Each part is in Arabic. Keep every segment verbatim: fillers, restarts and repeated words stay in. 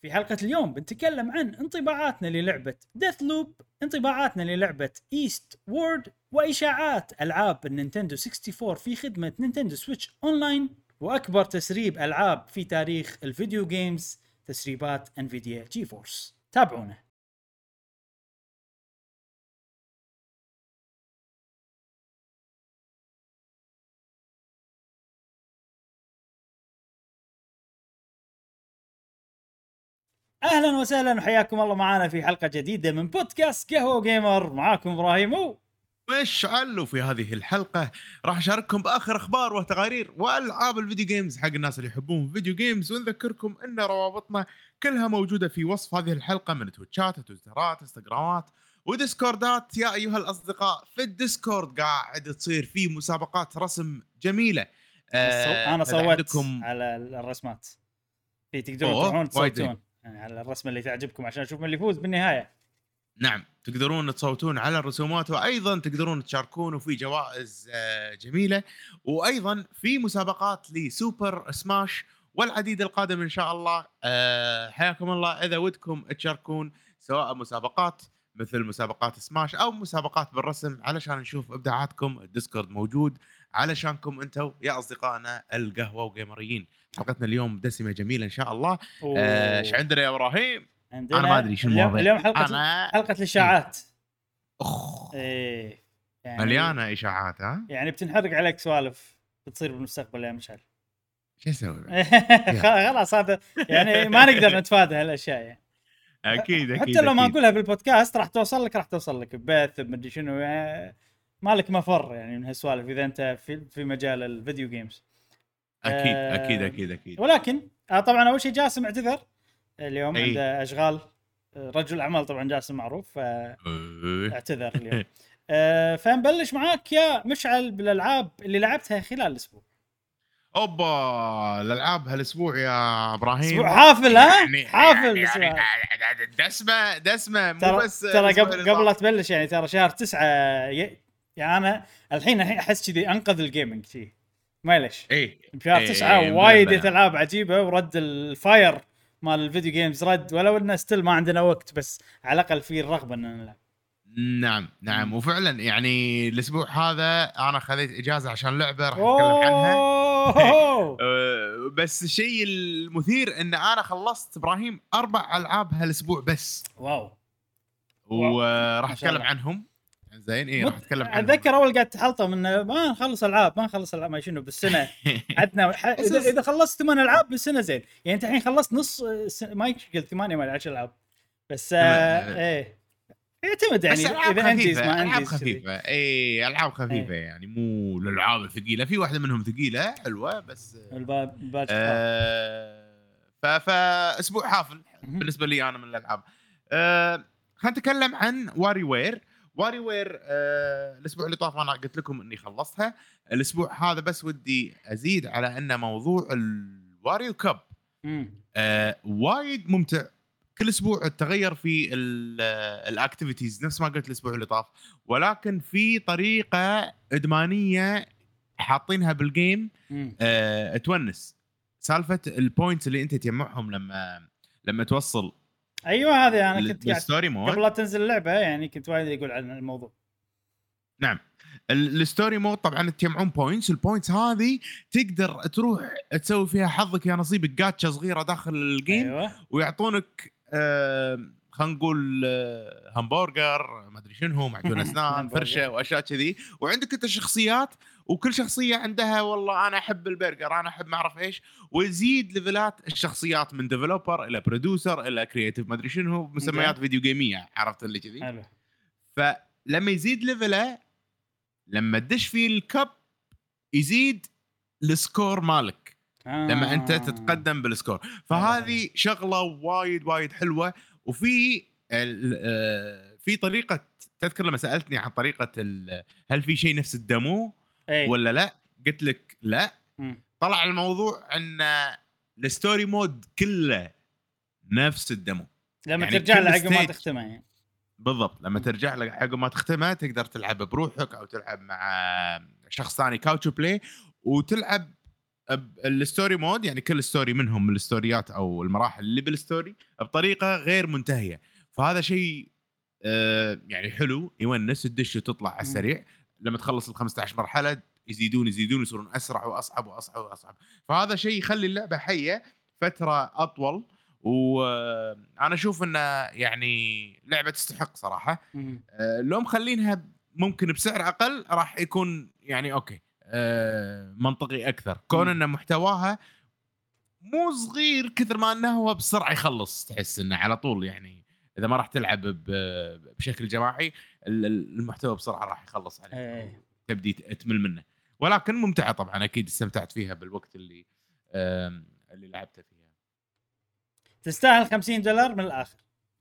في حلقة اليوم بنتكلم عن انطباعاتنا للعبة ديث لوب، انطباعاتنا للعبة ايست وورد، وإشاعات ألعاب النينتندو أربعة وستين في خدمة نينتندو سويتش أونلاين، وأكبر تسريب ألعاب في تاريخ الفيديو جيمز، تسريبات انفيديا جي فورس. تابعونا. اهلا وسهلا وحياكم الله معنا في حلقه جديده من بودكاست قهوه جيمر. معاكم ابراهيم واشعلوا. في هذه الحلقه راح اشارككم باخر اخبار وتقارير والعاب الفيديو جيمز حق الناس اللي يحبون الفيديو جيمز، ونذكركم ان روابطنا كلها موجوده في وصف هذه الحلقه من تويتشات، تويترات، انستغرامات وديسكوردات. يا ايها الاصدقاء، في الديسكورد قاعد تصير في مسابقات رسم جميله. آه انا صوت عندكم على الرسمات، في تقدرون اوه تروحون وايد تصوتون يعني على الرسمه اللي تعجبكم عشان نشوف من اللي يفوز بالنهايه. نعم، تقدرون تصوتون على الرسومات، وايضا تقدرون تشاركون، وفي جوائز جميله، وايضا في مسابقات لسوبر سماش والعديد القادم ان شاء الله. حياكم الله. اذا ودكم تشاركون سواء مسابقات مثل مسابقات سماش او مسابقات بالرسم علشان نشوف ابداعاتكم، الديسكورد موجود علشانكم انتم يا اصدقائنا القهوه وجيمريين. حلقتنا اليوم دسمه جميله ان شاء الله. ايش عندنا يا ابراهيم؟ عندنا انا ما ادري شو اليوم, المواضيع. اليوم حلقه أنا... حلقه الاشاعات. اخ ايه يعني مليانه اشاعات. ها يعني بتنحرق عليك سوالف بتصير بالمستقبل يا مشعل. شو اسوي؟ خلاص هذا يعني ما نقدر نتفادى هالاشياء يعني. اكيد اكيد حتى لو ما أكيد. نقولها بالبودكاست راح توصل لك راح توصل لك ببث بمدري شنو يعني. مالك مفر يعني من هالسوالف اذا انت في في مجال الفيديو جيمز. اكيد أه اكيد اكيد اكيد. ولكن آه طبعا اول شيء جاسم اعتذر اليوم، أي. عنده اشغال. رجل اعمال طبعا جاسم معروف، فاعتذر اليوم. أه فنبلش معاك يا مشعل بالالعاب اللي لعبتها خلال الاسبوع. اوبا الالعاب هالاسبوع يا ابراهيم، اسبوع حافل. ها يعني حافل يعني, اسبوع. يعني دسمه دسمه مو ترى بس ترى الأسبوع قبل اللي قبل لا طاف. تبلش يعني ترى شهر تسعة ي... يعني انا الحين الحين احس كذي انقذ الجيمنج شيء ما ليش. اي بشهر إي، تسعة إي، وايد ملبلة. العاب عجيبه ورد الفاير مال الفيديو جيمز رد، ولو انه ستيل ما عندنا وقت بس على الاقل في الرغبه ان نلعب. نعم نعم. مم. وفعلا يعني الاسبوع هذا انا خذيت اجازه عشان لعبه راح نتكلم اوه عنها. بس الشيء المثير ان انا خلصت ابراهيم اربع العاب هالاسبوع بس. واو وراح ما شاء اتكلم الله. عنهم. زين ايه مت... راح اتكلم عنهم. اتذكر اول قاعد تحلطم انه ما نخلص العاب ما نخلص العاب ما شنو بالسنه. عندنا ح... اذا اذا خلصت ثمان العاب بالسنه زين يعني. انت الحين خلصت نص س... ما قلت ثمانية ولا عشر العاب بس. آه... ايه يعتمد يعني بس العاب اذا انديز خفيفه، ما العاب انديز خفيفه. اي العاب خفيفه ايه. يعني مو الالعاب الثقيله. في واحده منهم ثقيله حلوه بس. الباب الباج آه ف فاسبوع حافل بالنسبه لي انا من الالعاب. آه خلينا نتكلم عن واري وير. واري وير آه الاسبوع اللي طاف انا قلت لكم اني خلصتها. الاسبوع هذا بس ودي ازيد على ان موضوع الواريو كاب آه وايد ممتع. كل اسبوع تغير في الاكتيفيتيز نفس ما قلت الاسبوع اللي طاف، ولكن في طريقه ادمانيه حاطينها بالجيم. آه تونس سالفه البوينتس اللي انت تجمعهم لما لما توصل. ايوه هذه انا كنت قاعد الستوري مود قبل لا تنزل اللعبه يعني كنت وايد اقول عن الموضوع. نعم. الستوري مود طبعا تجمعون بوينتس. البوينتس هذه تقدر تروح تسوي فيها حظك يا نصيبك جاتشا صغيره داخل الجيم. أيوة. ويعطونك آه خلينا نقول آه همبرجر ما ادري شنو معجون اسنان فرشه واشياء كذي. وعندك انت شخصيات وكل شخصيه عندها والله انا احب البرجر انا احب ما اعرف ايش. ويزيد ليفلات الشخصيات من ديفلوبر الى برودوسر الى كرييتيف ما ادري شنو مسميات فيديو جيميه عرفت اللي كذي. فلما يزيد ليفله لما تدش في الكب يزيد السكور مالك. آه. لما انت تتقدم بالسكور فهذه شغله وايد وايد حلوه. وفي في طريقه تذكر لما سالتني عن طريقه هل في شيء نفس الدمو أي. ولا لا قلت لك لا. م. طلع الموضوع ان الستوري مود كله نفس الدمو لما يعني ترجع لعقب ما تختمه يعني. بالضبط لما ترجع لك حق ما تختمها تقدر تلعب بروحك او تلعب مع شخص ثاني كاوتش بلاي وتلعب الستوري مود يعني كل ستوري منهم من الستوريات او المراحل اللي بالستوري بطريقه غير منتهيه، فهذا شيء آه يعني حلو يونس، تدش وتطلع على السريع. لما تخلص ال خمسة عشر مرحله يزيدون يزيدون يصيرون اسرع واصعب واصعب واصعب، فهذا شيء يخلي اللعبه حيه فتره اطول. وانا اشوف انه يعني لعبه تستحق صراحه. آه لو مخلينها ممكن بسعر اقل راح يكون يعني اوكي آه منطقي اكثر، كون ان محتواها مو صغير كثر ما انه هو بسرعه يخلص، تحس انه على طول يعني اذا ما راح تلعب بشكل جماعي المحتوى بسرعه راح يخلص عليك، أيه. تبدي تمل منه. ولكن ممتعه طبعا، اكيد استمتعت فيها بالوقت اللي اللي لعبته فيها. تستاهل خمسين دولار من الاخر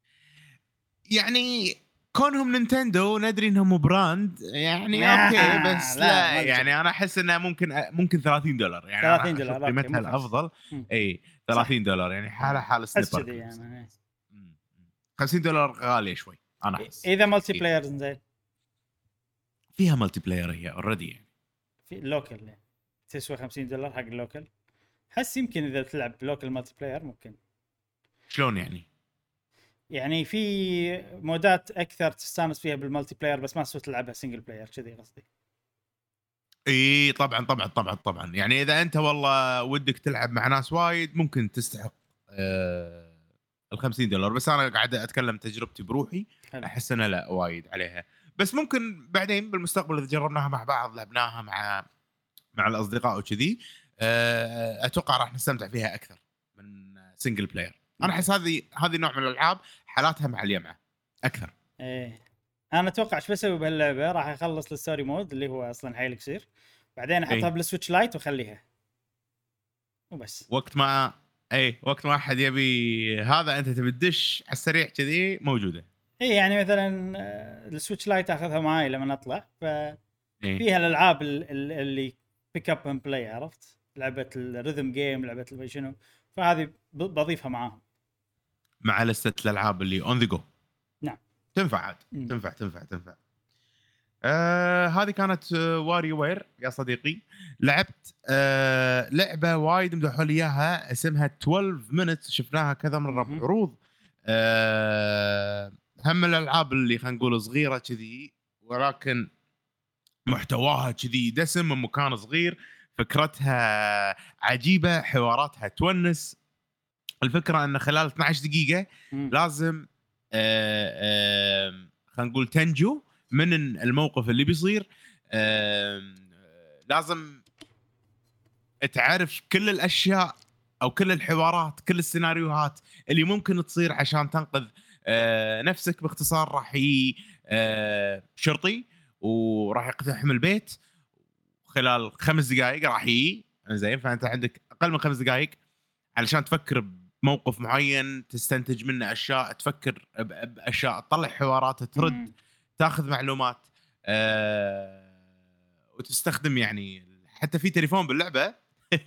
يعني كونهم نينتندو ندري انهم براند يعني اوكي، بس لا, لا يعني انا احس انها ممكن ممكن ثلاثين دولار يعني ثلاثين دولار قيمتها الافضل. اي ثلاثين دولار يعني حاله حال سنيبر يعني. خمسين دولار غاليه شوي انا احس. اذا مالتي بلاير زين فيها مالتي بلاير هي اوريدي يعني في لوكل يعني. تسوى خمسين دولار حق اللوكل. حس يمكن اذا تلعب لوكل مالتي بلاير ممكن. شلون يعني؟ يعني في مودات اكثر تستانس فيها بالمالتي بلاير بس ما تسوى تلعبها سنجل بلاير كذي قصدي. اي طبعا طبعا طبعا طبعا يعني اذا انت والله ودك تلعب مع ناس وايد ممكن تستحق آه ال خمسين دولار، بس انا قاعد اتكلم تجربتي بروحي. حلو. احس انها لا وايد عليها، بس ممكن بعدين بالمستقبل اذا جربناها مع بعض لعبناها مع مع الاصدقاء وكذي آه اتوقع راح نستمتع فيها اكثر من سنجل بلاير. انا احس هذه هذه نوع من الالعاب حالاتها مع الجماعه اكثر. ايه انا اتوقع ايش بسوي بهاللعبه، راح اخلص الستوري مود اللي هو اصلا حيل قصير، بعدين احطها ايه؟ بالسويتش لايت واخليها وبس. وقت ما اي وقت ما احد يبي هذا انت تبي تدش على السريع كذي موجوده. اي يعني مثلا السويتش لايت اخذها معي لما اطلع، ففيها إيه؟ الالعاب اللي بيك اب اند بلاي، عرفت؟ لعبه الريذم جيم، لعبه اللي شنو، فهذه بضيفها معاهم مع لسته الالعاب اللي اون ذا جو. نعم تنفع عاد تنفع تنفع تنفع آه هذه كانت آه واري وير يا صديقي. لعبت آه لعبه وايد مدحوا لي اياها اسمها اثنا عشر مينت، شفناها كذا مره بعروض. آه هم من الالعاب اللي خلينا نقول صغيره كذي ولكن محتواها كذي دسم من مكان صغير، فكرتها عجيبه، حواراتها تونس. الفكره ان خلال اثنا عشر دقيقه مم. لازم آه آه خلينا نقول تنجو من الموقف اللي بيصير. آه لازم تعرف كل الاشياء او كل الحوارات كل السيناريوهات اللي ممكن تصير عشان تنقذ آه نفسك. باختصار راح يجي آه شرطي وراح يقتحم البيت خلال خمس دقائق راح يجي زين، فانت عندك اقل من خمس دقائق علشان تفكر بموقف معين، تستنتج منه اشياء، تفكر باشياء، تطلع حوارات، ترد مم. تاخذ معلومات أه وتستخدم يعني حتى في تليفون باللعبه.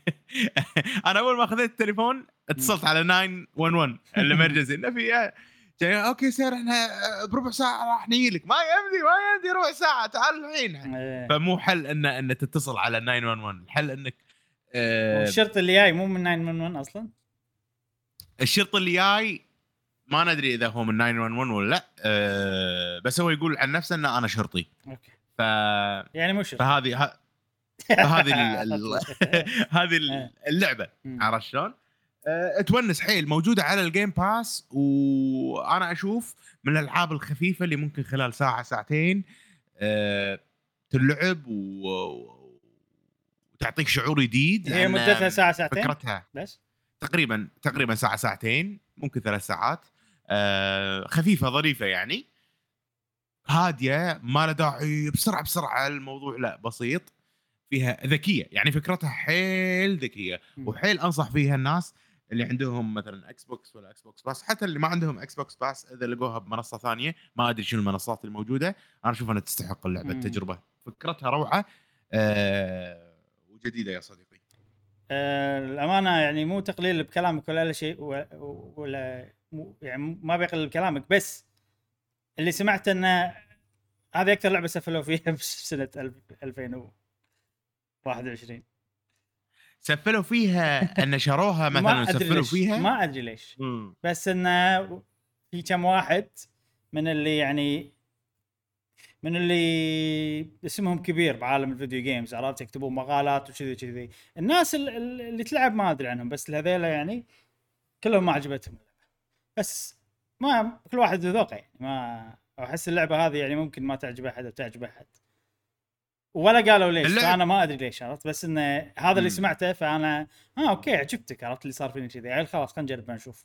انا اول ما اخذت التليفون اتصلت على تسعة واحد واحد الامرجنسي انه في جاي اوكي سير احنا بربع ساعه راح نجي لك. ما يمدي ما يمدي ربع ساعه تعال الحين. فمو حل ان ان تتصل على تسعة واحد واحد، الحل انك أه الشرط اللي جاي مو من تسعة واحد واحد اصلا. الشرط اللي جاي ما ندري اذا هو من تسعة واحد واحد ولا لا أه بس هو يقول عن نفسه ان انا شرطي. اوكي ف يعني مو شرطي. فهذه ه... فهذه ال... هذه اللعبه عرفت شلون؟ أه تونس حيل، موجوده على الجيم باس، وانا اشوف من الالعاب الخفيفه اللي ممكن خلال ساعه ساعتين أه تلعب و... وتعطيك شعور جديد. هي مدتها ساعه ساعتين فكرتها بس تقريبا تقريبا ساعه ساعتين ممكن ثلاث ساعات. أه خفيفه ظريفه يعني هاديه، ما له داعي بسرعه بسرعه الموضوع، لا بسيط، فيها ذكيه يعني فكرتها حيل ذكيه وحيل انصح فيها الناس اللي عندهم مثلا اكس بوكس ولا اكس بوكس باس، حتى اللي ما عندهم اكس بوكس باس اذا لقوها بمنصه ثانيه ما ادري شنو المنصات الموجوده، انا اشوف انها تستحق اللعبه. التجربه فكرتها روعه أه وجديده يا صديقي. أه الامانه يعني مو تقليل بكلامك ولا شيء ولا يعني ما بيقلل بكلامك، بس اللي سمعت انه هذه اكثر لعبه سفلوا فيها بسنه ألفين وواحد وعشرين. سفلوا فيها ان نشروها مثلا ما ادري سفلوا ليش فيها ما ادري ليش مم. بس انه في كم واحد من اللي يعني من اللي اسمهم كبير بعالم الفيديو جيمز عرفت يكتبون مقالات وكذي كذي الناس ال- ال- اللي تلعب ما ادري عنهم بس هذيلا يعني كلهم ما عجبتهم بس ما كل واحد ذوقه يعني ما احس اللعبه هذه يعني ممكن ما تعجب احد او تعجب احد ولا قالوا ليش اللعب- فانا ما ادري ليش عرفت بس انه هذا اللي مم. سمعته فانا اه اوكي عجبتك عرفت اللي صار فيني كذي يعني خلاص خلينا نجرب نشوف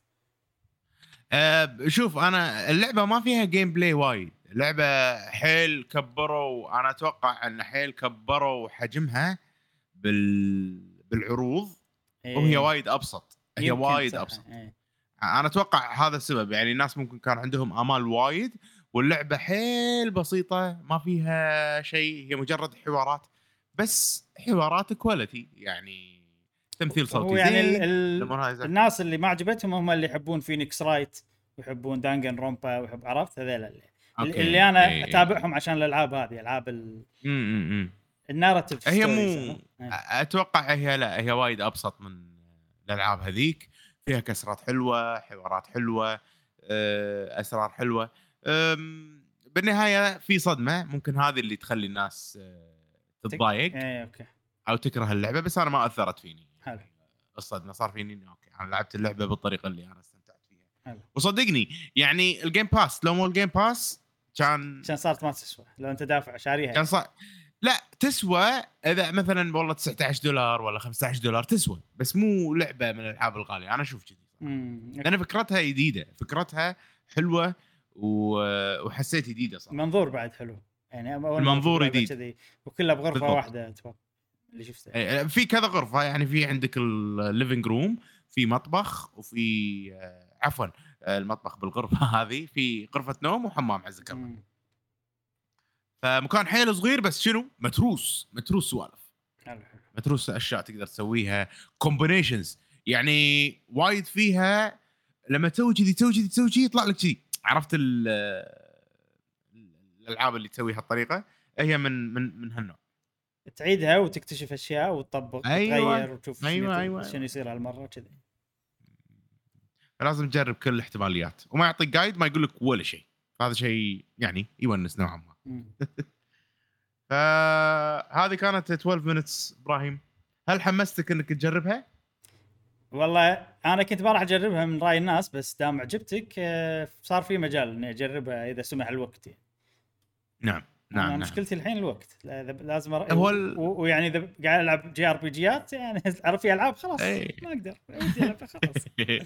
أه شوف انا اللعبه ما فيها جيم بلاي وايد لعبه حيل كبروا انا اتوقع ان حيل كبروا حجمها بال بالعروض إيه. وهي وايد ابسط هي يمكن وايد صح. ابسط إيه. انا اتوقع هذا السبب يعني الناس ممكن كان عندهم امال وايد واللعبه حيل بسيطه ما فيها شيء هي مجرد حوارات بس حوارات كواليتي يعني تمثيل صوتي هو يعني ال زين ال الأمور هاي زين. الناس اللي ما عجبتهم هم اللي يحبون فينيكس رايت ويحبون دانجن رومبا ويحب عرفت هذول اللي, أوكي. اللي انا إيه، اتابعهم عشان الالعاب هذه العاب ال- امم امم الناراتيف هي ستوريز مو اتوقع هي لا هي وايد ابسط من الالعاب هذيك فيها كسرات حلوه حوارات حلوه آه، اسرار حلوه أم، بالنهايه في صدمه ممكن هذه اللي تخلي الناس آه، تتضايق ايه اوكي او تكره اللعبه بس انا ما اثرت فيني حلو الصدمه صار فيني إنه اوكي انا لعبت اللعبه بالطريقه اللي انا استمتعت فيها حلو وصدقني يعني الجيم باس لو مو الجيم باس كان عشان صارت ما تسوى لو انت دافع شاريها كان صار لا تسوى اذا مثلا والله تسعة عشر دولار ولا خمسة عشر دولار تسوى بس مو لعبه من الالعاب الغاليه انا اشوف كذي امم لان فكرتها جديده فكرتها حلوه و- وحسيت جديده صراحه منظور بعد حلو يعني اول مرة المنظور أشوف لعبة جديد. كذي وكلها بغرفه بالضبط. واحده اتوقع اللي شفته إيه، في كذا غرفه يعني في عندك الليفنج روم في مطبخ وفي آه، عفوا آه، المطبخ بالغرفه هذه في غرفه نوم وحمام عزك الله مم. فمكان حيل صغير بس شنو متروس متروس سوالف حلو حلو متروس اشياء تقدر تسويها كومبينيشنز يعني وايد فيها لما تسوي كذي تسوي كذي تسوي كذي يطلع لك كذي عرفت ال- الالعاب اللي تسويها الطريقه هي من من من هالنوع تعيدها وتكتشف اشياء وتطبق أيوة. وتغير وتشوف أيوة، شنو أيوة، شنو يصير هالمره كذي لازم تجرب كل الاحتماليات وما يعطيك جايد ما يقول لك ولا شيء هذا شيء يعني يونس نوعا ما مم. فهذه كانت اثنا عشر minutes ابراهيم هل حمستك انك تجربها؟ والله انا كنت ما راح اجربها من راي الناس بس دام عجبتك آه، صار في مجال اني اجربها اذا سمح الوقت يعني. نعم انا نعم نعم مشكلتي الحين الوقت لا- إذا لازم أر... هو و- ال- و- ويعني اذا قاعد العب جي ار بي جيات يعني اعرف في العاب خلاص أي. ما اقدر ودي العب خلاص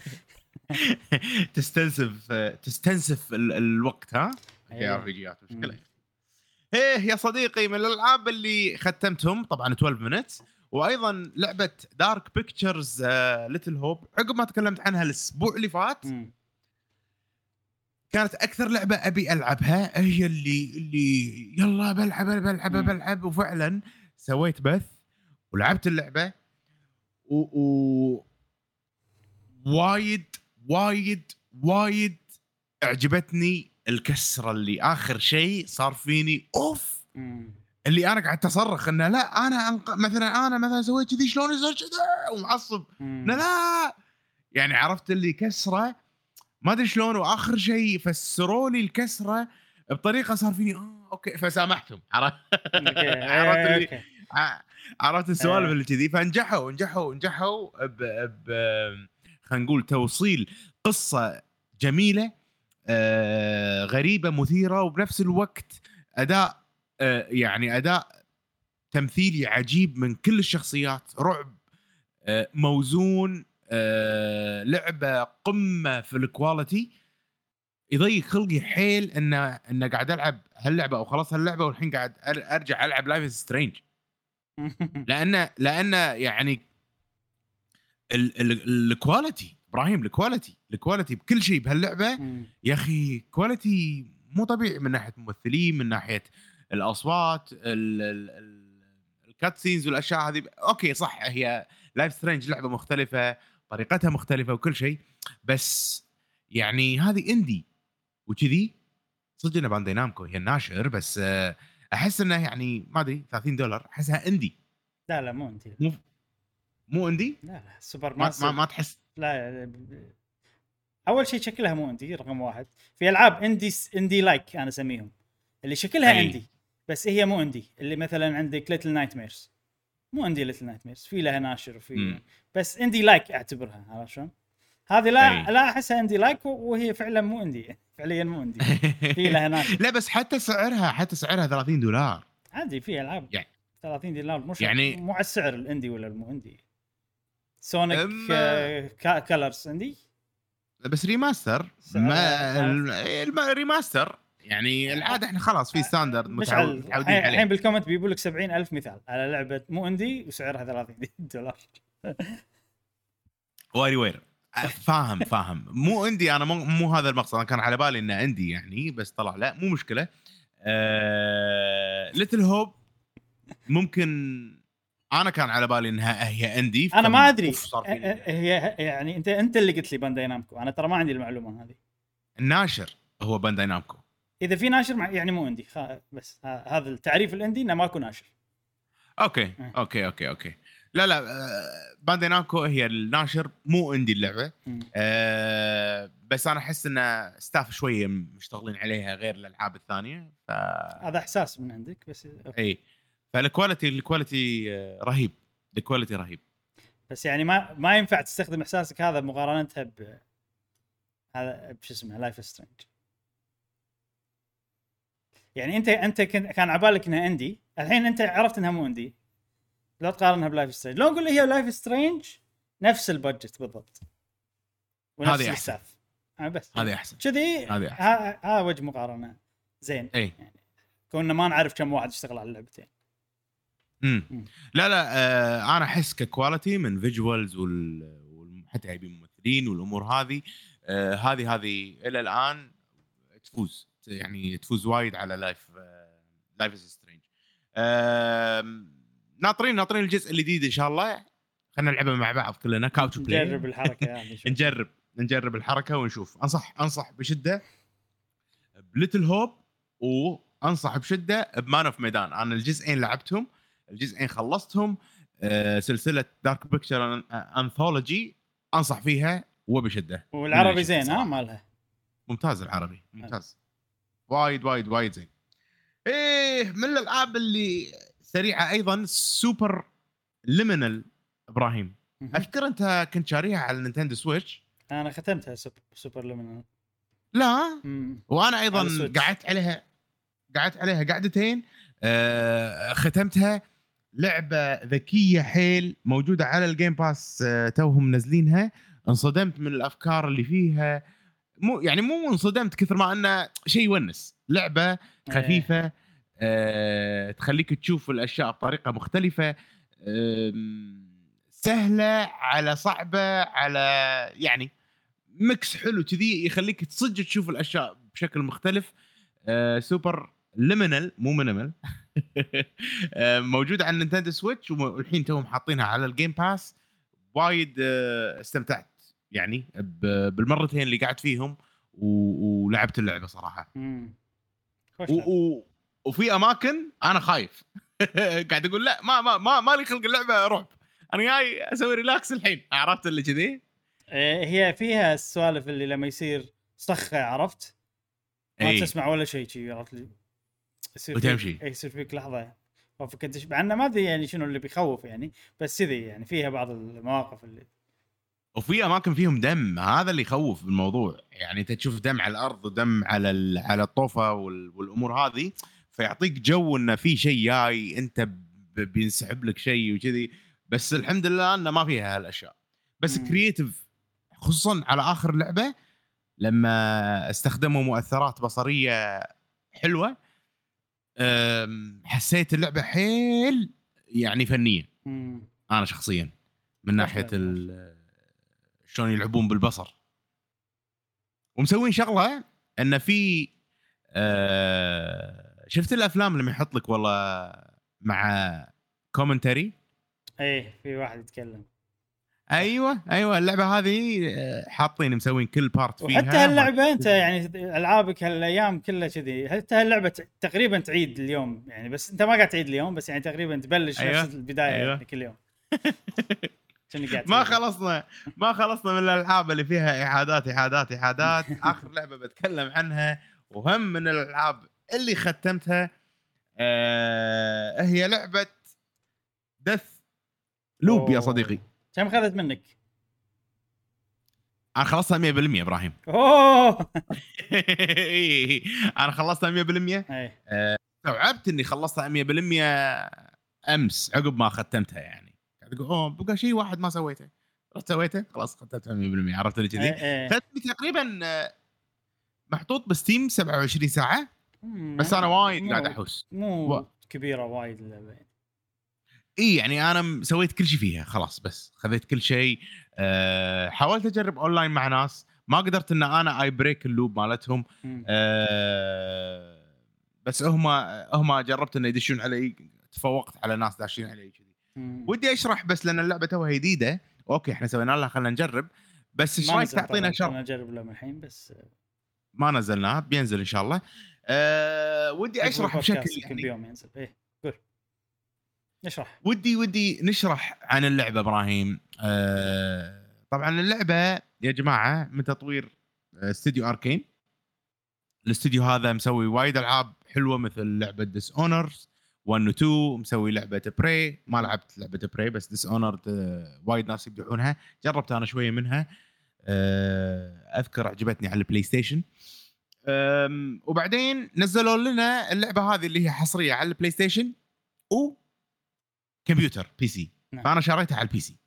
تستنسف تستنسف ال- الوقت ها أيوة. يا ار بي جيات مشكله مم. ايه يا صديقي من الالعاب اللي ختمتهم طبعا اثنا عشر minutes وايضا لعبه دارك بيكتشرز ليتل هوب عقب ما تكلمت عنها الاسبوع اللي فات مم. كانت اكثر لعبه ابي العبها هي اللي اللي يلا بلعب بلعب مم. بلعب وفعلا سويت بث ولعبت اللعبه و, و... وايد وايد وايد اعجبتني الكسره اللي اخر شيء صار فيني اوف مم. اللي انا قاعد اصرخ انه لا انا أنق... مثلا انا مثلا سويت كذي شلون يصير كذا ومعصب مم. لا لا يعني عرفت اللي كسره ما ادري شلون واخر شيء فسروا لي الكسره بطريقه صار فيني اه اوكي فسامحتهم عرفت أوكي. عرفت اللي أوكي. ع- عرفت السوالف آه. اللي كذي فنجحوا نجحوا نجحوا ب ب خلينا نقول توصيل قصه جميله آه غريبه مثيره وبنفس الوقت اداء آه يعني اداء تمثيلي عجيب من كل الشخصيات رعب آه موزون آه لعبه قمه في الكواليتي يضيق خلقي حيل ان ان قاعد العب هاللعبه او خلاص هاللعبه والحين قاعد أر- ارجع العب لايف سترينج لان لان يعني ال- ال- الكواليتي ابراهيم الكواليتي الكواليتي بكل شيء بهاللعبه مم. يا اخي كواليتي مو طبيعي من ناحيه ممثلين من ناحيه الاصوات الكات سينز والاشياء هذه اوكي صح هي لايف سترينج لعبه مختلفه طريقتها مختلفه وكل شيء بس يعني هذه اندي وكذي صدق انه بانداي نامكو هي الناشر بس آه، احس انه يعني ما ادري ثلاثين دولار احسها اندي لا لا مو انت مو مو اندي؟ لا لا سوبر ما ماسيف ما, ما تحس؟ لا اول شيء شكلها مو اندي رقم واحد. في العاب اندي اندي لايك انا اسميهم اللي شكلها أي. اندي بس هي مو اندي. اللي مثلا عندك ليتل نايت ميرز مو اندي. ليتل نايت ميرز في لها ناشر وفي مم. بس اندي لايك اعتبرها عرفت شلون. هذه لا أي. لا احسها اندي لايك وهي فعلا مو اندي فعليا مو اندي. في لها ناشر لا بس حتى سعرها حتى سعرها ثلاثين دولار عادي. في العاب يعني ثلاثين دينار مو يعني مو على السعر الاندي ولا المو اندي. سونيك أم... آه كا كلرز اندي بس ريماستر ما الريماستر يعني العاده احنا خلاص في ستاندرد مشعل متعودين عليه. الحين بالكومنت بيقول لك سبعين ألف مثال على لعبه مو اندي وسعرها ثلاثين دولار. واري وير فاهم فاهم مو اندي. انا مو, مو هذا المقصد. انا كان على بالي انه اندي يعني بس طلع لا مو مشكله. آه... ليتل هوب ممكن انا كان على بالي انها هي اندي. انا ما ادري صار أ- أ- هي يعني انت انت اللي قلت لي بانداي نامكو. انا ترى ما عندي المعلومه هذه. الناشر هو بانداي نامكو. اذا في ناشر مع- يعني مو اندي خ- بس ه- هذا التعريف الاندي انه ماكو ناشر. اوكي أه. اوكي اوكي اوكي لا لا آه، بانداي نامكو هي الناشر مو اندي اللعبه. أه بس انا احس ان ستاف شويه مشتغلين عليها غير الالعاب الثانيه. ف هذا احساس من عندك بس أوكي. اي فالكواليتي الكواليتي آه، رهيب. الكواليتي رهيب. بس يعني ما ما ينفع تستخدم احساسك هذا مقارنتها ب هذا بش اسمه لايف سترينج. يعني انت انت كان كان عبالك انها اندي الحين انت عرفت انها مو اندي. لا تقارنها بلايف سترينج. لو نقول لي هي لايف سترينج نفس البادجت بالضبط ونفس هذه الستاف بس هذه احسن. كذي. هذه احسن. ها ها وجه مقارنه زين. اي يعني كنا ما نعرف كم واحد يشتغل على اللعبتين. امم لا لا آه انا احس ككواليتي من فيجوالز وال حتى هيبي ممثلين والامور هذه آه هذه هذه الى الان تفوز يعني تفوز وايد على لايف آه لايف از سترينج. آه ناطرين ناطرين الجزء الجديد ان شاء الله. خلينا نلعبه مع بعض كلنا كاوتش بلاي. نجرب الحركه يعني نجرب نجرب الحركه ونشوف. انصح انصح بشده بليتل هوب وانصح بشده بمان اوف ميدان. انا الجزئين لعبتهم الجزئين خلصتهم. آه سلسله دارك بيكتشر انثولوجي انصح فيها وبشده. والعربي زين ها مالها ممتاز. العربي ممتاز وايد وايد وايد زين. ايه من الالعاب اللي سريعه ايضا سوبر ليمينال. ابراهيم اذكر انت كنت شاريها على النينتندو سويتش. انا ختمتها سوبر, سوبر ليمينال. لا مم. وانا ايضا قعدت عليها قعدت عليها قعدتين. آه ختمتها. لعبه ذكيه حيل موجوده على الجيم باس. آه توهم منزلينها. انصدمت من الافكار اللي فيها. مو يعني مو انصدمت كثر ما انه شيء يونس. لعبه خفيفه آه تخليك تشوف الاشياء بطريقه مختلفه. آه سهله على صعبه على يعني ميكس حلو كذي يخليك تصج تشوف الاشياء بشكل مختلف. آه سوبر ليمينال مو مينيمال. آه موجوده على النينتندو سويتش والحين توهم حاطينها على الجيم باس. وايد آه استمتعت يعني بالمرتين اللي قعدت فيهم ولعبت اللعبه صراحه. و- و- وفي اماكن انا خايف. قاعد اقول لا ما ما ما, ما لي خلق اللعبه رعب. انا جاي اسوي ريلاكس الحين. عرفت اللي كذي. هي فيها السوالف اللي لما يصير صخه عرفت ما أي. تسمع ولا شيء شيء عرفت لي يصير وتمشي اي يصير فيك لحظه وفكك تشبع عنه. ما ادري يعني شنو اللي بيخوف يعني بس كذي يعني فيها بعض المواقف اللي وفي اماكن فيهم دم. هذا اللي يخوف بالموضوع. يعني انت تشوف دم على الارض ودم على ال... على الطوفه وال... والامور هذه فيعطيك جو انه في شيء جاي انت ب... بينسحب لك شيء وكذي. بس الحمد لله انه ما فيها هالاشياء. بس كرييتيف خصوصا على اخر لعبه لما استخدموا مؤثرات بصريه حلوه. حسيت اللعبه حيل يعني فنيه. مم. انا شخصيا من ناحيه شلون يلعبون بالبصر. ومسوين شغله ان في آه شفت الافلام لما يحط لك والله مع كومنتري. ايه في واحد يتكلم. ايوه ايوه اللعبه هذه حاطين مسوين كل بارت فيها. وحتى هاللعبه انت يعني العابك هالايام كلها كذي. حتى هاللعبه تقريبا تعيد اليوم يعني بس انت ما قاعد تعيد اليوم بس يعني تقريبا تبلش أيوة. نفس البدايه أيوة. يعني كل يوم. شنو قاعد ما تقول؟ خلصنا ما خلصنا من الالعاب اللي فيها اعادات اعادات اعادات. اخر لعبه بتكلم عنها وهم من الالعاب اللي ختمتها آه هي لعبه دث لوب يا صديقي. كم خذت منك؟ انا خلصتها مية بالمية ابراهيم. اوه انا خلصتها مية بالمية. اي استوعبت اني خلصتها مية بالمية امس عقب ما ختمتها، يعني قاعد اقول اوه بقى شيء واحد ما سويته، رحت سويته خلاص ختمتها مية بالمية. عرفت اللي كذي. اي خذت لي تقريبا آه، محطوط بستيم سبعة وعشرين ساعه، مم، بس انا وايد مو- قاعد احوس. مو و- كبيره وايد اللعبه. اي يعني انا م- سويت كل شيء فيها خلاص، بس خذيت كل شيء. أه حاولت اجرب اونلاين مع ناس، ما قدرت ان انا اي بريك اللوب مالتهم. مم. أه بس هم هم جربت انه يدشون علي، تفوقت على ناس داشين علي كذي. مم. ودي اشرح بس لان اللعبه توها جديده. اوكي احنا سوينا لها خلينا نجرب، بس ايش ما رايك نزل تعطينا طبعاً، شرح؟ كنا نجرب له من الحين بس ما نزلناه، بينزل ان شاء الله. أه ودي اشرح بشكل يمكن يعني بيوم ينزل. ايه قول نشرح. ودي ودي نشرح عن اللعبه ابراهيم. أه طبعا اللعبه يا جماعه من تطوير آه، استوديو اركين. الاستوديو هذا مسوي وايد العاب حلوه مثل لعبه ديس اونرز واحد و اثنين، مسوي لعبه بري. ما لعبت لعبه بري بس ديس اونرد وايد ناس يمدحونها، جربت انا شويه منها. أه اذكر عجبتني على البلاي ستيشن. أم، وبعدين نزلوا لنا اللعبه هذه اللي هي حصريه على البلاي ستيشن و كمبيوتر بي سي. نعم. فانا شريتها على البي سي.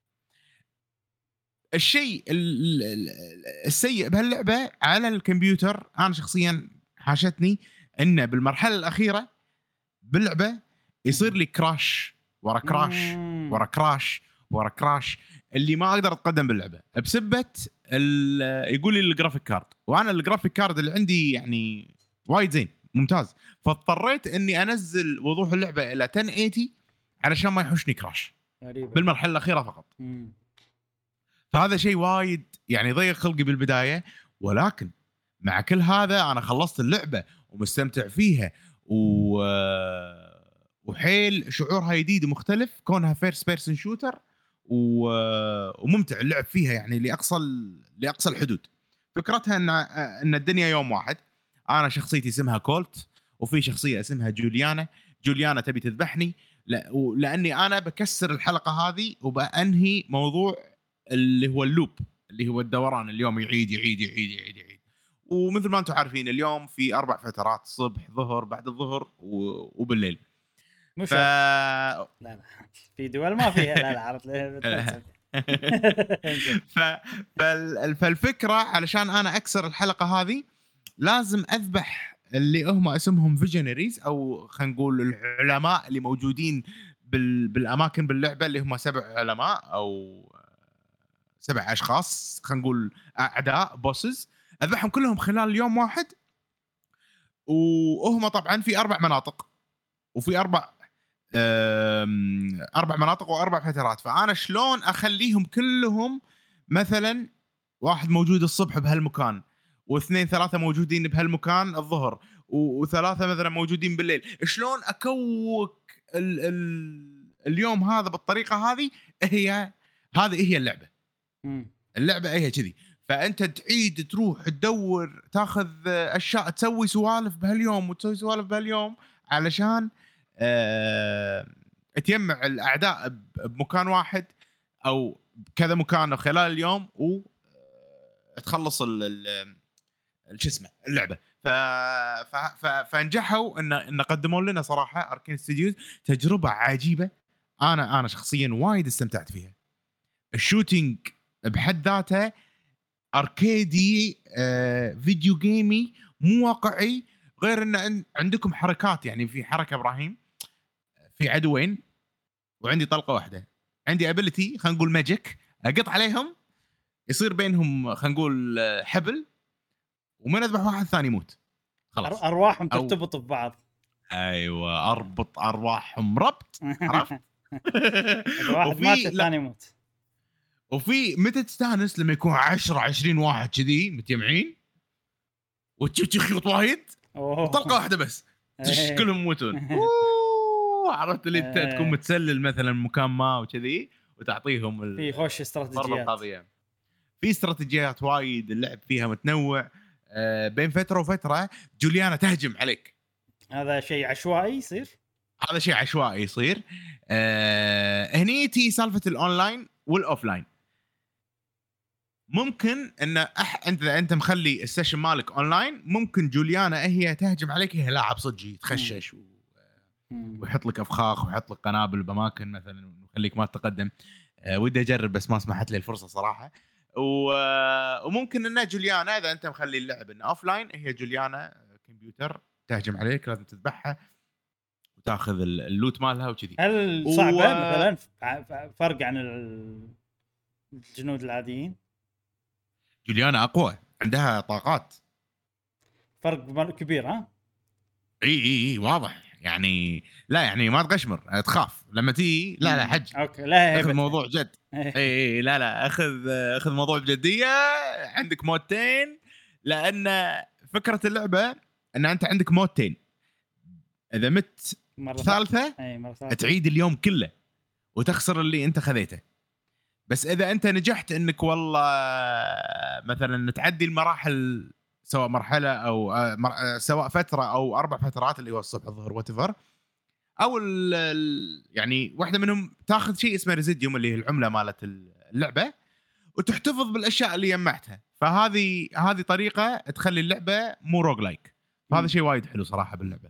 الشيء ال- ال- السيء بهاللعبه على الكمبيوتر انا شخصيا حاشتني انه بالمرحله الاخيره باللعبه يصير لي كراش ورا كراش مم. ورا كراش ورا كراش، اللي ما اقدر اتقدم باللعبه بسبه ال- يقول لي الجرافيك كارد، وانا الجرافيك كارد اللي عندي يعني وايد زين ممتاز، فاضطريت اني انزل وضوح اللعبه الى عشرة ثمانين علشان ما يحوشني كراش غريبة. بالمرحله الاخيره فقط. مم. فهذا شيء وايد يعني ضيق خلقي بالبدايه، ولكن مع كل هذا انا خلصت اللعبه ومستمتع فيها و... وحيل شعورها جديد ومختلف كونها فيرست بيرسون شوتر و... وممتع اللعب فيها يعني لاقصى ال... لاقصى الحدود. فكرتها ان ان الدنيا يوم واحد. انا شخصيتي اسمها كولت، وفي شخصيه اسمها جوليانا. جوليانا تبي تذبحني لا... لاني انا بكسر الحلقه هذه وبانهي موضوع اللي هو اللوب اللي هو الدوران، اليوم يعيد يعيد يعيد يعيد يعيد. ومثل ما انتم عارفين اليوم في اربع فترات، صبح ظهر بعد الظهر و... وبالليل. مش ف... لا لا في دول ما فيها لا لا عرفت ف... فال... فالفكره علشان انا اكسر الحلقه هذه لازم اذبح اللي هم اسمهم فيجنريز، او خلينا نقول العلماء اللي موجودين بال... بالاماكن باللعبه، اللي هم سبع علماء او سبع اشخاص خلينا نقول اعداء بوسز، اذبحهم كلهم خلال اليوم واحد. وهم طبعا في اربع مناطق وفي اربع اربع مناطق واربع فترات. فانا شلون اخليهم كلهم مثلا واحد موجود الصبح بهالمكان، واثنين ثلاثه موجودين بهالمكان الظهر، وثلاثه مثلا موجودين بالليل، شلون اكوك ال ال اليوم هذا بالطريقه هذه؟ هي هذه هي اللعبه. مم. اللعبه هي كذي. فانت تعيد تروح تدور تاخذ اشياء، تسوي سوالف بهاليوم وتسوي سوالف بهاليوم علشان أه تجمع الاعداء بمكان واحد او كذا مكان خلال اليوم وتخلص ال شو اسمه اللعبه. ف... ف... ف... فنجحوا ان ان قدموا لنا صراحه اركين ستوديوز تجربه عجيبه. انا انا شخصيا وايد استمتعت فيها. الشوتينج بحد ذاته اركيدي آه، فيديو جيمي مو واقعي، غير ان عندكم حركات. يعني في حركه ابراهيم، في عدوين وعندي طلقه واحده، عندي ابيليتي خلينا نقول ماجيك، اقط عليهم يصير بينهم خلينا نقول حبل، ومن اذبح واحد ثاني يموت خلاص. ارواحهم أو... ترتبط ببعض. ايوه اربط ارواحهم ربط، عرفت؟ واحد مات الثاني يموت. وفي متى تستانس لما يكون عشرة عشرين واحد كذي متجمعين وتشوف خيوط وايد وطلقه واحده بس كلهم يموتون. عرفت اللي انت تكون متسلل مثلا مكان ما وكذي وتعطيهم ال- في خوش برضه استراتيجيات. القضيه. في استراتيجيات وايد، اللعب فيها متنوع. آه، بين فتره وفتره جوليانا تهجم عليك، هذا شيء عشوائي يصير. هذا شيء عشوائي يصير. آه، هني تي سالفه الاونلاين والاوفلاين. ممكن ان أح... انت انت مخلي السيشن مالك اونلاين، ممكن جوليانا هي تهجم عليك، هي لاعب صجي تخشش و... مم. ويحط لك افخاخ ويحط لك قنابل باماكن مثلا ويخليك ما تتقدم. أه ودي اجرب بس ما سمحت لي الفرصه صراحه. و... وممكن ان جوليانا اذا انت مخلي اللعب انه اوف لاين، هي جوليانا كمبيوتر تهجم عليك، لازم تذبحها وتاخذ اللوت مالها وكذي. هل و- صعبه مثلا ف- فرق عن ال- الجنود العاديين؟ جوليانا اقوى، عندها طاقات. فرق مر- كبير ها. اي اي اي واضح يعني. لا يعني ما تقشمر، تخاف لما تيجي. لا لا مم. حج، اوكي لا اخذ هيبتها. الموضوع جد. اي اي لا لا اخذ اخذ الموضوع بجديه. عندك مودتين، لان فكره اللعبه ان انت عندك مودتين، اذا مت مرة ثالثه اي مرة ثالثة تعيد اليوم كله وتخسر اللي انت خذيته. بس اذا انت نجحت انك والله مثلا تعدي المراحل، سواء مرحله او آه، مر- آه، سواء فتره او اربع فترات اللي هو الصبح الظهر واتفر، او ال ال يعني واحده منهم تاخذ شيء اسمه ريزيديوم اللي هي العمله مالت اللعبه، وتحتفظ بالاشياء اللي جمعتها. فهذه هذه طريقه تخلي اللعبه مو روج لايك. فهذا شيء وايد حلو صراحه باللعبه.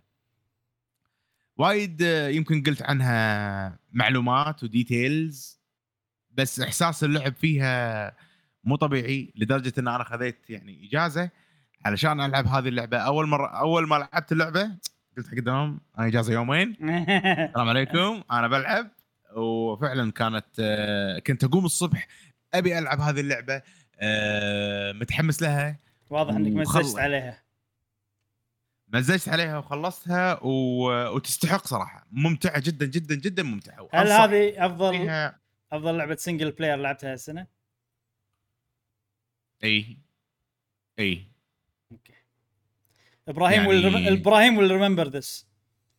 وايد آه، يمكن قلت عنها معلومات وديتيلز، بس احساس اللعب فيها مو طبيعي، لدرجه ان انا خذيت يعني اجازه علشان العب هذه اللعبه. اول مره اول ما لعبت اللعبه قلت حق دوام انا اجازه يومين، السلام عليكم انا بلعب. وفعلا كانت آه، كنت اقوم الصبح ابي العب هذه اللعبه، آه، متحمس لها. واضح انك وخل- مزجت عليها. مزجت عليها وخلصتها و... وتستحق صراحه، ممتعه جدا جدا جدا ممتعه. هل وأنصح هذه افضل فيها. افضل لعبه سنجل بلاير لعبتها السنه؟ اي اي اوكي. ابراهيم يعني- ويل ابراهيم ويل ريمبر ذس.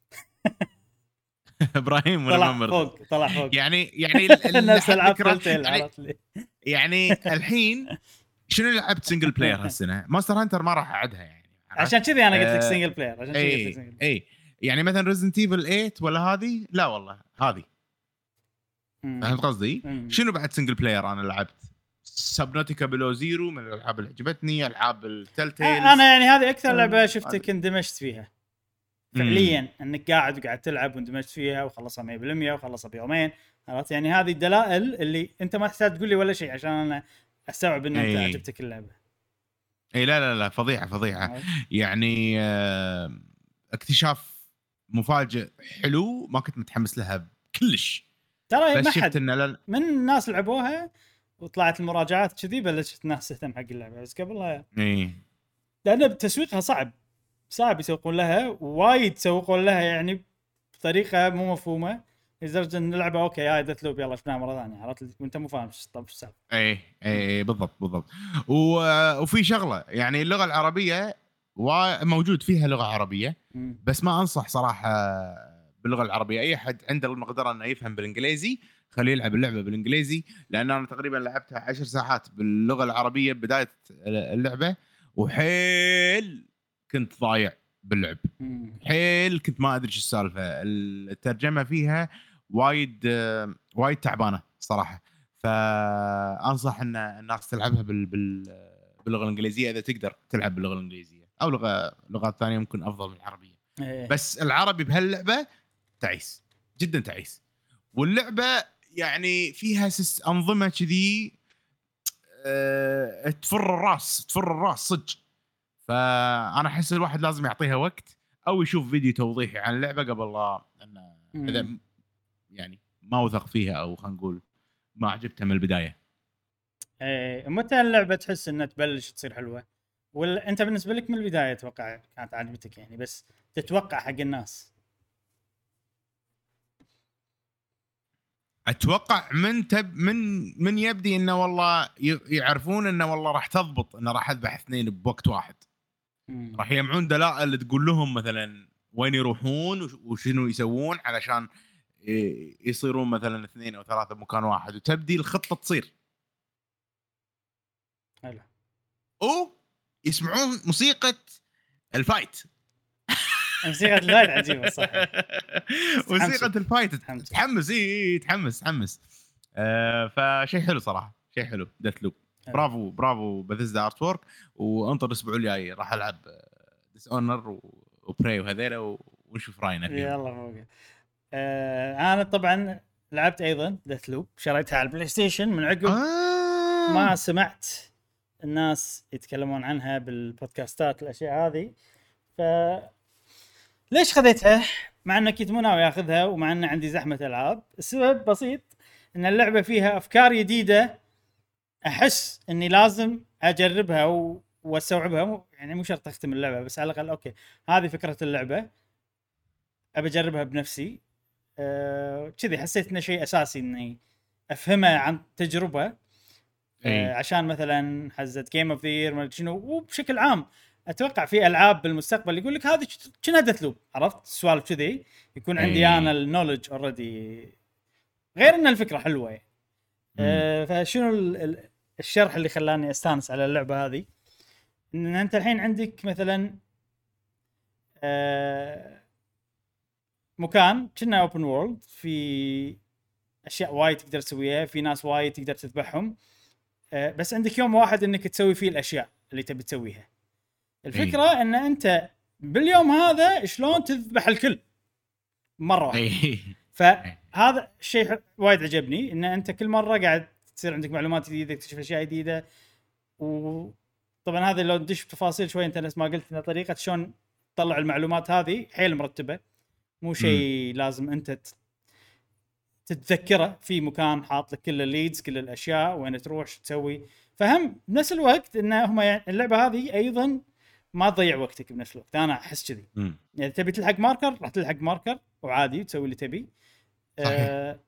ابراهيم طلع remember فوق طلع فوق يعني يعني ال- ال- نفس لحد العاب ذكرى- تلتيل يعني, عرفت لي. يعني الحين شنو لعبت سنجل بلاير هالسنه؟ ماستر هانتر ما راح اعدها يعني. عشان كذي انا قلت لك آه، سنجل بلاير، عشان كذي قلت لك اي سنجل. اي يعني مثلا ريزنت ايفل ثمانية ولا هذه؟ لا والله هذه. مم. فهمت قصدي؟ مم. شنو بعد سنجل بلاير انا لعبت؟ سبنوتيكا بلو زيرو من الالعاب اللي عجبتني، العاب التلتيل. انا يعني هذه اكثر لعبه آه، شفتك اندمجت فيها مم. فعليا، انك قاعد وقاعد تلعب واندمجت فيها وخلصها مية بالمية وخلصها بيومين. عرفت يعني هذه الدلائل اللي انت ما تحتاج تقول لي ولا شيء عشان انا استوعب ان انت أي. عجبتك اللعبه. اي لا لا لا فظيعه فظيعه عرفت؟ يعني. آه، اكتشاف مفاجئ حلو ما كنت متحمس لها كلش. ترى بس ما شفت حد ان لا من الناس لعبوها وطلعت المراجعات كذي بلشت الناس تهتم حق اللعبه، بس قبلها اي لان تسويقها صعب صعب يسوقون لها، وايد يسوقون لها يعني بطريقه مو مفهومه، لدرجه ان اللعبه اوكي هاي دث لوب يلا شفناها مره ثانيه. عرفت وانت مو فاهم طب ايش السالفه. اي اي بالضبط بالضبط. و- وفي شغله يعني اللغه العربيه وا- موجود فيها لغه عربيه، مم. بس ما انصح صراحه باللغه العربيه. اي احد عنده المقدره انه يفهم بالانجليزي خليه يلعب اللعبه بالانجليزي، لان انا تقريبا لعبتها عشر ساعات باللغه العربيه بدايه اللعبه، وحيل كنت ضايع باللعب. مم. حيل كنت ما ادري ايش السالفه. الترجمه فيها وايد آه، وايد تعبانه صراحه. فانصح ان الناس تلعبها بال بال باللغه الانجليزيه اذا تقدر تلعب باللغه الانجليزيه، او لغه لغات ثانيه ممكن افضل من العربيه. إيه. بس العربي بهاللعبه تعيس جدا تعيس. واللعبه يعني فيها سس انظمه كذي أه تفر الراس تفر الراس صدق. فانا احس الواحد لازم يعطيها وقت او يشوف فيديو توضيحي عن اللعبه قبل لا انه اذا مم. يعني ما وثق فيها او خلينا نقول ما عجبته من البدايه. ايه متى اللعبه تحس انها تبلش تصير حلوه؟ ولا انت بالنسبه لك من البدايه اتوقع كانت عجبتك يعني، بس تتوقع حق الناس؟ اتوقع من تب من من يبدي انه والله ي- يعرفون انه والله راح تضبط، انه راح اذبح اثنين بوقت واحد. مم. راح يجمعون دلائل تقول لهم مثلا وين يروحون وش- وشنو يسوون علشان يصيرون مثلا اثنين او ثلاثه بمكان واحد وتبدي الخطه تصير حلو او يسمعون موسيقى الفايت. موسيقى الفايت عجيبه صح. موسيقى الفايت تحمس اي تحمس تحمس آه فشيء حلو صراحه شيء حلو ديث لوب. برافو برافو بثيسدا ارت وورك. وانطر الاسبوع الجاي راح العب ديس اونر وبراي وهذيلا ونشوف راينا فيهم. يلا فوق. آه انا طبعا لعبت ايضا ديث لوب شريتها على البلاي ستيشن من عقب آه. ما سمعت الناس يتكلمون عنها بالبودكاستات الاشياء هذه. ف ليش خذيتها مع انه كنت مو ناوي اخذها ومع ان عندي زحمه العاب؟ السبب بسيط ان اللعبه فيها افكار جديده احس اني لازم اجربها و... واستوعبها. يعني مو شرط اختم اللعبه بس على الاقل اوكي هذه فكره اللعبه ابى اجربها بنفسي. أه... كذي حسيت انه شيء اساسي اني افهمها عن تجربه. أه... عشان مثلا حزه جيم اوف ذا يير ما شنو. وبشكل عام اتوقع في العاب بالمستقبل يقول لك هذه شنو ديث لوب عرفت السوالف كذي يكون عندي أي. انا النولج اوريدي غير ان الفكره حلوه يعني. أه... فشنو ال... الشرح اللي خلاني استانس على اللعبه هذه ان انت الحين عندك مثلا آه مكان كنا اوبن وورلد في اشياء وايد تقدر تسويها في ناس وايد تقدر تذبحهم. آه بس عندك يوم واحد انك تسوي فيه الاشياء اللي تبي تسويها. الفكره أي. ان انت باليوم هذا شلون تذبح الكل مره واحده. فهذا الشيء وايد عجبني ان انت كل مره قاعد تصير عندك معلومات جديده تكتشف اشياء جديده. وطبعا هذا لو ندش بتفاصيل شوي انت نفس ما قلت ان طريقه شلون تطلع المعلومات هذه حيل مرتبه مو شيء لازم انت تتذكره في مكان حاط لك كل الليدز كل الاشياء وين تروح تسوي. فهم بنفس الوقت ان هم يعني اللعبه هذه ايضا ما تضيع وقتك بنفس الوقت. انا احس كذي يعني تبي تلحق ماركر راح تلحق ماركر وعادي تسوي اللي تبي. أه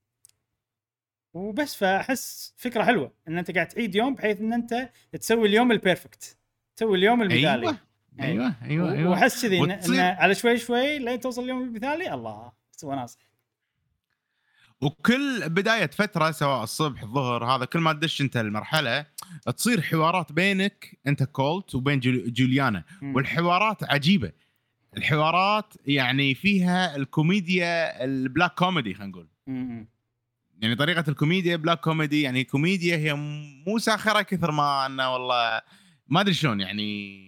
وبس. فاحس فكره حلوه ان انت قاعد تعيد يوم بحيث ان انت تسوي اليوم البيرفكت تسوي اليوم المثالي. ايوه ايوه ايوه, أيوة. واحس كذي إن, ان على شوي شوي لين توصل اليوم المثالي الله تسوى ناس. وكل بدايه فتره سواء الصبح الظهر هذا كل ما تدش انت المرحله تصير حوارات بينك انت كولت وبين جوليانا. م. والحوارات عجيبه. الحوارات يعني فيها الكوميديا البلاك كوميدي خلينا نقول. م. يعني طريقه الكوميديا بلاك كوميدي يعني كوميديا هي مو ساخره كثر ما انه والله ما ادري شلون يعني.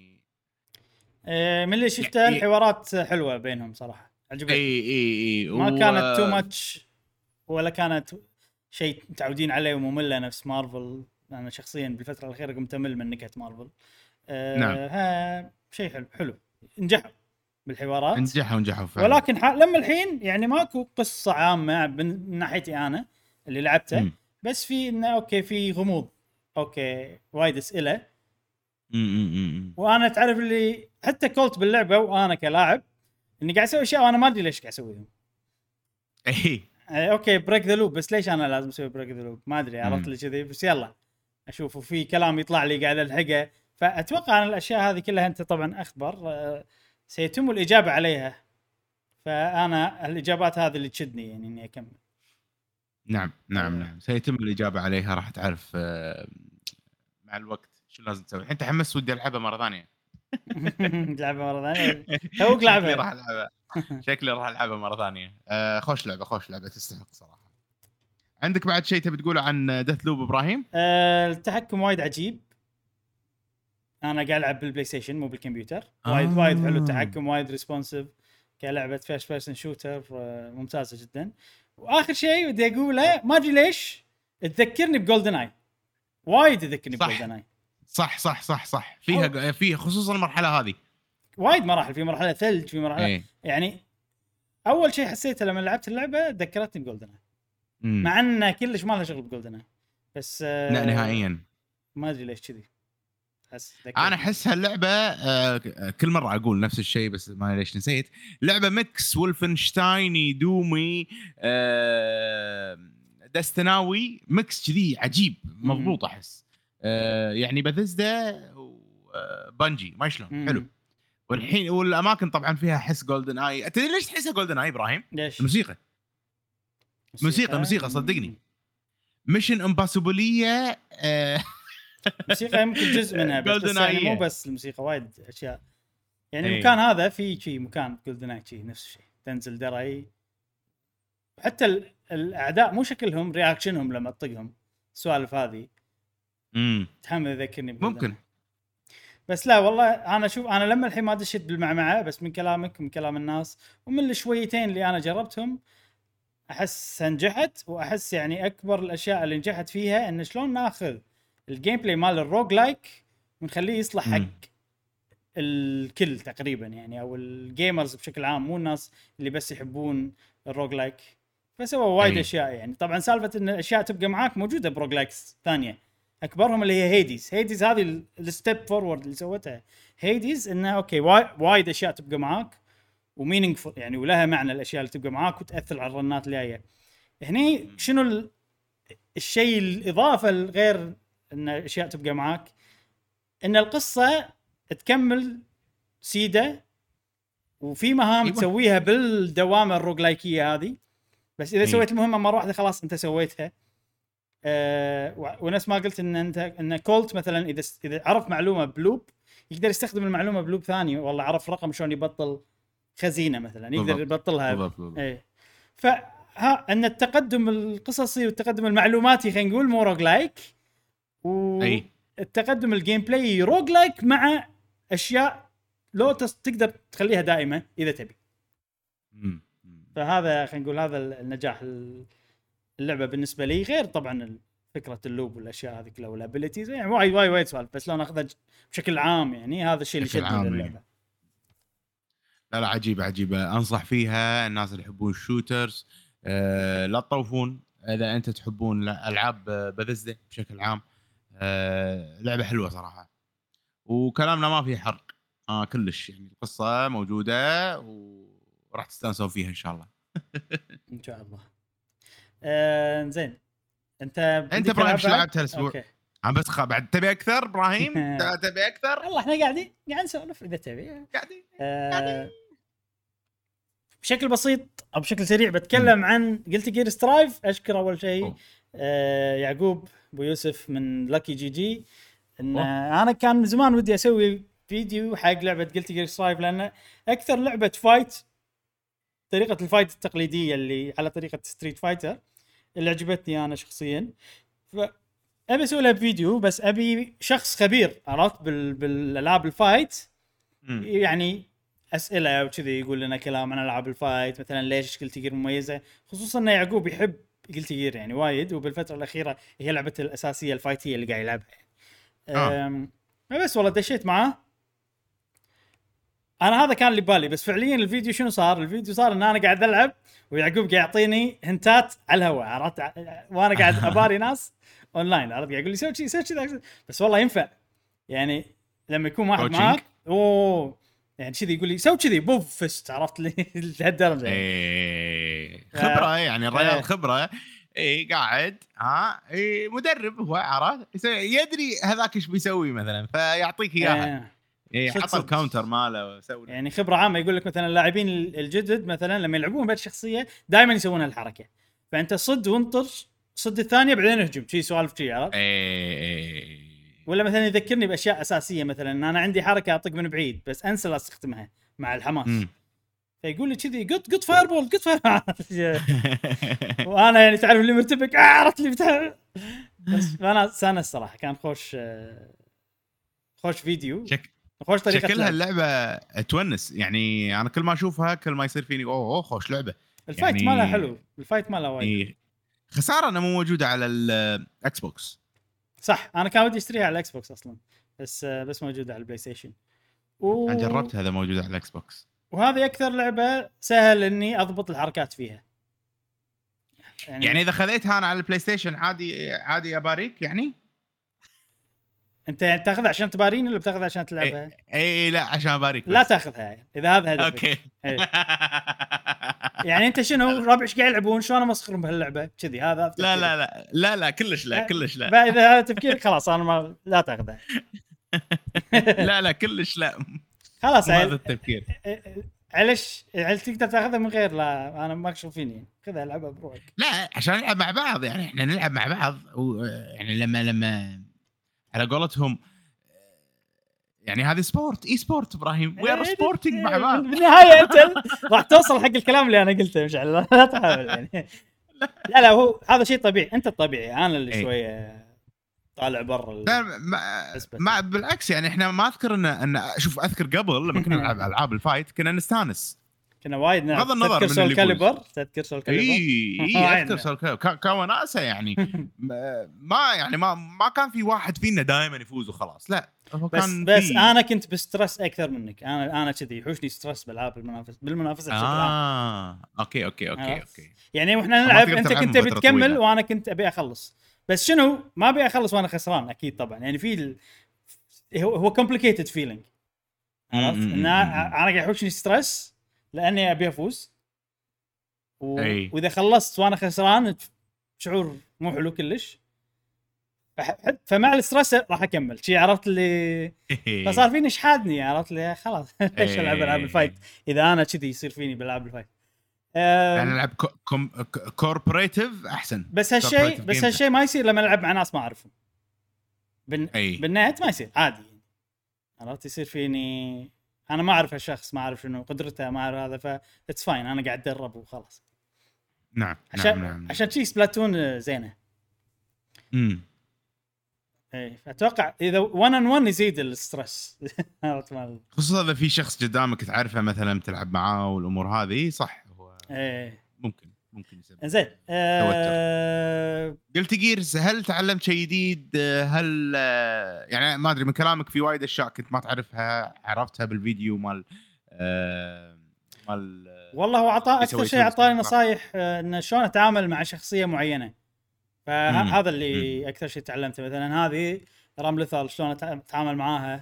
إيه من اللي شفته يعني الحوارات حلوه بينهم صراحه عجبتني. اي اي اي ما و... كانت تو ماتش ولا كانت شيء متعودين عليه وممله نفس مارفل. انا شخصيا بالفتره الاخيره قمت امل من نكت مارفل. آه نعم. ها شيء حلو حلو نجحوا بالحوارات نجحوا نجحوا فعلا. ولكن ح... لما الحين يعني ماكو قصه عامه من ناحيتي انا اللي لعبته. م. بس في انه اوكي في غموض اوكي وايد اسئله. امم وانا تعرف اللي حتى كولت باللعبه وانا كلاعب اني قاعد اسوي اشياء وانا ما ادري ليش قاعد اسويهم. اي اوكي بريك ذا لوب بس ليش انا لازم اسوي بريك ذا لوب ما ادري عرفت لي كذي بس يلا اشوف وفي كلام يطلع لي قاعد الحقه. فاتوقع ان الاشياء هذه كلها انت طبعا اخبر سيتم الاجابه عليها. فانا الاجابات هذه اللي تشدني يعني اني اكمل. نعم نعم نعم سيتم الاجابه عليها راح تعرف مع الوقت شو لازم تسوي. انت حمس ودي العبها مره ثانيه. تلعبها مره ثانيه توك لعبها. راح العبها شكلي راح العبها مره ثانيه. آه خوش لعبه خوش لعبه تستحق صراحه. عندك بعد شيء تبي تقوله عن ديث لوب ابراهيم؟ آه التحكم وايد عجيب. انا قاعد العب بالبلاي ستيشن مو بالكمبيوتر. آه. وايد وايد حلو التحكم وايد ريسبونسيف كلعبه فيرست بيرسون شوتر ممتازه جدا. واخر شيء بدي اقوله ما ادري ليش تذكرني بجولدن اي وايد تذكرني بجولدن اي. صح صح صح صح فيها فيها خصوصا المرحله هذه وايد مراحل. في مرحله ثلج في مرحله ايه. يعني اول شيء حسيته لما لعبت اللعبه ذكرتني بجولدن اي مع انه كلش ما له شغل بجولدن اي بس آه لا نهائيا ما ادري ليش كذي. انا احس هاللعبه آه كل مره اقول نفس الشيء بس ما ليش نسيت. لعبه ميكس ولفنشتايني دومي آه دستناوي ميكس كذي عجيب مضبوط احس. آه يعني بثيسدا وبنجي ما شلون حلو. والحين والاماكن طبعا فيها حس جولدن اي. انت ليش تحسها جولدن اي ابراهيم؟ ليش؟ الموسيقى موسيقى موسيقى صدقني ميشن امباسبوليه. آه موسيقى يمكن جزء منها بس, بس يعني مو بس الموسيقى وايد اشياء يعني. المكان هذا في شيء مكان جولدن اي شيء نفس الشيء تنزل درعي حتى الاعداء مو شكلهم رياكشنهم لما تطقهم السوالف هذه امم تحمل يذكرني ممكن. بس لا والله انا اشوف انا لما الحين ما دشيت بالمعمعه بس من كلامك ومن كلام الناس ومن الشويتين اللي انا جربتهم احس نجحت واحس يعني اكبر الاشياء اللي نجحت فيها ان شلون ناخذ الجيم بلاي مال الروج لايك ونخليه يصلح حق الكل تقريبا يعني او الجيمرز بشكل عام مو الناس اللي بس يحبون الروج لايك. فسووا وايد أي. اشياء يعني طبعا سالفه ان الاشياء تبقى معاك موجوده بروج لايكس ثانيه اكبرهم اللي هي هيديز. هيديز هذه الستيب فورورد اللي سوتها هيديز انه اوكي وايد اشياء تبقى معاك ومينينغفول يعني ولها معنى الاشياء اللي تبقى معاك وتاثر على الرنات اللي جايه. هني شنو الشيء الاضافه الغير ان اشياء تبقى معاك ان القصه تكمل سيده وفي مهام إيوه. تسويها بالدوامه الروجلايكيه هذه بس اذا إيه. سويت المهمه مره واحده خلاص انت سويتها. أه ونفس ما قلت ان انت ان كولت مثلا اذا اذا عرف معلومه بلوب يقدر يستخدم المعلومه بلوب ثاني والله عرف رقم شلون يبطل خزينه مثلا يقدر بالضبط. يبطلها. بالضبط بالضبط. ايه فها ان التقدم القصصي والتقدم المعلوماتي خلينا نقول مو روج لايك أي. والتقدم الجيم بلاي روج لايك مع اشياء لو تقدر تخليها دائمه اذا تبي. مم. فهذا خلينا نقول هذا النجاح اللعبه بالنسبه لي غير طبعا فكره اللوب والاشياء هذه كلها والابيليتيز يعني وايد وايد وايد سوالف بس لو ناخذها بشكل عام يعني هذا الشيء اللي شدني للعبه. لا لا عجيبه عجيبه انصح فيها الناس اللي يحبون الشوترز. أه لا تطوفون اذا انت تحبون العاب بثزدا بشكل عام. أه لعبه حلوه صراحه وكلامنا ما فيه حرق آه كلش يعني القصه موجوده وراح تستانسون فيها ان شاء الله. ان شاء الله. آه زين انت انت ابراهيم ايش لعبت هالاسبوع؟ عم بس خ... بعد تبي اكثر ابراهيم؟ تبي اكثر؟ والله احنا قاعدين قاعد نسولف اذا تبي قاعدين آه قاعدين بشكل بسيط او بشكل سريع بتكلم م. عن قلت جير سترايف. اشكر اول شيء آه يعقوب ابو يوسف من لاكي جي جي ان أوه. انا كان من زمان ودي اسوي فيديو حق لعبه قلت جير سترايف لان اكثر لعبه فايت طريقه الفايت التقليديه اللي على طريقه ستريت فايتر اللي عجبتني انا شخصيا. ف ابي اسوي لها فيديو بس ابي شخص خبير عرفت بال... بالالعاب الفايت م. يعني اسئله وكذي يقول لنا كلام عن العاب الفايت مثلا ليش قلت جير مميزه خصوصا ان يعقوب يحب قلت جير يعني وايد وبالفتره الاخيره هي لعبته الاساسيه الفايتيه اللي قاعد يلعبها. آه. بس والله دشيت معاه انا هذا كان اللي بالي بس فعليا الفيديو شنو صار؟ الفيديو صار ان انا قاعد العب ويعقوب قاعد يعطيني هنتات على الهواء عرفت وانا قاعد اباري ناس اونلاين عرفت قاعد يقول لي سوي شيء سوي كذا بس والله ينفع يعني لما يكون واحد معاك اوه يعني كذي يقول لي سوي كذي بوف فست عرفت لي لهالدرجه ايه خبره يعني الرجال خبره اي قاعد ها اي مدرب هو عرفت يدري هذاك ايش بيسوي مثلا فيعطيك اياها اي حط الكاونتر ماله وسوي يعني خبره عامه يقول لك مثلا اللاعبين الجدد مثلا لما يلعبون بهذه الشخصيه دائما يسوون هالحركه فانت صد وانطر صد الثانيه بعدين اهجم شيء سوالف شيء عرفت اي ولا مثلا يذكرني باشياء اساسيه مثلا ان انا عندي حركه اطق من بعيد بس انسى استخدمها مع الحماس م. فيقول لي كذي قط قط فاير بول قط فاير وانا يعني تعرف اللي مرتبك عرفت لي بتاع بس انا سنه الصراحه كان خوش خوش فيديو شك... خوش طريقه شكلها اللعبه تونس يعني انا كل ما اشوفها كل ما يصير فيني اوه اوه خوش لعبه الفايت يعني... مالها حلو الفايت مالها وايد إيه. خساره انها مو موجوده على الاكس بوكس صح انا كان ودي اشتريها على الاكس بوكس اصلا بس بس موجوده على البلاي ستيشن و... انا جربت هذا موجوده على الاكس بوكس وهذه اكثر لعبه سهل اني اضبط الحركات فيها يعني, يعني اذا خذيتها انا على البلاي ستيشن عادي عادي اباريك يعني انت يعني تاخذها عشان تباريني ولا بتاخذها عشان تلعبها؟ اي إيه لا عشان اباريك لا تاخذها اذا هذا هدفك. اوكي يعني انت شنو ربع ايش قاعد يلعبون شلون امسخرهم بهاللعبه كذي هذا لا لا لا لا لا كلش لا كلش لا بقى اذا هذا تفكيرك خلاص انا ما لا تاخذها لا لا كلش لا خلاص هذا التفكير علاش هل تقدر تاخذها من غير؟ لا انا ما اشوف فيني خذها العبها بروحك. لا عشان نلعب مع بعض يعني احنا نلعب مع بعض و... يعني لما لما على قولتهم يعني هذه سبورت اي سبورت ابراهيم وي ار سبورتنج مع بعض. بالنهايه انت راح توصل حق الكلام اللي انا قلته مشعل لا تحاول يعني. لا لا هو هذا شيء طبيعي انت الطبيعي انا اللي إيه. شويه طالع برا لا ما, ما بالعكس يعني احنا ما اذكر ان ان اشوف اذكر قبل لما كنا نلعب العاب الفايت كنا نستانس كنا وايد نلعب. بغض النظر تذكر سول كاليبر تذكر سول كاليبر اي اي اذكر سول كاليبر كوناسه يعني ما يعني ما ما كان في واحد فينا دائما يفوز وخلاص لا هو بس كان بس في... انا كنت بسترس اكثر منك انا انا كذي يحوشني ستريس بالالعاب المنافسه بالمنافسه بشكل عام. اه اوكي اوكي اوكي اوكي يعني واحنا نلعب انت كنت بتكمل طويلة. وانا كنت ابي اخلص بس شنو ما ابي اخلص وانا خسران اكيد طبعا يعني في ال... هو هو complicated feeling عرفت ان انا قاعد يحوشني ستريس لاني ابي افوز و... واذا خلصت وانا خسران شعور مو حلو كلش فمع الستريس راح اكمل شي عرفت اللي فصار فيني شحادني عرفت لي خلاص ليش العب العاب الفايت اذا انا كذي يصير فيني بالعاب الفايت يعني نلعب كوربوريتيف احسن بس هالشيء بس هالشيء ما يصير لما نلعب مع ناس ما اعرفهم بن... بالنت ما يصير عادي عرفت يصير فيني انا ما اعرف الشخص ما اعرف شنو قدرته ما اعرف هذا ف اتس فاين انا قاعد اتدرب وخلاص. نعم عشان نعم نعم عشان شي سبلاتون زينه. امم اي اتوقع اذا واحد ان واحد يزيد الستريس خصوصا اذا في شخص قدامك تعرفه مثلا تلعب معاه والامور هذه صح هو ايه ممكن ممكن يسبب زين أه... قلت جيرز هل تعلمت شيء جديد هل يعني ما ادري من كلامك في وايد اشياء كنت ما تعرفها عرفتها بالفيديو مال أه... مال والله هو عطى اكثر شيء اعطاني نصايح ان شلون اتعامل مع شخصيه معينه فهذا اللي مم. اكثر شيء تعلمته مثلا هذه راملثال شلون اتعامل معاها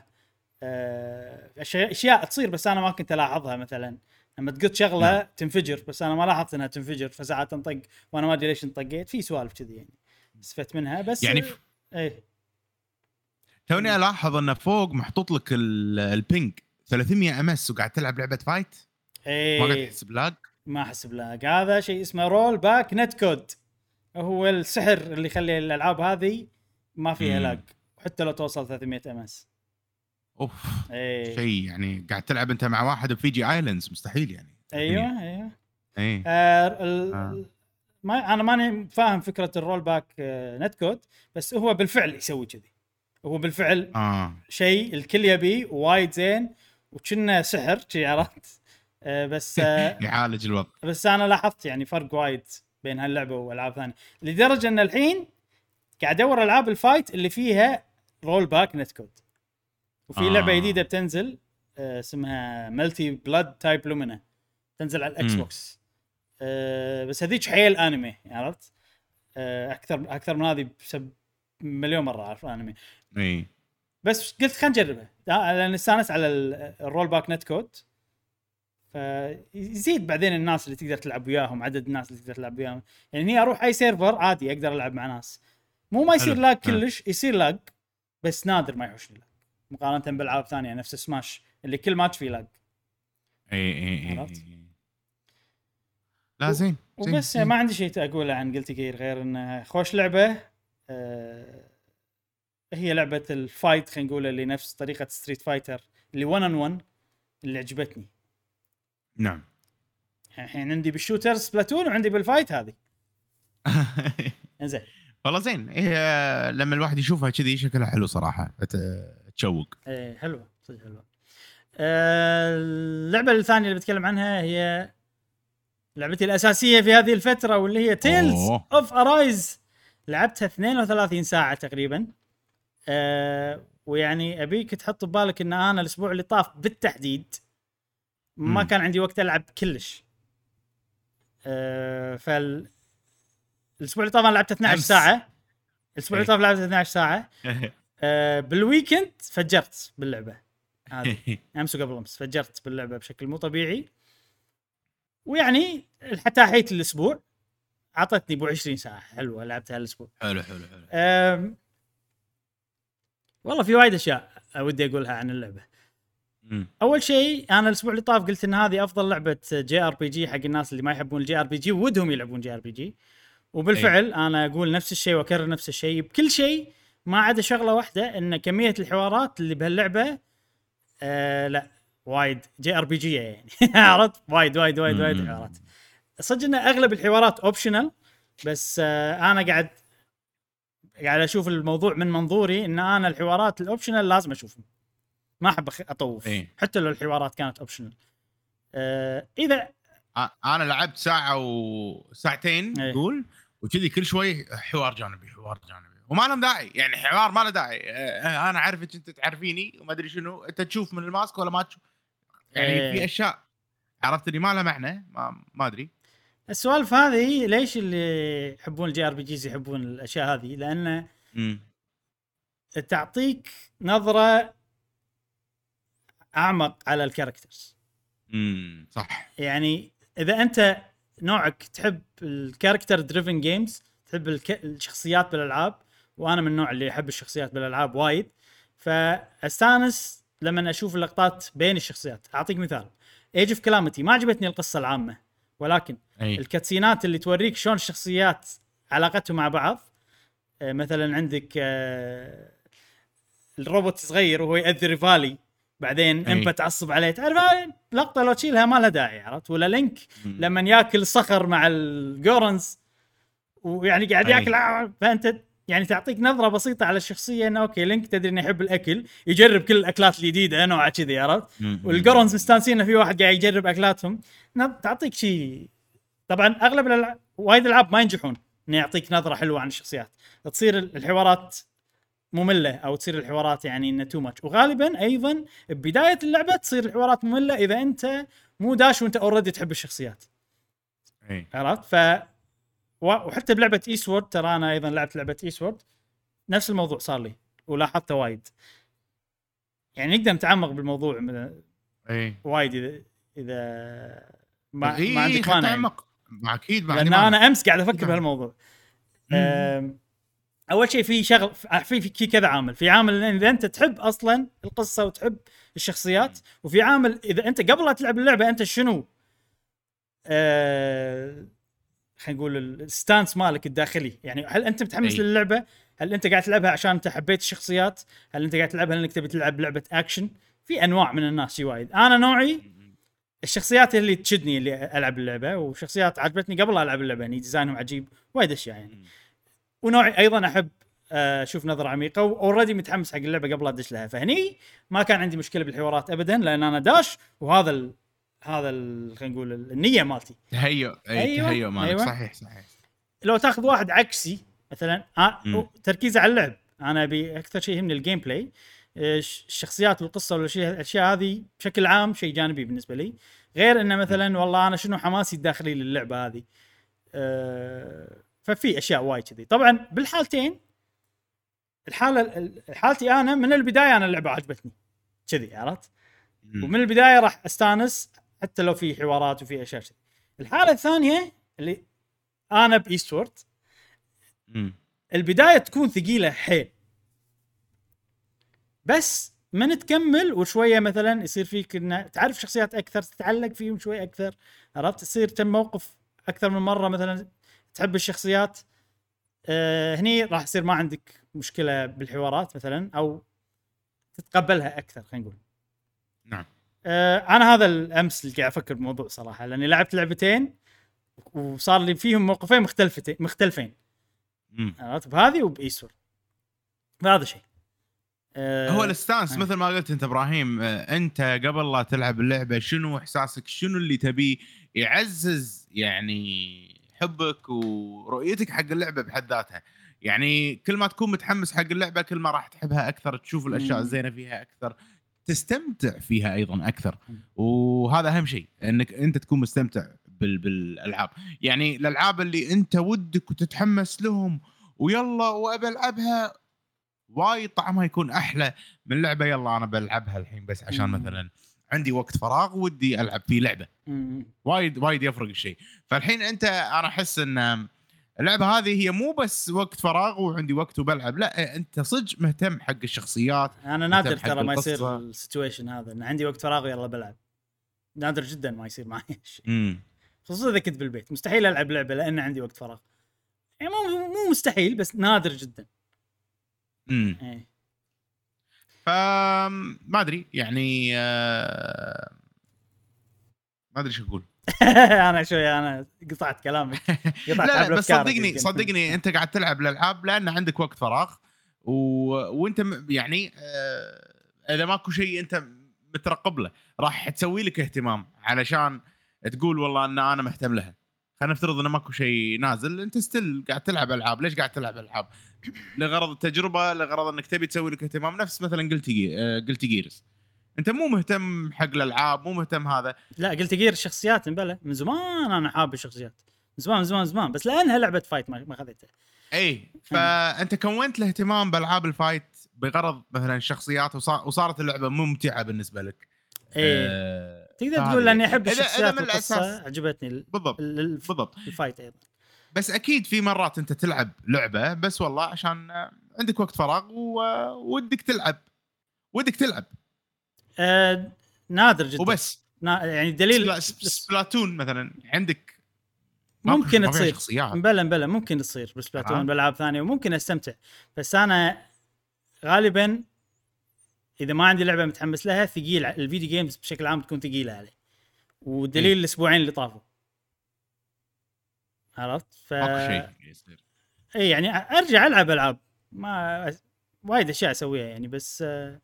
اشياء تصير بس انا ما كنت الاحظها مثلا لما تقط شغله نعم. تنفجر بس انا ما لاحظت انها تنفجر فساعات انطق وانا ما ادري ليش انطقيت في سوالف كذي يعني استفدت منها بس يعني ف... ايه توني الاحظ انه فوق محطوط لك البينج ثلاثمية ام اس وقاعد تلعب لعبه فايت ايه ما قاعد تحس بلاج ما احس بلاج هذا شيء اسمه رول باك نت كود هو السحر اللي يخلي الالعاب هذه ما فيها لاج حتى لو توصل ثلاثمية ام اس. اوف ايه. شيء يعني قاعد تلعب انت مع واحد بفيجي ايلاندز مستحيل يعني. ايوه ايوه ايه آه ال... آه. ما انا ماني فاهم فكره الرول باك نت كود بس هو بالفعل يسوي كذي هو بالفعل آه. شيء الكل يبي وايد زين وكنا سحر شي عرفت آه بس آه يعالج الوضع بس انا لاحظت يعني فرق وايد بين هاللعبه والعاب ثانيه لدرجه ان الحين قاعد ادور العاب الفايت اللي فيها رول باك نت كود وفي آه. لعبه جديده بتنزل آه اسمها ملتي بلاد تايب لومينا تنزل على الاكس بوكس آه بس هذيك حيل انمي عرفت آه اكثر اكثر من هذه بسب مليون مره اعرف انمي اي بس قلت خلينا نجربها لان استانس على الرول باك نت كود فيزيد بعدين الناس اللي تقدر تلعب وياهم عدد الناس اللي تقدر تلعب وياهم يعني اروح اي سيرفر عادي اقدر العب مع ناس مو ما يصير لاج كلش يصير لاج بس نادر ما يحوشني لاج مقارنه بالعاب ثانيه نفس سماش اللي كل ماتش فيه لاج. اي اي اي لا زين وبس ما عندي شيء اقوله عن قلت كير غير انه خوش لعبه أه هي لعبه الفايت خلينا نقول اللي نفس طريقه ستريت فايتر اللي واحد ان واحد اللي عجبتني. نعم الحين عندي بالشوتر سبلاتون وعندي بالفايت هذه انزين والله زين إيه لما الواحد يشوفها كذي شكلها حلو صراحه تشوق ايه حلوه صدق حلوه. أه اللعبه الثانيه اللي بتكلم عنها هي لعبتي الاساسيه في هذه الفتره واللي هي تيلز اوف ارايز لعبتها اثنين وثلاثين ساعه تقريبا أه ويعني ابيك تحط ببالك ان انا الاسبوع اللي طاف بالتحديد ما م. كان عندي وقت العب كلش أه فال الاسبوع اللي طاف انا لعبت اثنتي عشرة ساعه الاسبوع اللي طاف لعبت اثنتي عشرة ساعه أه بالويكند فجرت باللعبه هذه امس وقبل امس فجرت باللعبه بشكل مو طبيعي ويعني حتى حيت الاسبوع عطتني بو عشرين ساعه حلوه لعبتها الاسبوع. حلو حلو حلو أم... والله في وايد اشياء ودي اقولها عن اللعبه مم. اول شيء انا الاسبوع اللي طاف قلت ان هذه افضل لعبه جي ار بي جي حق الناس اللي ما يحبون الجي ار بي جي ودهم يلعبون جي ار بي جي، وبالفعل انا اقول نفس الشيء واكرر نفس الشيء بكل شيء ما عدا شغله واحده، ان كميه الحوارات اللي بهاللعبه آه لا وايد جي ار بي جي يعني عرفت وايد وايد وايد وايد مم. حوارات. صدق ان اغلب الحوارات اوبشنال، بس آه انا قاعد قاعد اشوف الموضوع من منظوري ان انا الحوارات الاوبشنال لازم اشوفهم، ما احب أخ- اطوف إيه. حتى لو الحوارات كانت اوبشنال. آه اذا آ- انا لعبت ساعه وساعتين إيه. قول وكذي كل شوي حوار جانبي حوار جانبي وما له داعي، يعني حوار ما له داعي. آه، انا عارفك انت تعرفيني وما ادري شنو انت تشوف من الماسك ولا ما تشوف، يعني في إيه. اشياء عرفت لي ما لها معنى، ما ما ادري. السوالف هذه ليش اللي يحبون الجي ار بي جيز يحبون الاشياء هذه؟ لان امم تعطيك نظره اعمق على الكاركترز. امم صح. يعني اذا انت نوعك تحب الكاركتر دريفن جيمز، تحب الك... الشخصيات بالالعاب، وانا من النوع اللي يحب الشخصيات بالالعاب وايد، فاستانس لما اشوف اللقطات بين الشخصيات. اعطيك مثال، ايج اوف كلامتي ما عجبتني القصه العامه، ولكن اي الكاتسينات اللي توريك شلون الشخصيات علاقتهم مع بعض. آه، مثلا عندك آه، الروبوت صغير وهو يأذي ريفالي، بعدين أي. امبا تعصب عليه، تعرف هاي لقطه لو تشيلها ما لها داعي، عرفت؟ ولا لينك مم. لما ياكل صخر مع الجورنز ويعني قاعد أي. ياكل آه، فانت يعني تعطيك نظره بسيطه على الشخصيه انه اوكي لينك تدري انه يحب الاكل، يجرب كل الاكلات الجديده نوع كذي، عرفت؟ مم. والجورنز مستانسين في واحد قاعد يجرب اكلاتهم، نظ- تعطيك شيء. طبعا اغلب الالعاب وايد العاب ما ينجحون انه يعطيك نظره حلوه عن الشخصيات، تصير الحوارات ممله او تصير الحوارات يعني انه تو ماتش. وغالبا ايضا ببدايه اللعبه تصير الحوارات ممله اذا انت مو داش وانت اوريدي تحب الشخصيات، اي عرفت؟ ف وحتى بلعبه ايسورد، ترى انا ايضا لعبت لعبه ايسورد نفس الموضوع صار لي ولاحظته وايد، يعني نقدر نتعمق بالموضوع من- اي وايد اذا اذا ما, اي ما عندك مانع يعني. تعمق ما اكيد ما عندي لان مانع. انا امس قاعد افكر أكيد. بهالموضوع. مم. أم، اول شيء في شغل في في كذا عامل، في عامل إن اذا انت تحب اصلا القصه وتحب الشخصيات، وفي عامل اذا انت قبل لا تلعب اللعبه انت شنو أه خلينا نقول الستانس مالك الداخلي، يعني هل انت متحمس أي. للعبه؟ هل انت قاعد تلعبها عشان انت حبيت الشخصيات؟ هل انت قاعد تلعبها لانك تبي تلعب لعبه اكشن؟ في انواع من الناس شي وايد. انا نوعي الشخصيات اللي تشدني اللي العب اللعبه، وشخصيات عجبتني قبل لا العب اللعبه يعني ديزاينهم عجيب وايد اشياء يعني. ونوعي ايضا احب اشوف نظره عميقه، واوريدي متحمس حق اللعبه قبل لا ادش لها، فهني ما كان عندي مشكله بالحوارات ابدا لان انا داش، وهذا ال... هذا ال... خلينا نقول النيه مالتي. تهيؤ اي أيوة، تهيؤ مالك أيوة. صحيح صحيح. لو تاخذ واحد عكسي مثلا آه مم. تركيزه على اللعب، انا ابي اكثر شيء يهمني الجيم بلاي، الشخصيات والقصه والاشياء الاشياء هذه بشكل عام شيء جانبي بالنسبه لي، غير انه مثلا والله انا شنو حماسي الداخلي للعبه هذه. أه ففي اشياء وايد كذي. طبعا بالحالتين الحاله حالتي انا من البدايه انا اللعبه عجبتني كذي، عرفت؟ مم. ومن البدايه راح استانس حتى لو في حوارات وفي اشياء كذي. الحاله الثانيه اللي انا بايستورد، مم. البدايه تكون ثقيله حيل، بس من تكمل وشويه مثلا يصير فيك ان تعرف شخصيات اكثر، تتعلق فيهم شوي اكثر، عرفت؟ تصير تم موقف اكثر من مره مثلا تحب الشخصيات. أه هني راح يصير ما عندك مشكله بالحوارات مثلا، او تتقبلها اكثر خلينا نقول. نعم. أه انا هذا الامس اللي قاعد افكر بالموضوع صراحه، لاني لعبت لعبتين وصار لي فيهم موقفين مختلفتين مختلفين، مم. عرفت؟ بهذه وبايسور. فهذا شيء أه هو الستانس آه. مثل ما قلت انت ابراهيم، آه، انت قبل لا تلعب اللعبه شنو احساسك، شنو اللي تبيه يعزز يعني حبك ورؤيتك حق اللعبه بحد ذاتها. يعني كل ما تكون متحمس حق اللعبه كل ما راح تحبها اكثر، تشوف الاشياء مم. الزينه فيها اكثر، تستمتع فيها ايضا اكثر. مم. وهذا اهم شيء انك انت تكون مستمتع بال بالالعاب. يعني الالعاب اللي انت ودك وتتحمس لهم ويلا وابى العبها وايد طعمها يكون احلى من لعبه يلا انا بلعبها الحين بس عشان مم. مثلا عندي وقت فراغ ودي العب فيه لعبه. مم. وايد وايد يفرق الشيء. فالحين انت انا احس ان اللعبه هذه هي مو بس وقت فراغ وعندي وقت وبلعب، لا انت صدق مهتم حق الشخصيات. انا نادر ترى ما يصير السيتويشن هذا ان عندي وقت فراغ يلا بلعب، نادر جدا ما يصير معي شيء، خصوصا اذا كنت بالبيت مستحيل العب لعبه لان عندي وقت فراغ، يعني مو مو مستحيل بس نادر جدا. امم ايه فما ادري يعني آه... ما ادري شو اقول. انا شوي انا قطعت كلامك قطعت لا, لا بس صدقني صدقني انت قاعد تلعب الالعاب لان عندك وقت فراغ و... وانت يعني آه... اذا ماكو شيء انت مترقب له راح تسوي لك اهتمام علشان تقول والله ان انا مهتم لها. خلينا نفترض انه ماكو شيء نازل، انت ستيل قاعد تلعب العاب. ليش قاعد تلعب العاب؟ لغرض التجربه، لغرض انك تبي تسوي لك اهتمام. نفس مثلا قلتي قلتي جيرز، انت مو مهتم حق الالعاب، مو مهتم هذا. لا قلت جير الشخصيات مبلى من زمان انا حاب الشخصيات من زمان من زمان زمان بس لانها لعبه فايت ما اخذتها. اي فانت كونت الاهتمام بالعاب الفايت بغرض مثلا الشخصيات وصارت اللعبه ممتعه بالنسبه لك. ايه آه تقدر تقول اني احب الشخصيات والقصه عجبتني. بالضبط الف... بالضبط الفايت ايضا. بس اكيد في مرات انت تلعب لعبه بس والله عشان عندك وقت فراغ وودك تلعب ودك تلعب آه نادر جدا وبس. نا... يعني دليل سبلاتون مثلا عندك ممكن تصير مبلا مبلا ممكن تصير بسبلاتون بالعاب ثانيه وممكن استمتع، بس انا غالبا اذا ما عندي لعبه متحمس لها ثقيل. الفيديو جيمز بشكل عام تكون ثقيله علي، ودليل أي. الاسبوعين اللي طافوا عرفت ف ماكو شيء اي يعني ارجع العب العاب ما وايد اشياء اسويها يعني، بس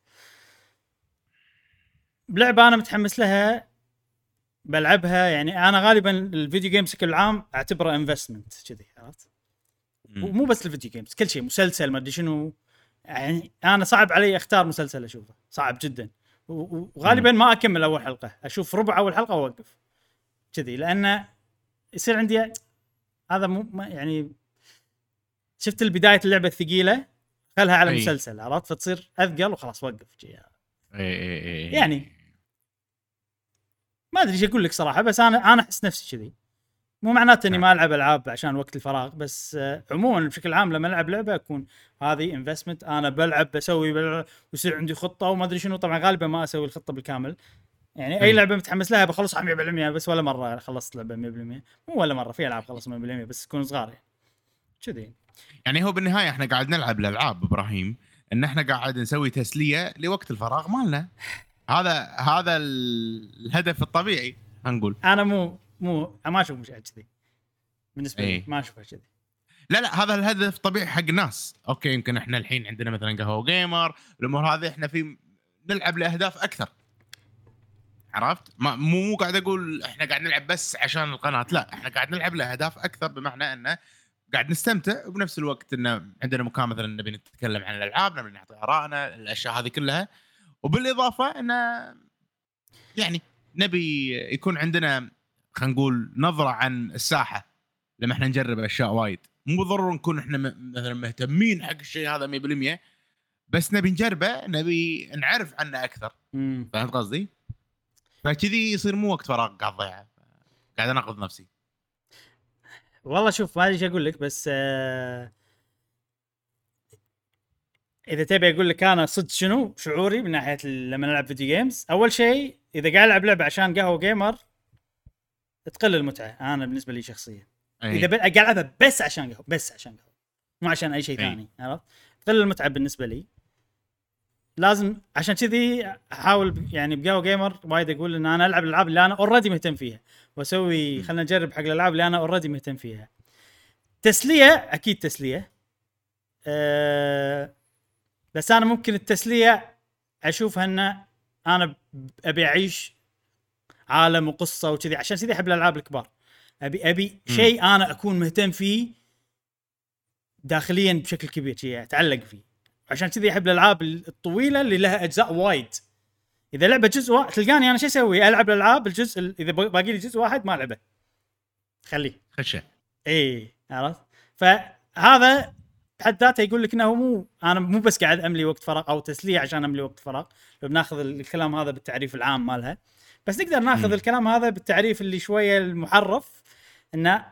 بلعبه انا متحمس لها بلعبها. يعني انا غالبا الفيديو جيمز بشكل عام اعتبره انفستمنت كذي عرفت، ومو بس الفيديو جيمز كل شيء مسلسل ما ادري شنو. يعني انا صعب علي اختار مسلسل اشوفه صعب جدا، وغالبا ما اكمل اول حلقه، اشوف ربع اول حلقه واوقف كذي لانه يصير عندي هذا مو يعني شفت البدايه اللعبه الثقيله خلها على أي. مسلسل عرفت، فتصير اثقل وخلاص وقف اي اي يعني ما ادري ايش اقول لك صراحه، بس انا انا احس نفسي كذي. مو معناته اني ما العب العاب عشان وقت الفراغ، بس عموما بشكل عام لما العب لعبه اكون هذه انفستمنت، انا بلعب بسوي بلعب ويصير عندي خطه وما ادري شنو. طبعا غالبا ما اسوي الخطه بالكامل، يعني اي لعبه متحمس لها بخلصها مية بالمية، بس ولا مره خلصت لعبه مية بالمية، مو ولا مره في العاب خلص مية بالمية بس تكون صغار يعني كذي. يعني هو بالنهايه احنا قاعد نلعب الالعاب ابراهيم ان احنا قاعد نسوي تسليه لوقت الفراغ مالنا، هذا هذا الهدف الطبيعي هنقول. انا مو مو ما اشوف مش كذي بالنسبه لي، ما اشوفها كذي. لا لا هذا الهدف طبيعي حق الناس. اوكي يمكن احنا الحين عندنا مثلا قهوه جيمر الامور هذه احنا في نلعب لاهداف اكثر عرفت، ما مو مو قاعد اقول احنا قاعد نلعب بس عشان القناه، لا احنا قاعد نلعب لاهداف اكثر، بمعنى انه قاعد نستمتع وبنفس الوقت انه عندنا مكان مثلا نبي نتكلم عن الالعاب، نبي نعطي ارائنا الاشياء هذه كلها، وبالاضافه انه يعني نبي يكون عندنا خلينا نقول نظره عن الساحه لما احنا نجرب اشياء وايد. مو ضروري نكون احنا مثلا مهتمين حق الشيء هذا مية بالمية، بس نبي نجربه، نبي نعرف عنه اكثر. فهمت قصدي؟ فكذي يصير مو وقت فراغ قاعد ضيعه، قاعد اناقض نفسي. والله شوف ما ادري ايش اقول لك، بس آه اذا تبي اقول لك انا صدق شنو شعوري من ناحيه لما نلعب فيديو جيمز. اول شيء اذا قاعد العب لعبه عشان قهوه جيمر تقل المتعه انا بالنسبه لي شخصيا. أي. اذا قاعد العبها بس عشان قهوه بس عشان قهوه مو عشان اي شيء ثاني عرفت، تقل المتعه بالنسبه لي. لازم عشان كذي احاول يعني بقهوه جيمر وايد اقول ان انا العب الالعاب اللي انا اوريدي مهتم فيها، واسوي خلينا نجرب حق الالعاب اللي انا اوريدي مهتم فيها. تسليه اكيد تسليه، أه بس انا ممكن التسليه اشوفها ان انا ابي اعيش عالم وقصه وكذي، عشان كذي احب الالعاب الكبار. ابي ابي شيء انا اكون مهتم فيه داخليا بشكل كبير، شيء اتعلق فيه. عشان كذي احب الالعاب الطويله اللي لها اجزاء وايد. اذا لعبه جزء واحد تلقاني انا شو اسوي؟ العب الالعاب الجزء اذا باقي لي جزء واحد ما العبه خليه خشه. اي عرفت. فهذا حد ذاته يقول لك انه مو انا مو بس قاعد املي وقت فراغ او تسليه عشان املي وقت فراغ. لو بناخذ الكلام هذا بالتعريف العام مالها، بس نقدر ناخذ م. الكلام هذا بالتعريف اللي شويه المحرف، انه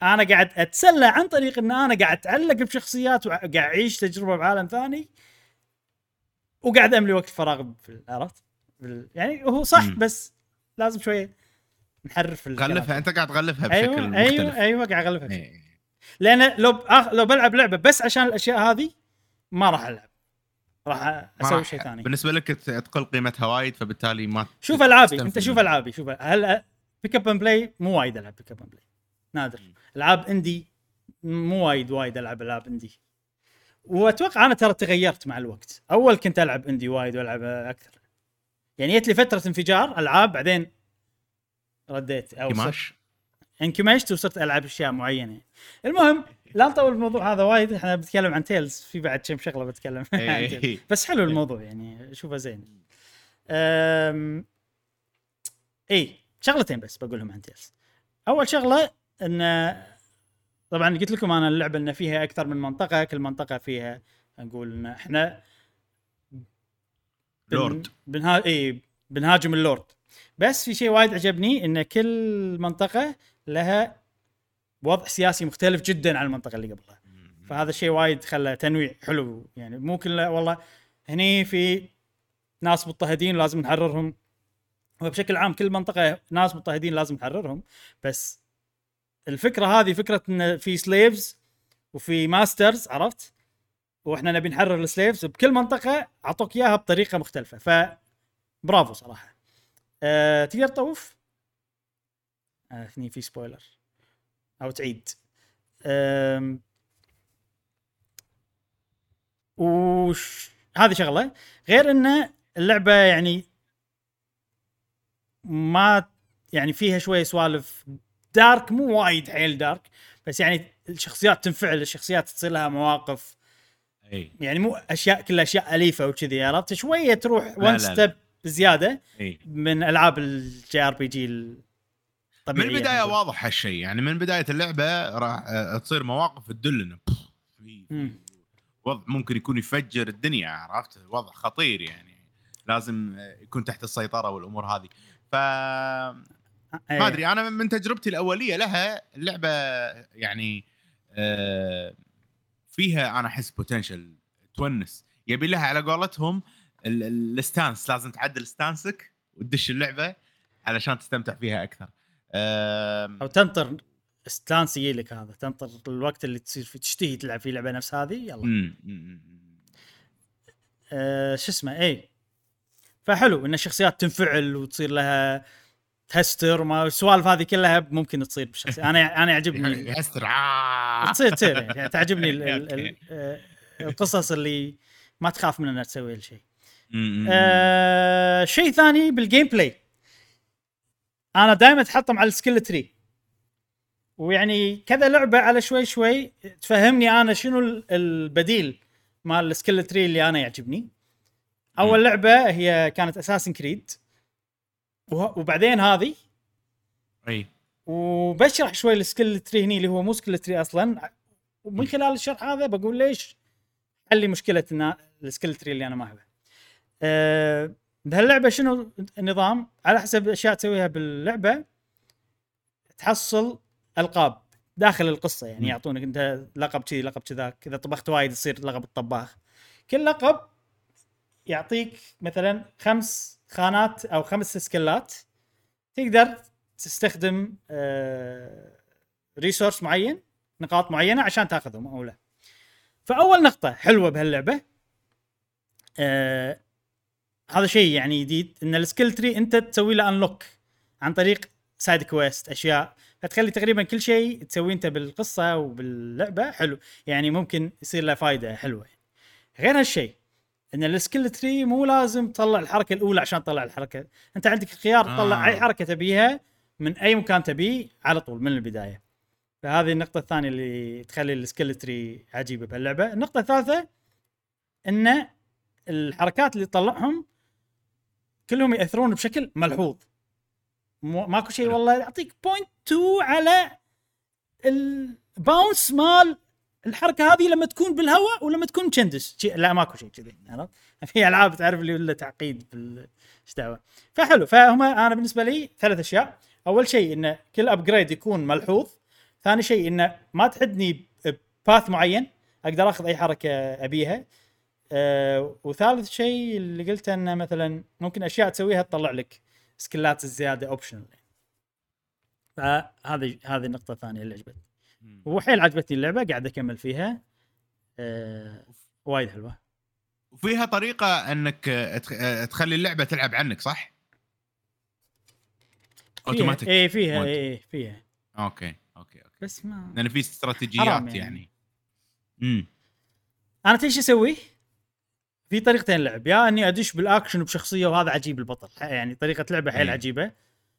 انا قاعد اتسلى عن طريق ان انا قاعد اتعلق بشخصيات وقاعد اعيش تجربه بعالم ثاني وقاعد املي وقت فراغ في عرفت يعني هو صح م. بس لازم شويه نحرف غلفها انت قاعد تغلفها بشكل أيوة مختلف. ايوه ايوه قاعد اغلفها بشكل. لان لو أخ... لو بلعب لعبه بس عشان الاشياء هذه ما راح العب، راح اسوي شيء ثاني. بالنسبه لك تقل قيمتها وايد فبالتالي ما شوف العابي انت شوف العابي شوف هل بيك اب اند بلاي مو وايد العب بيك اب اند بلاي نادر. العاب اندي مو وايد وايد العب العاب اندي، واتوقع انا ترى تغيرت مع الوقت. اول كنت العب اندي وايد والعب اكثر، يعني جت لي فتره انفجار العاب بعدين رديت او انكماش انكمشت وصرت العب اشياء معينه. المهم لا نطول الموضوع هذا وايد، احنا بنتكلم عن تيلز في بعد كم شغله بتكلم عن تيلز. بس حلو الموضوع يعني اشوفه زين. امم اي شغلتين بس بقولهم عن تيلز. اول شغله ان طبعا قلت لكم انا اللعبه ان فيها اكثر من منطقه، كل منطقه فيها نقول ان احنا بن... لورد بنها... اي بنهاجم اللورد. بس في شيء وايد عجبني ان كل منطقه لها وضع سياسي مختلف جدا عن المنطقه اللي قبلها، فهذا الشيء وايد خلى تنويع حلو. يعني ممكن والله هني في ناس مضطهدين لازم نحررهم، وبشكل عام كل منطقه ناس مضطهدين لازم نحررهم. بس الفكره هذه فكره ان في سليفز وفي ماسترز عرفت، واحنا نبي نحرر السليفز بكل منطقه اعطوك اياها بطريقه مختلفه، ف برافو صراحه. أه... تقدر تطوف آه، هني في سبويلر او تعيد. أم... وش هذه شغله غير ان اللعبه يعني ما يعني فيها شويه سوالف دارك، مو وايد حيل دارك، بس يعني الشخصيات تنفعل، الشخصيات تصير لها مواقف أي. يعني مو اشياء كلها اشياء اليفه وكذي عرفت، شويه تروح وان ستيب زياده أي. من العاب الجي ار بي جي من البدايه واضح هالشيء، يعني من بدايه اللعبه راح تصير مواقف تدلنا وضع ممكن يكون يفجر الدنيا عرفت، وضع خطير يعني لازم يكون تحت السيطره والامور هذه. ف ما ادري انا من تجربتي الاوليه لها اللعبه يعني فيها انا احس بوتنشل تونس، يبي لها على قولتهم الستانس، لازم تعدل ستانسك وتدش اللعبه علشان تستمتع فيها اكثر، او تنطر ستانس يجيلك، هذا تنطر الوقت اللي تصير في تشتهي تلعب فيه لعبه نفس هذه يلا. أه شو اسمه اي فحلو ان الشخصيات تنفعل وتصير لها تهستر وما السوالف هذه كلها ممكن تصير بالشخصيه. انا انا يعجبني يهستر تصير تصير يعني تعجبني ال ال ال القصص اللي ما تخاف من انها تسوي الشيء. أه شيء ثاني بالجيم بلاي، انا دائما اتحطم على السكيل تري، ويعني كذا لعبه على شوي شوي تفهمني انا شنو البديل مال السكيل تري اللي انا يعجبني. اول لعبه هي كانت اساسن كريد، وبعدين هذه اي وبشرح شوي السكيل تري هني اللي هو مو سكيل تري اصلا، ومن خلال الشرح هذا بقول ليش حل مشكله ان السكيل تري اللي انا ما احبه. أه بهاللعبه شنو النظام؟ على حسب الاشياء تسويها باللعبه تحصل القاب داخل القصه، يعني يعطونك انت لقب كذي لقب كذا، اذا طبخت وايد يصير لقب الطباخ. كل لقب يعطيك مثلا خمس خانات او خمس سكيلات تقدر تستخدم آه ريسورس معين، نقاط معينه عشان تاخذهم او لا. فاول نقطه حلوه بهاللعبه آه هذا شيء يعني جديد، ان السكيل تري انت تسوي له انلوك عن طريق سايد كويست اشياء، فتخلي تقريبا كل شيء تسويه انت بالقصه وباللعبه حلو، يعني ممكن يصير له فائده حلوه. غير هالشيء ان السكيل تري مو لازم تطلع الحركه الاولى عشان تطلع الحركه، انت عندك الخيار تطلع آه. اي حركه تبيها من اي مكان تبيه على طول من البدايه. فهذه النقطه الثانيه اللي تخلي السكيل تري عجيبه بهاللعبه. النقطه الثالثه ان الحركات اللي تطلعهم كلهم ياثرون بشكل ملحوظ، ماكو شيء والله يعطيك بوينت تو على الباونس مال الحركه هذه لما تكون بالهواء ولما تكون مشندس، لا ماكو شيء كذي عرفت. في العاب تعرف اللي ولا تعقيد بالاشتاوه. فحلو، فهم انا بالنسبه لي ثلاث اشياء. اول شيء ان كل ابجريد يكون ملحوظ، ثاني شيء انه ما تحدني باث معين، اقدر اخذ اي حركه ابيها. أه وثالث شيء اللي قلته انه مثلا ممكن اشياء تسويها تطلع لك سكيلات الزياده اوبشنال. فهذه هذه النقطه الثانيه اللي عجبتني، وحيل عجبتني اللعبه، قاعد اكمل فيها. أه وايد حلوه. وفيها طريقه انك تخلي اللعبه تلعب عنك، صح؟ اوتوماتيك. ايه فيها ايه فيها. اوكي اوكي اوكي. بس ما لان في استراتيجيات يعني, يعني. امم انا تيجي اسوي في طريقتين لعب، يا اني ادش بالاكشن بشخصيه وهذا عجيب البطل، يعني طريقه لعبه حيل عجيبه.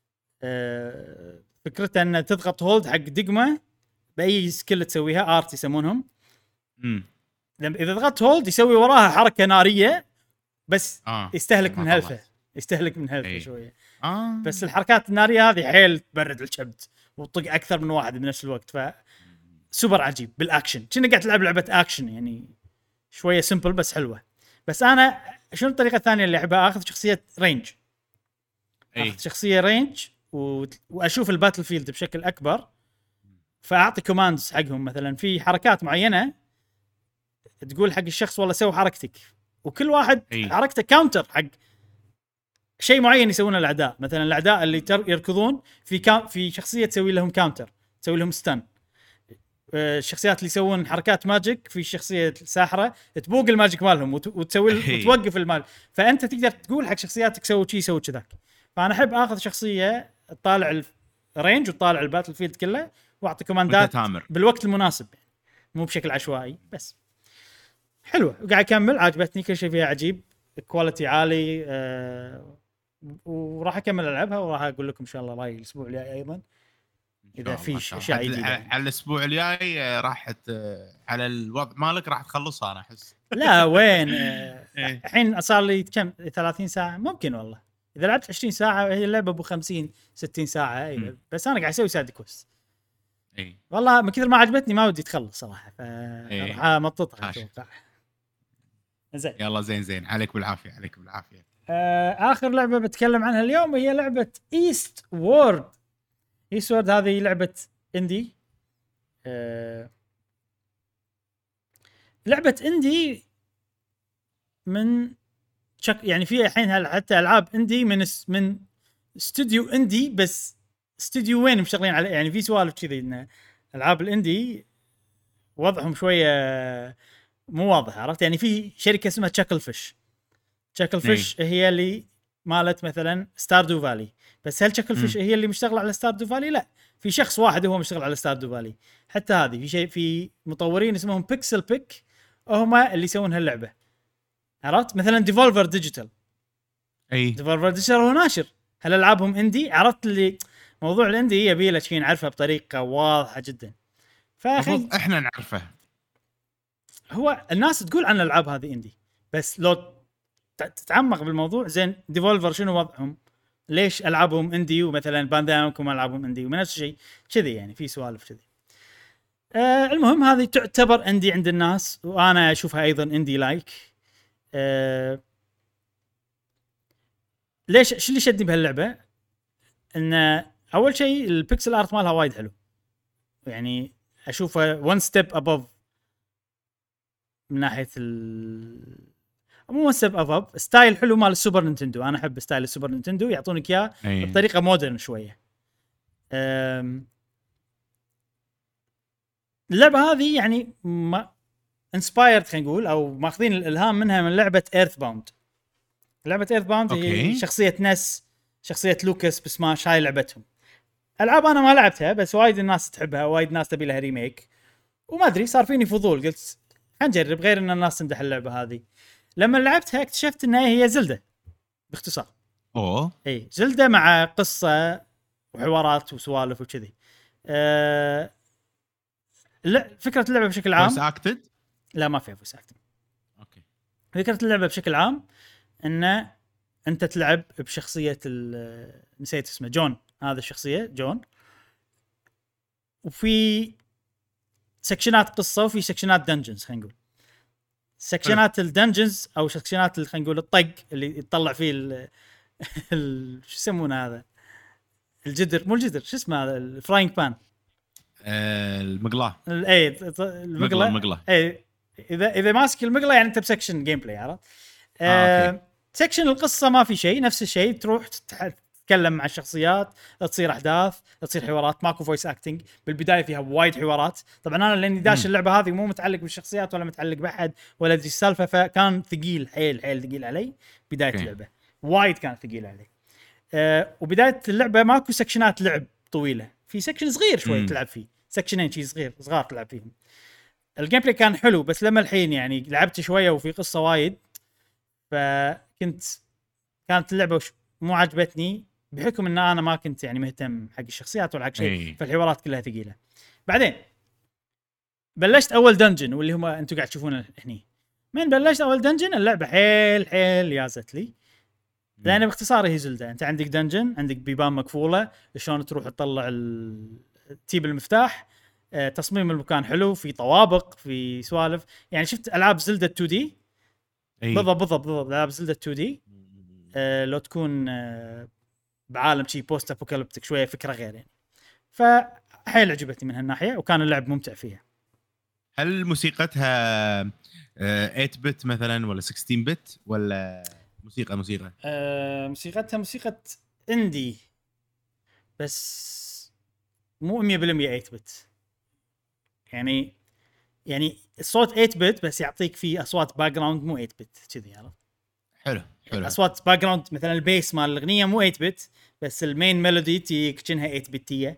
أه فكرتها ان تضغط هولد حق دقمه باي سكيل تسويها، ارت يسمونهم. امم لما اذا ضغطت هولد يسوي وراها حركه ناريه، بس آه. يستهلك من هلفه يستهلك من هلفه أي. شويه. آه. بس الحركات الناريه هذه حيل تبرد الكبد وتطق اكثر من واحد بنفس الوقت، ف سوبر عجيب بالاكشن. كنا قاعد تلعب لعبه اكشن يعني شويه سمبل بس حلوه. بس انا شنو الطريقه الثانيه اللي احبها؟ اخذ شخصيه رينج، اخذ شخصيه رينج و... واشوف الباتل فيلد بشكل اكبر، فاعطي كوماندز حقهم. مثلا في حركات معينه تقول حق الشخص والله سوي حركتك، وكل واحد أي. حركته كاونتر حق شيء معين يسوونه الاعداء. مثلا الاعداء اللي تر... يركضون في كا... في شخصيه تسوي لهم كاونتر، تسوي لهم ستان. الشخصيات اللي يسوون حركات ماجيك في شخصيه ساحره تبوق الماجيك مالهم وت... وتسوي وتوقف المال. فانت تقدر تقول حق شخصياتك سووا شيء سووا كذاك. فانا احب اخذ شخصيه تطالع الرينج وتطالع الباتل فيلد كله واعطي كوماندات بالوقت المناسب، مو بشكل عشوائي. بس حلوه وقاعد اكمل، عجبتني كل شيء فيها عجيب، كواليتي عالي. أه... وراح اكمل العبها وراح اقول لكم ان شاء الله رايي الاسبوع الجاي ايضا اذا في اشياء جديده. على الاسبوع الجاي راح على الوضع مالك راح تخلصها انا احس. لا وين الحين صار لي كم ثلاثين ساعه ممكن والله. اذا لعبت عشرين ساعه هي اللعبه ابو خمسين ستين ساعه. أي. بس انا قاعد اسوي سايد كويست. اي والله من كثر ما عجبتني ما ودي تخلص صراحه، فراح امططها اتوقع. زين يلا زين زين عليك بالعافيه عليك بالعافيه. آه اخر لعبه بتكلم عنها اليوم هي لعبه ايست وورد. ايست وورد هذه لعبه اندي، آه لعبه اندي من شك يعني في الحين حتى العاب اندي من من استوديو اندي، بس استوديو وين مشتغلين عليه يعني في سوالف كذي ان العاب الاندي وضعهم شويه مو واضح، عرفت يعني. في شركه اسمها تشاكل فيش، تشاكل فيش هي اللي مالت مثلا ستاردو فالي، بس هل تشاكل فيش هي اللي مشتغله على ستاردو فالي؟ لا، في شخص واحد هو مشتغل على ستاردو فالي. حتى هذه في شيء في مطورين اسمهم بيكسل بيك هم اللي يسوون هاللعبه، عرفت. مثلا ديفولفر ديجيتال، اي ديفولفر ديجيتال هو ناشر هل العابهم اندي، عرفت اللي موضوع الاندي يبي له شيء نعرفه بطريقه واضحه جدا. فاخي احنا نعرفه، هو الناس تقول عن الالعاب هذه اندي، بس لو تتعمق بالموضوع زين ديفولفر شنو وضعهم، ليش العابهم اندي ومثلا باندامكم العابهم اندي ونفس الشيء كذي، يعني في سوالف كذي. آه المهم هذه تعتبر اندي عند الناس وانا اشوفها ايضا اندي لايك. آه ليش ايش اللي شدني بهاللعبه؟ ان اول شيء البيكسل ارت مالها وايد حلو، يعني اشوفه وان ستيب ابوف من ناحيه ال مو وان ستيب ابوف، ستايل حلو مال السوبر نينتندو. انا احب ستايل السوبر نينتندو، يعطونك اياه بطريقه مودرن شويه. اللعبه هذه يعني ما انسبايرد خلينا نقول، او ماخذين الالهام منها من لعبه ايرث باوند. لعبه ايرث باوند هي شخصيه نس، شخصيه لوكاس بسماش، هاي لعبتهم. العاب انا ما لعبتها بس وايد الناس تحبها، وايد ناس تبي لها ريميك، وما ادري صار فيني فضول قلت خلينا نجرب، غير ان الناس تمدح اللعبه هذه. لما لعبتها اكتشفت انها هي زلدة باختصار. اوه اي زلدة مع قصه وحوارات وسوالف وكذي. أه... لا فكره اللعبه بشكل عام فويس اكتد؟ لا ما فيها فويس اكتد. اوكي. فكره اللعبه بشكل عام ان انت تلعب بشخصيه نسيت اسمه جون، هذا الشخصيه جون، وفي سكشنات قصه وفي سكشنات دنجنز. خلينا نقول سكشنات الدنجنز او سكشنات خلينا نقول الطق اللي يطلع فيه ال شو يسمونه هذا الجدر، مو الجدر، شو اسمه هذا الفراينج بان، آه المقلاه اي مقلة المقله المقلة اي اذا اذا ماسك المقله يعني انت بسكشن جيم بلاي، عرفت؟ اه اوكي. آه سكشن القصه ما في شيء، نفس الشيء، تروح تتح- تتكلم مع الشخصيات، تصير احداث، تصير حوارات، ماكو فويس اكتنج. بالبدايه فيها وايد حوارات، طبعا انا لاني داش مم. اللعبه هذه مو متعلق بالشخصيات ولا متعلق باحد ولا ادري السالفه، فكان ثقيل حيل حيل ثقيل علي بدايه اوكي. اللعبه، وايد كانت ثقيله علي. آه وبدايه اللعبه ماكو سكشنات لعب طويله، في سكشن صغير شوي مم. تلعب فيه، سكشنين شي صغير صغار تلعب فيهم. الجيم بلاي كان حلو، بس لما الحين يعني لعبت شويه وفي قصه وايد، فكنت كانت اللعبه وش مو عجبتني، بحكم ان انا ما كنت يعني مهتم حق الشخصيات ولا حق شيء، اي فالحوارات كلها ثقيله. بعدين بلشت اول دنجن، واللي هم انتم قاعد تشوفونه هني. من بلشت اول دنجن اللعبه حيل حيل يازت لي، لان باختصار هي زلده، انت عندك دنجن، عندك بيبان مقفوله، شلون تروح تطلع ال... تجيب المفتاح. آه، تصميم المكان حلو، في طوابق، في سوالف، يعني شفت العاب زلده تو دي؟ اي بالضبط بالضبط بالضبط العاب زلده تو دي. آه لو تكون آه بعالم شي بوست ابوكاليبتيك شويه، فكره غير يعني. فحيل عجبتني من هالناحيه، وكان اللعب ممتع فيها. هل موسيقتها آه، ثمانية بت مثلا ولا ستة عشر بت ولا موسيقى موسيقى آه موسيقتها موسيقى اندي، بس مو مية بالمية ثمانية بت، يعني يعني الصوت ثمانية بت بس يعطيك فيه اصوات باك جراوند مو ثمانية بت كذي، عرفت؟ حلو حلو. اصوات باك جراوند مثلا البيس مال الاغنيه مو ثمانية بت، بس المين ميلودي تجيك كأنها ثمانية بتيه.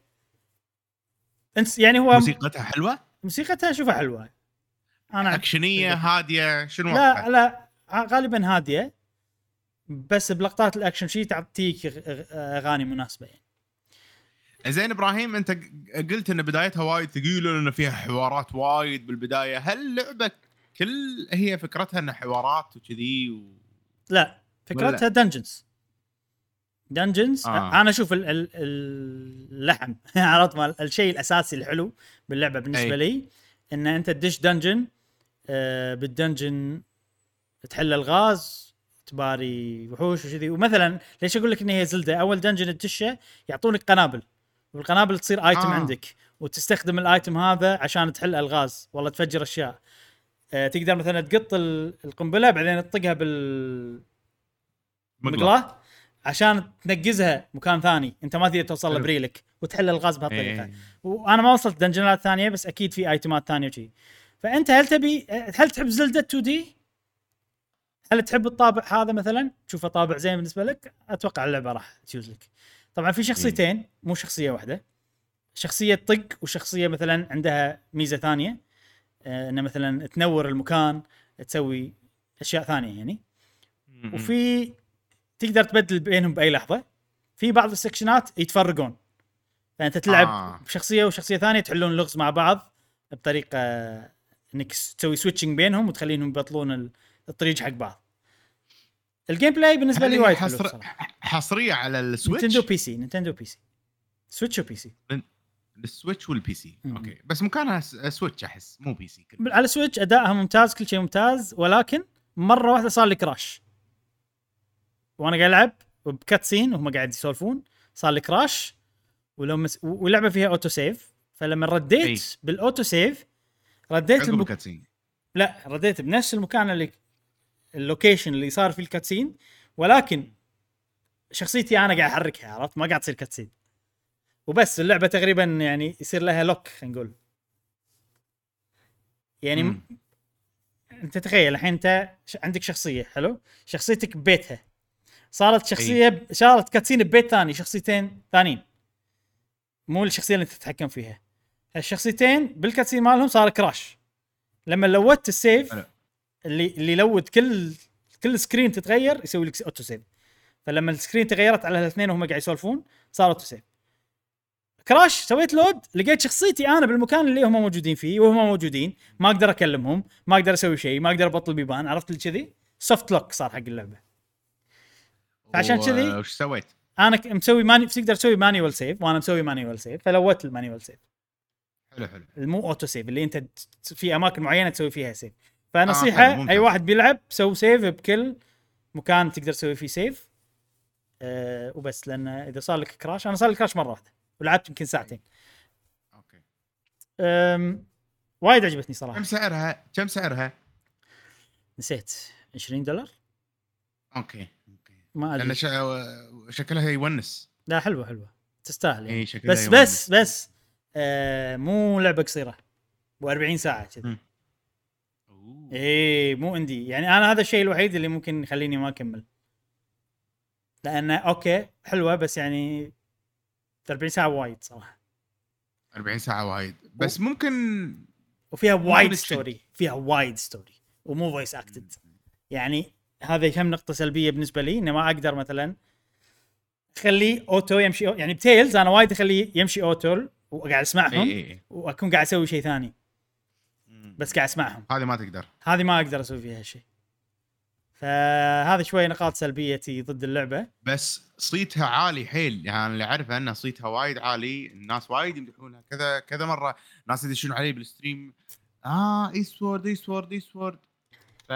انت يعني هو موسيقتها حلوه موسيقتها اشوفها حلوه. انا اكشنيه هاديه شنو لا وضعها؟ لا غالبا هاديه، بس بلقطات الاكشن شي تعطيك اغاني مناسبه يعني. زين ابراهيم، انت قلت ان بدايتها وايد ثقيله لان فيها حوارات وايد بالبدايه، هل اللعبه كل هي فكرتها انها حوارات وكذي و... لا فكرتها ولا دنجنز. دنجنز اه انا اشوف ال- ال- اللحم عرفت مال الشيء الاساسي الحلو باللعبه بالنسبه اي لي، ان انت تدش دنجن، آه بالدنجن تحل الغاز، تباري وحوش وكذي. ومثلا ليش اقول لك ان هي زلده، اول دنجن تدشه يعطونك قنابل، والقنابل تصير ايتم اه عندك، وتستخدم الايتم هذا عشان تحل الغاز والله تفجر اشياء. أه تقدر مثلا تقط ال- القنبله بعدين تطقها بالمقلاه مقله. عشان تنقزها مكان ثاني انت ما تقدر توصل له حلو. بريلك، وتحل الغاز بهالطريقه. اي وانا ما وصلت دنجنات ثانيه، بس اكيد في ايتمات ثانيه وشي. فانت هل تبي هل تحب زلده تو دي؟ هل تحب الطابع هذا مثلا تشوفه طابع زين بالنسبه لك؟ اتوقع اللعبه راح تجوز لك. طبعا في اي شخصيتين مو شخصيه واحده، شخصيه طق وشخصيه مثلا عندها ميزه ثانيه، آه انه مثلا تنور المكان، تسوي اشياء ثانيه يعني. وفي تقدر تبدل بينهم باي لحظه. في بعض السكشنات يتفرقون، فانت تلعب اه بشخصيه وشخصيه ثانيه تحلون اللغز مع بعض بطريقه انك تسوي سويتشنج بينهم وتخلينهم يبطلون الطريق حق بعض. الجيم بلاي بالنسبه هل لي هي وايد حلو حصر بصراحه. حصريه على نينتندو السويتش؟ بي سي، نينتندو بي سي، سويتش وبي سي. السويتش والبي سي م-م. اوكي، بس مكانها س- سويتش احس مو بي سي كله. على سويتش ادائها ممتاز، كل شيء ممتاز، ولكن مره واحده صار لي كراش وانا قاعد العب بكاتسين وهم قاعد يسولفون، صار لي كراش. ولو مس... واللعبه فيها اوتو سيف، فلما رديت اي بالاوتو سيف رديت عقب المك... الكاتسين. لا رديت بنفس المكان اللي اللوكيشن اللي صار فيه الكاتسين، ولكن شخصيتي انا قاعد احركها، عرفت؟ ما قاعد تصير كاتسين وبس. اللعبه تقريبا يعني يصير لها لوك، خلينا نقول يعني. م- امم انت تخيل الحين انت ش... عندك شخصيه حلو، شخصيتك ببيتها، صارت اي شخصيه ب... صارت كاتسين ببيت ثاني، شخصيتين ثانيين مو الشخصيه اللي انت تتحكم فيها. الشخصيتين بالكاتسين مالهم صار كراش. لما لودت السيف حلو. اللي اللي لود كل كل سكرين تتغير يسوي لك اوتو سيف، فلما السكرين تغيرت على الاثنين وهم قاعد يسولفون صار اوتو سيف. كراش سويت لود لقيت شخصيتي انا بالمكان اللي هم موجودين فيه وهم موجودين، ما اقدر اكلمهم، ما اقدر اسوي شيء، ما اقدر ابطل بيبان، عرفت لي كذي سوفت لوك صار حق اللعبه. فعشان كذي وش سويت؟ انا ك- مسوي ماني تقدر تسوي مانيوال سيف، وانا مسوي مانيوال سيف، فلوت المانيوال سيف حلو حلو. المو اوتو سيف اللي انت ت- في اماكن معينه تسوي فيها سيف. اه فنصيحه حلو اي ممتاز. واحد بيلعب سوي سيف بكل مكان تقدر تسوي فيه سيف. أه وبس، لان اذا صار لك كراش، انا صار لي كراش مره واحده ولعبت يمكن ساعتين. اوكي أم... وايد عجبتني صراحه. كم سعرها كم سعرها نسيت عشرين دولار اوكي اوكي ما ادري. لان ش... شكلها يونس. لا حلوه حلوه تستاهل يعني. اي شكلها بس يونس. بس بس آه مو لعبه قصيره و40 ساعه كذي. مم. أوه. ايه مو عندي يعني، انا هذا الشيء الوحيد اللي ممكن يخليني ما اكمل، لان اوكي حلوه بس يعني أربعين ساعه وايد صراحه. أربعين ساعة وايد بس ممكن. وفيها وايد تشد. ستوري، فيها وايد ستوري ومو فويس اكتد. يعني هذا هم نقطه سلبيه بالنسبه لي، انه ما اقدر مثلا اخليه اوتو يمشي، يعني بتيلز انا وايد اخليه يمشي اوتو وقاعد اسمعهم اي اي واكون قاعد اسوي شيء ثاني بس قاعد اسمعهم. هذه ما تقدر. هذه ما اقدر اسوي فيها شيء، فهذا شوي نقاط سلبيتي ضد اللعبه. بس صيتها عالي حيل، يعني اللي اعرفه انه صيتها وايد عالي، الناس وايد يمدحونها كذا كذا مره، ناس يدشون علي بالستريم اه ايستورد ايستورد ايستورد. ف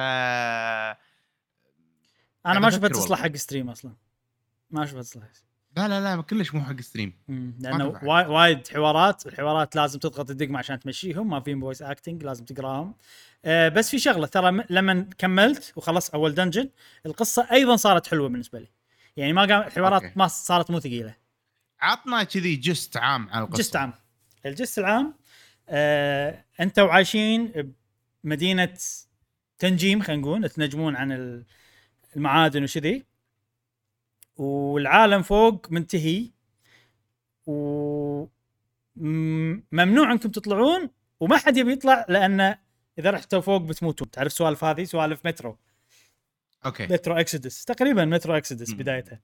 انا ما اشوفها تصلح حق ستريم اصلا، ما اشوفها تصلح. لا لا لا كلش مو حق ستريم، لانه وايد وايد حوارات، الحوارات لازم تضغط الدقم عشان تمشيهم، ما فيهم فويس اكتنج، لازم تقراهم. أه بس في شغله ترى، م- لما كملت وخلصت اول دنجن القصه ايضا صارت حلوه بالنسبه لي، يعني ما قام الحوارات أوكي. ما صارت مو ثقيله. عطنا كذي جست عام على القصه. جست عام، الجست العام أه انتوا عايشين بمدينه تنجيم، خلينا نقول تنجمون عن المعادن وشذي، والعالم فوق منتهي وممنوع انكم تطلعون وما حد يبي يطلع، لان اذا رحتوا فوق بتموتون. تعرف سوالف هذه، سوالف مترو. اوكي مترو اكسيدس تقريبا، مترو اكسيدس مم. بدايتها.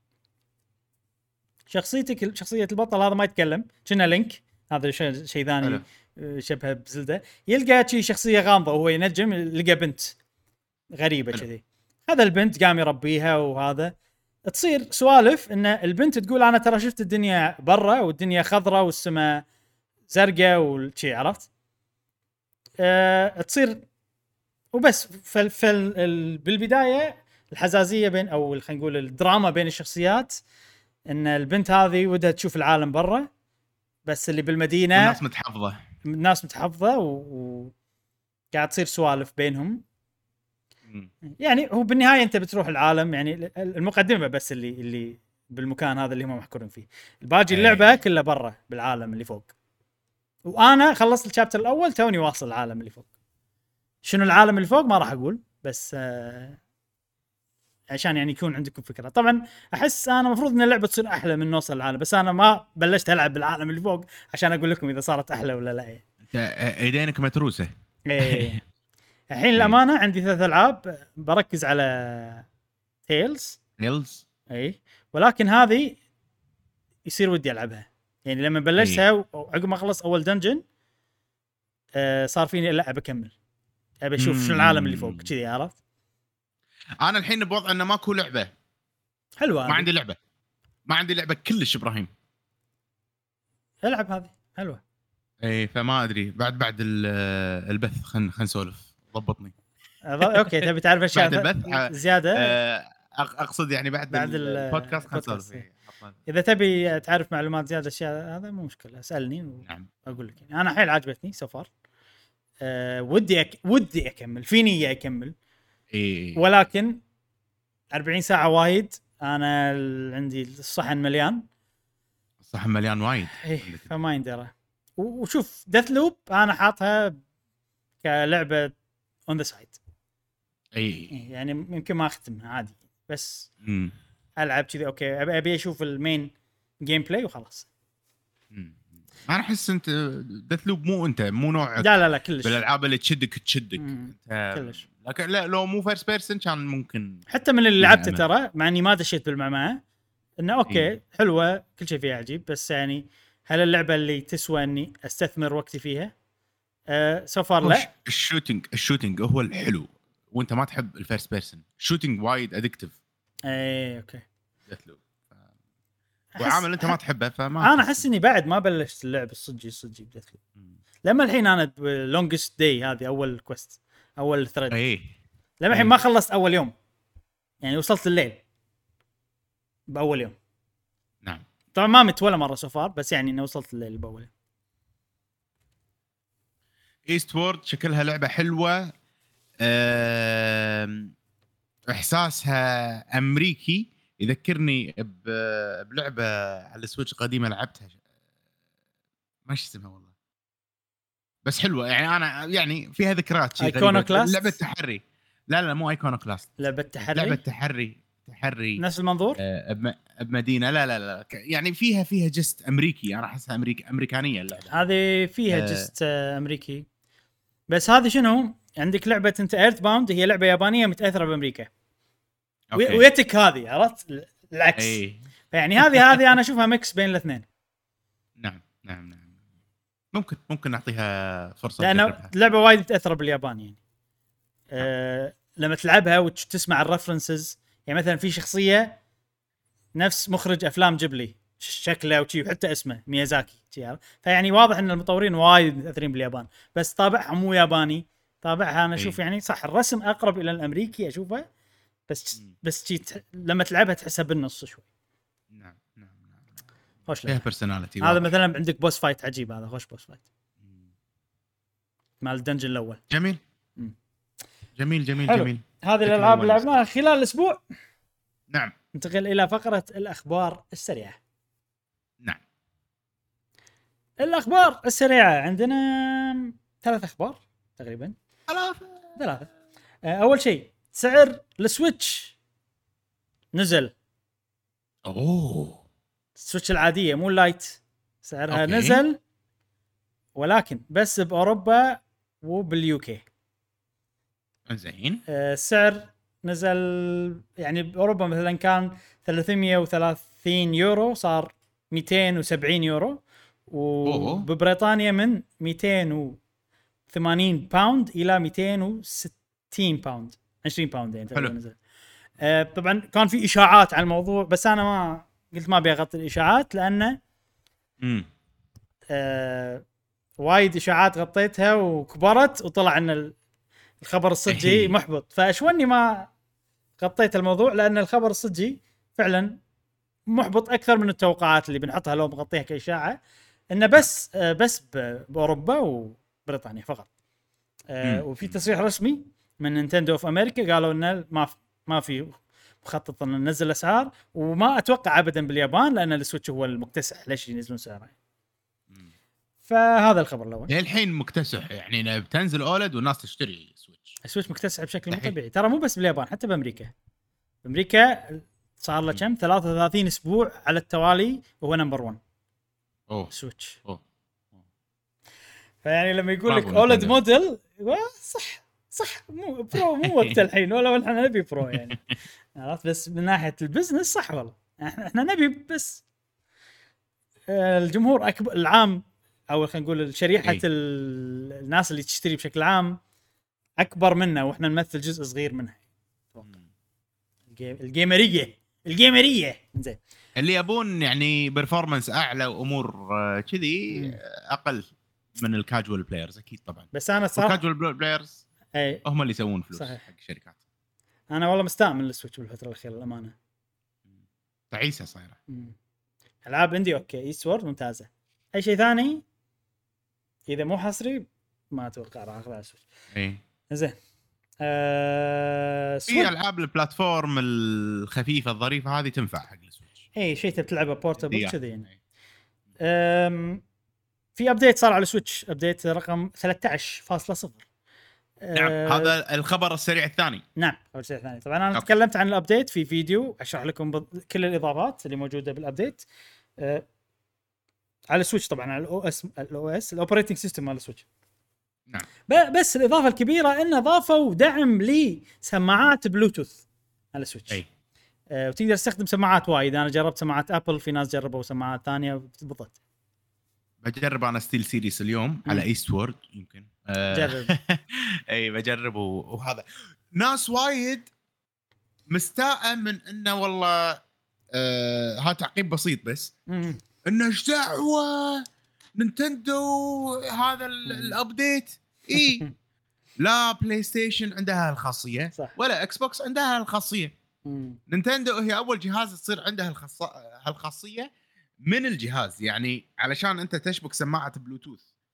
شخصيتك شخصيه البطل هذا ما يتكلم، كنا لينك، هذا شيء شيء ثاني حلو. شبه بزلدة. يلقى شي شخصيه غامضه وهو ينجم، لقى بنت غريبه حلو. كذي. هذا البنت قام يربيها، وهذا تصير سوالف ان البنت تقول انا ترى شفت الدنيا برا والدنيا خضراء والسماء زرقاء والشي، عرفت؟ أه تصير وبس. فال فال بالبدايه الحزازيه بين، او خلينا نقول الدراما بين الشخصيات، ان البنت هذه ودها تشوف العالم برا، بس اللي بالمدينه الناس متحفظه الناس متحفظه و... و... قاعد تصير سوالف بينهم. مم. يعني هو بالنهايه انت بتروح العالم، يعني المقدمه بس اللي اللي بالمكان هذا اللي هم محكورين فيه، الباقي اللعبه كلها برا بالعالم اللي فوق. وانا خلصت الشابتر الاول توني واصل العالم اللي فوق. شنو العالم اللي فوق ما راح اقول، بس آه عشان يعني يكون عندكم فكره. طبعا احس انا المفروض ان اللعبه تصير احلى من نوصل العالم، بس انا ما بلشت العب بالعالم اللي فوق عشان اقول لكم اذا صارت احلى ولا لا. انت ايدينك متروسه. ايه الحين الامانه عندي ثلاث العاب بركز على تيلز نيلز. اي، ولكن هذه يصير ودي العبها. يعني لما بلشتها وعقب ما خلص اول دنجن آه صار فيني لا بكمل، ابي اشوف شنو العالم اللي فوق كذي، عرفت؟ انا الحين بوضع انه ماكو لعبه حلوه، ما عندي لعبه ما عندي لعبه كلش ابراهيم. العب هذه حلوه. اي فما ادري بعد بعد البث خلينا خلينا نسولف ضبطني. اوكي تبي تعرف اشياء بعد البث زياده؟ آه اقصد يعني بعد, بعد البودكاست خلينا البودكاست. نسولف. اذا تبي تعرف معلومات زياده اشياء هذا مو مشكله، اسالني نعم واقول لك. يعني انا حيل عجبتني سوفر. أه ودي أك... ودي اكمل، في نيه اكمل. اي ولكن أربعين ساعه وايد، انا ال... عندي الصحن مليان، صح مليان وايد. إيه فما يندرى. وشوف ديث لوب انا حاطها كلعبه اون ذا سايد، اي يعني يمكن ما اختمها عادي، بس مم. العب كذي اوكي، ابي ابي اشوف المين جيم بلاي وخلاص. مم. انا احس انت ديث لوب مو انت مو نوعك. لا لا لا كلش بالالعاب اللي تشدك تشدك مم. انت. كلش. لكن لا لو مو فيرست بيرسون كان ممكن. حتى من اللي فيها لعبته أمل. ترى، مع اني ما دشيت بالمعمعه، انه اوكي إيه. حلوه كل شيء فيها عجيب، بس يعني هل اللعبه اللي تسوى اني استثمر وقتي فيها؟ أه سوفر هو لا. ش- الشوتينج الشوتينج هو الحلو، وانت ما تحب الفيرست بيرسون. شوتينج وايد ادكتيف اي اوكي. ديث لوب وعامل انت ما تحبه فما انا تحس. احس اني بعد ما بلشت اللعب الصجي الصجي بديث لوب. مم. لما الحين انا لونجست داي هذه اول كويست، اول ثريد، اي لما الحين إيه. ما خلصت اول يوم، يعني وصلت الليل باول يوم. نعم طبعا ما مت ولا مره سوفار، بس يعني انه وصلت الليل باول يوم. ايست وورد شكلها لعبه حلوه، أم... احساسها امريكي، يذكرني ب- بلعبه على السويتش قديمه لعبتها، ما اسمها والله، بس حلوه يعني، انا يعني فيها ذكريات شيء غريبه. Iconoclast؟ لعبه تحري. لا لا مو ايكونوكلاست، لعبه تحري لعبه تحري تحري نفس المنظور. آه، بم- بمدينه. لا لا لا ك- يعني فيها فيها جست امريكي، انا احسها امريكي امريكانيه اللعبه. هذه فيها آه. جست آه، امريكي. بس هذه شنو عندك لعبه انت ايرث باوند، هي لعبه يابانيه متاثره بامريكا، أوكي. ويتك هذه عرفت العكس. اي يعني هذه هذه انا اشوفها ميكس بين الاثنين، نعم نعم نعم، ممكن ممكن نعطيها فرصه لانه نجربها. لعبه وايد متاثره باليابان يعني. أه لما تلعبها وتسمع الرفرنسز، يعني مثلا في شخصيه نفس مخرج افلام جيبلي شكله وشي، حتى اسمه ميازاكي شي، فيعني واضح ان المطورين وايد متاثرين باليابان، بس طابعها مو ياباني، طابعها انا اشوف إيه. يعني صح الرسم اقرب الى الامريكي اشوفه، بس مم. بس شي تح... لما تلعبها تحسها بالنص شوي. نعم نعم نعم، خوش فيها لعبة. بيرسوناليتي. هذا مثلا عندك بوس فايت عجيب، هذا خوش بوس فايت مم. مال الدنجن الاول. جميل مم. جميل جميل حلو. جميل. هذه شكلها الالعاب اللي يونس. لعبناها خلال الاسبوع. نعم ننتقل الى فقره الاخبار السريعه. نعم. الاخبار السريعه عندنا ثلاث اخبار تقريبا، ثلاثة. ثلاثه. آه، اول شيء سعر السويتش نزل. اوه السويتش العاديه مو اللايت، سعرها أوكي. نزل، ولكن بس باوروبا وباليوكي. زين. آه، السعر نزل يعني باوروبا مثلا كان ثلاثمية وثلاثين يورو صار مئتين وسبعين يورو، وببريطانيا من مئتين وثمانين باوند الى مئتين وستين باوند، عشرين باوند يعني تقريبا نزل. آه، طبعا كان في اشاعات عن الموضوع، بس انا ما قلت ما ابي اغطي الاشاعات لانه امم آه وايد اشاعات غطيتها وكبرت وطلع ان الخبر الصجي محبط، فاشوني ما غطيت الموضوع، لان الخبر الصجي فعلا محبط اكثر من التوقعات اللي بنحطها لو مغطيها كاشاعه، انه بس آه بس باوروبا وبريطانيا فقط. آه وفي تصريح رسمي من نينتندو اوف امريكا قالوا انه ما ما في مخطط ان ننزل الاسعار، وما اتوقع ابدا باليابان لان السويتش هو المكتسح، ليش ينزلون سعره؟ فهذا الخبر الاول. الحين مكتسح يعني بتنزل اولد والناس تشتري سويتش. السويتش مكتسح بشكل مو طبيعي، ترى مو بس باليابان حتى بامريكا. بامريكا صار له كم ثلاثة وثلاثين اسبوع على التوالي وهو نمبر واحد. اوه سويتش. اوه. فيعني لما يقول لك اولد موديل صح صح، مو برو مو وقت الحين، ولا احنا نبي برو يعني عرفت، بس من ناحيه البزنس صح والله، احنا احنا نبي بس الجمهور اكبر العام، او خلينا نقول شريحه إيه. الناس اللي تشتري بشكل عام اكبر منا، واحنا نمثل جزء صغير منها. الجيم الجيمريه الجيمريه زين، اللي يبون يعني برفورمانس اعلى وامور كذي اقل من الكاجوال بلايرز اكيد طبعا. بس انا صراحه الكاجوال بلايرز اي هم اللي يسوون فلوس صحيح. حق الشركات. انا والله مستعمل السويتش بالفتره الاخيره الامانه، تعيسه صايره. العاب اندي اوكي، ايست وورد ممتازه، اي شيء ثاني اذا مو حصري ما اتوقع راح اخذ السويتش. اي زين. أه... في العاب البلاتفورم الخفيفه الظريفه هذه تنفع حق السويتش، اي شيء تبي تلعبه بورتبل كذي يعني. أم... في ابديت صار على السويتش، ابديت رقم ثلاثة عشر فاصلة صفر. نعم أه... هذا الخبر السريع الثاني. نعم الخبر السريع الثاني. طبعا انا أوكي. تكلمت عن الابديت في فيديو اشرح لكم ب... كل الاضافات اللي موجوده بالابديت أه... على السويتش، طبعا على الاو اس الاو اس الاوبريتنج سيستم مال السويتش. نعم. بس الاضافه الكبيره انه ضافوا دعم لسماعات بلوتوث على السويتش. اي أه وتقدر تستخدم سماعات وايد، انا جربت سماعات ابل، في ناس جربوا سماعات ثانيه بالضبط. بجرب انا ستيل سيريس اليوم م. على ايست وورد يمكن أه جرب. اي بجرب وهذا ناس وايد مستاء من انه والله أه ها تعقيب بسيط بس م. انه ايش دعوه نينتندو هذا الابديت. اي لا بلاي ستيشن عندها الخاصيه صح. ولا اكس بوكس عندها الخاصيه. مم. نينتندو هي اول جهاز تصير عندها الخاصه هالخاصيه من الجهاز، يعني علشان انت تشبك سماعه بلوتوث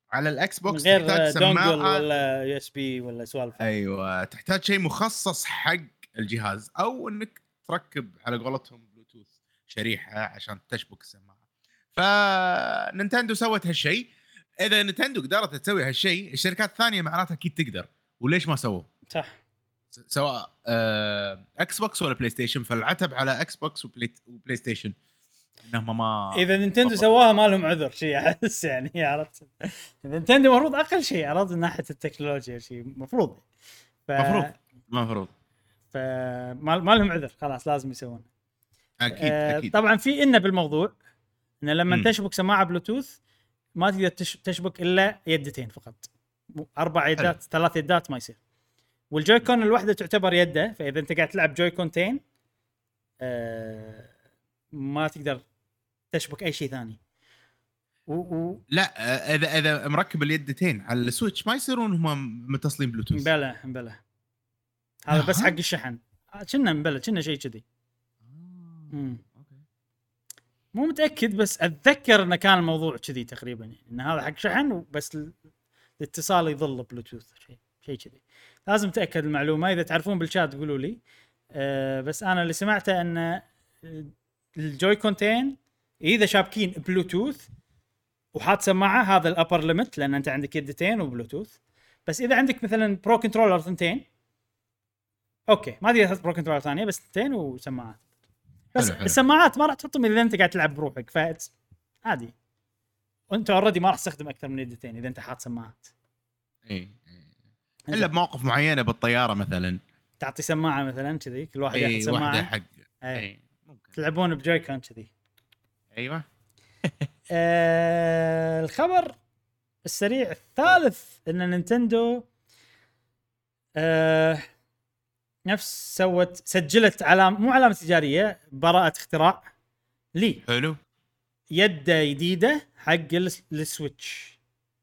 على الاكس بوكس غير تحتاج دونجل سماعه ولا يو اس بي ولا سوالف. ايوه تحتاج شيء مخصص حق الجهاز، او انك تركب على قولتهم بلوتوث شريحه عشان تشبك السماعه. فنينتندو سوت هالشيء. اذا نينتندو قدرت تسوي هالشيء، الشركات الثانيه معناتها اكيد تقدر، وليش ما سووا؟ صح. سواء آه اكس بوكس ولا بلاي ستيشن، فالعتب على اكس بوكس وبلاي, وبلاي ستيشن انهم ما اذا نينتندو سواها ما لهم عذر شيء احس يعني عرفت. نينتندو المفروض اقل شيء عرفت من ناحيه التكنولوجيا شيء المفروض ف... مفروض مفروض فما ما لهم عذر، خلاص لازم يسوون. اكيد آه اكيد طبعا في إنه بالموضوع ان لما مم. تشبك سماعه بلوتوث ما تقدر تش... تشبك الا يدتين فقط، اربع يدات ثلاث يدات ما يصير. والجويكون الواحده تعتبر يده، فاذا انت قاعد تلعب جويكونتين آه ما تقدر تشبك اي شيء ثاني. و... و... لا آه، اذا اذا مركب اليدتين على السويتش ما يصيرون هم متصلين بلوتوث. مبلى مبلى هذا بس حق الشحن كنا مبلى كنا شيء كذي. امم مو متاكد بس اتذكر انه كان الموضوع كذي تقريبا، يعني ان هذا حق شحن وبس الاتصال يظل بلوتوث شيء شيء كذي. لازم اتاكد المعلومه، اذا تعرفون بالشات قولوا لي. أه بس انا اللي سمعته ان الجويكونتين اذا شابكين بلوتوث وحاط سماعه هذا الابر ليميت، لان انت عندك يدتين وبلوتوث. بس اذا عندك مثلا برو كنترولر ثنتين اوكي ما تقدر تحط برو كنترولر ثانيه، بس ثنتين وسماعات بس. حلو حلو. السماعات ما راح تحطهم اذا انت قاعد تلعب بروحك، فاتس عادي. وانت اوريدي ما راح تستخدم اكثر من يدتين اذا انت حاط سماعات. اي الا بمواقف معينه بالطياره مثلا تعطي سماعه مثلا كذي كل واحد اي ياخذ سماعه واحده حق اي اي ممكن تلعبون بجويكون كذي. ايوه آه الخبر السريع الثالث ان نينتندو آه نفس سوت سجلت علامه مو علامه تجاريه، براءه اختراع لي حلو يد جديده حق السويتش.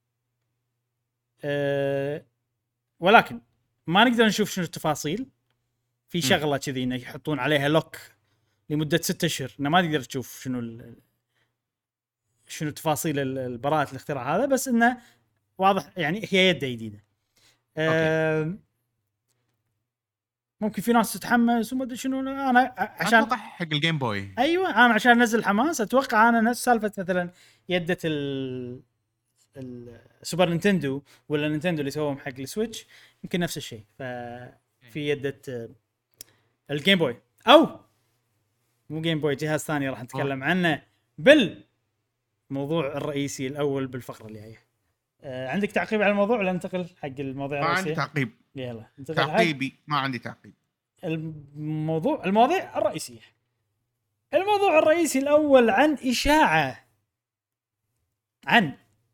أه ولكن ما نقدر نشوف شنو التفاصيل. في شغله كذي انه يحطون عليها لوك لمده ستة اشهر، انه ما تقدر تشوف شنو ال... شنو تفاصيل البراءه الاختراع هذا، بس انه واضح يعني هي يد جديده. أه ممكن في ناس تتحمس وما ادري شنو. انا عشان اتوقع حق الجيم بوي. ايوه انا عشان انزل حماس اتوقع انا نفس سالفه مثلا يده ال السوبر نينتندو ولا نينتندو اللي سووهم حق السويتش، يمكن نفس الشيء. ففي يده الجيم بوي او مو جيم بوي، جهاز ثاني راح نتكلم عنه بالموضوع الرئيسي الاول بالفقره اللي جايه. آه عندك تعقيب على الموضوع ولا ننتقل حق المواضيع ما الرئيسيه؟ عندي تعقيب. يلا ننتقل تعقيبي ما عندي تعقيب. الموضوع المواضيع الرئيسيه. الموضوع الرئيسي الاول عن اشاعه عن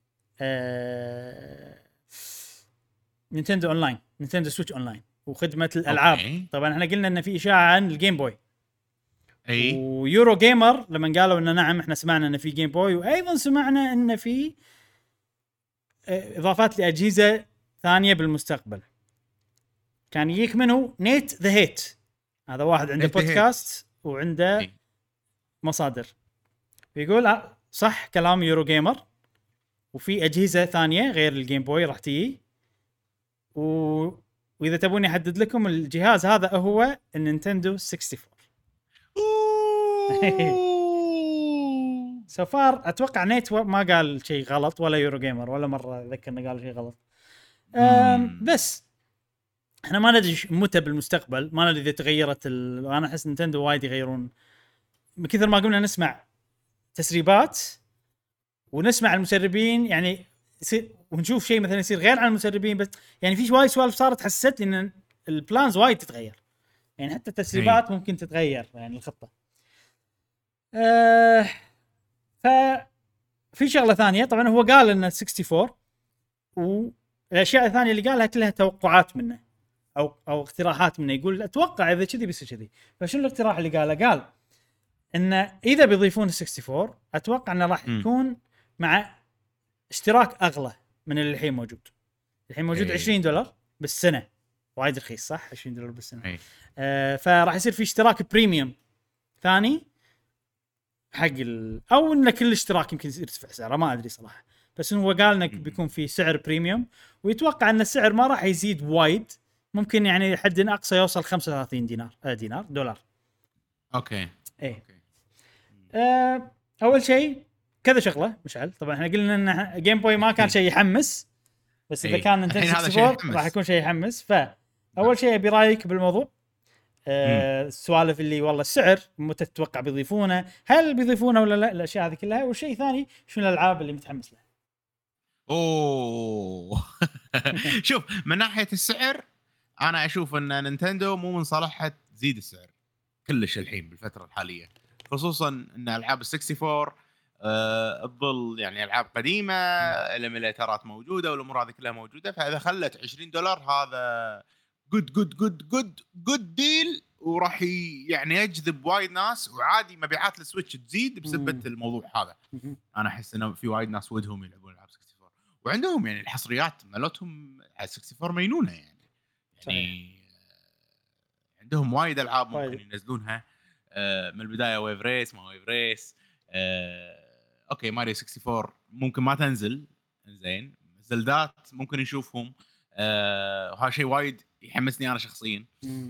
آه... نينتندو اونلاين، نينتندو سويتش اونلاين وخدمه الالعاب. أوكي. طبعا احنا قلنا ان في اشاعه عن الجيم بوي اي ويورو جيمر لما قالوا ان نعم احنا سمعنا ان في جيم بوي، وايضا سمعنا ان في اضافات لاجهزه ثانيه بالمستقبل. كان يجيك منه نيت ذا هيت، هذا واحد عنده بودكاست وعنده أي. مصادر بيقول صح كلام يورو جيمر، وفي اجهزه ثانيه غير الجيم بوي راح تيجي. و... واذا تبوني احدد لكم الجهاز هذا هو النينتندو أربعة وستين. سفار اتوقع نيت ما قال شيء غلط ولا يورو جيمر ولا مره ذكرنا قال شيء غلط. بس احنا ما ندري متى بالمستقبل، ما ندري اذا تغيرت ال... انا احس نينتندو وايد يغيرون من كثر ما قمنا نسمع تسريبات ونسمع المسربين يعني يصير ونشوف شيء مثلا يصير غير عن المسربين. بس يعني في وايد سوالف صارت حسيت ان البلانز وايد تتغير، يعني حتى التسريبات ممكن تتغير يعني الخطه. أه ف في شغله ثانيه طبعا هو قال ان أربعة وستين والاشياء الثانيه اللي قالها كلها توقعات منه او او اقتراحات منه. يقول اتوقع اذا كذي بيصير كذي. فشنو الاقتراح اللي قاله؟ قال ان اذا بيضيفون أربعة وستين اتوقع انه راح يكون مع اشتراك اغلى من اللي الحين موجود. الحين موجود أي. عشرين دولار بالسنه، وايد رخيص صح؟ عشرين دولار بالسنه. آه فراح يصير في اشتراك بريميوم ثاني حق ال... او ان كل اشتراك يمكن يرتفع سعره ما ادري صراحه. بس هو قال انك بيكون في سعر بريميوم، ويتوقع ان السعر ما راح يزيد وايد، ممكن يعني حد اقصى يوصل خمسة وثلاثين دينار آه دينار دولار. اوكي ايه اوكي آه اول شيء كذا شغله مشعل. طبعا احنا قلنا ان جيم بوي ما كان شيء يحمس، بس اذا إيه. كان الحين نينتندو هذا شيء ستة وستين يحمس. راح يكون شيء يحمس. فاول شيء ابي رايك بالموضوع. مم. آه السوالف اللي والله السعر متى تتوقع بيضيفونه، هل بيضيفونه ولا لا، الاشياء هذه كلها. والشيء الثاني شنو الالعاب اللي متحمس لها. اوه شوف، من ناحيه السعر انا اشوف ان نينتندو مو من صالحها تزيد السعر كلش الحين بالفتره الحاليه، خصوصا ان العاب ال أربعة وستين أه تظل يعني العاب قديمه، الايميليترات موجوده والامور هذه كلها موجوده. فاذا خلت عشرين دولار هذا جود جود جود جود جود ديل، وراح يعني يجذب وايد ناس، وعادي مبيعات السويتش تزيد بسبه الموضوع هذا. انا احس انه في وايد ناس ودهم يلعبون العاب أربعة وستين، وعندهم يعني الحصريات مالتهم على أربعة وستين مينونه يعني. يعني عندهم وايد العاب ممكن وايد. ينزلونها آه من البدايه. ويف ريس ما ويف ريس آه اوكي ماريو أربعة وستين ممكن ما تنزل زين، زلدات ممكن نشوفهم. آه وهذا شيء وايد يحمسني انا شخصيا.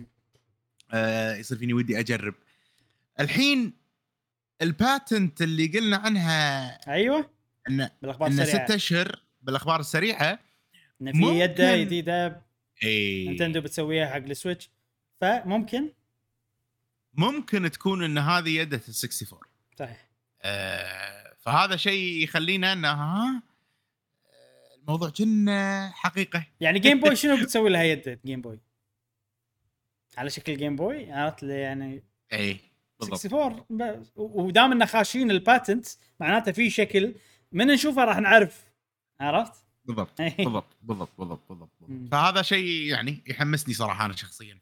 آه يصير فيني ودي اجرب. الحين الباتنت اللي قلنا عنها ايوه ان بالاخبار ان السريعه، ستة اشهر بالاخبار السريعه ان في يده ممكن جديده اي نينتندو بتسويها حق السويتش، فممكن ممكن تكون ان هذه يده ال أربعة وستين. صحيح. آه فهذا شيء يخلينا ان ها الموضوع كنا حقيقه. يعني جيم بوي شنو بتسوي لها يده جيم بوي على شكل جيم بوي، عرفت لي يعني اي بالضبط. أربعة وستين ب- ودام ان خاشين الباتنت معناته في شكل من نشوفه راح نعرف، عرفت. بالضبط إيه. بالضبط بالضبط بالضبط بالضبط, مم. بالضبط. فهذا شيء يعني يحمسني صراحه انا شخصيا.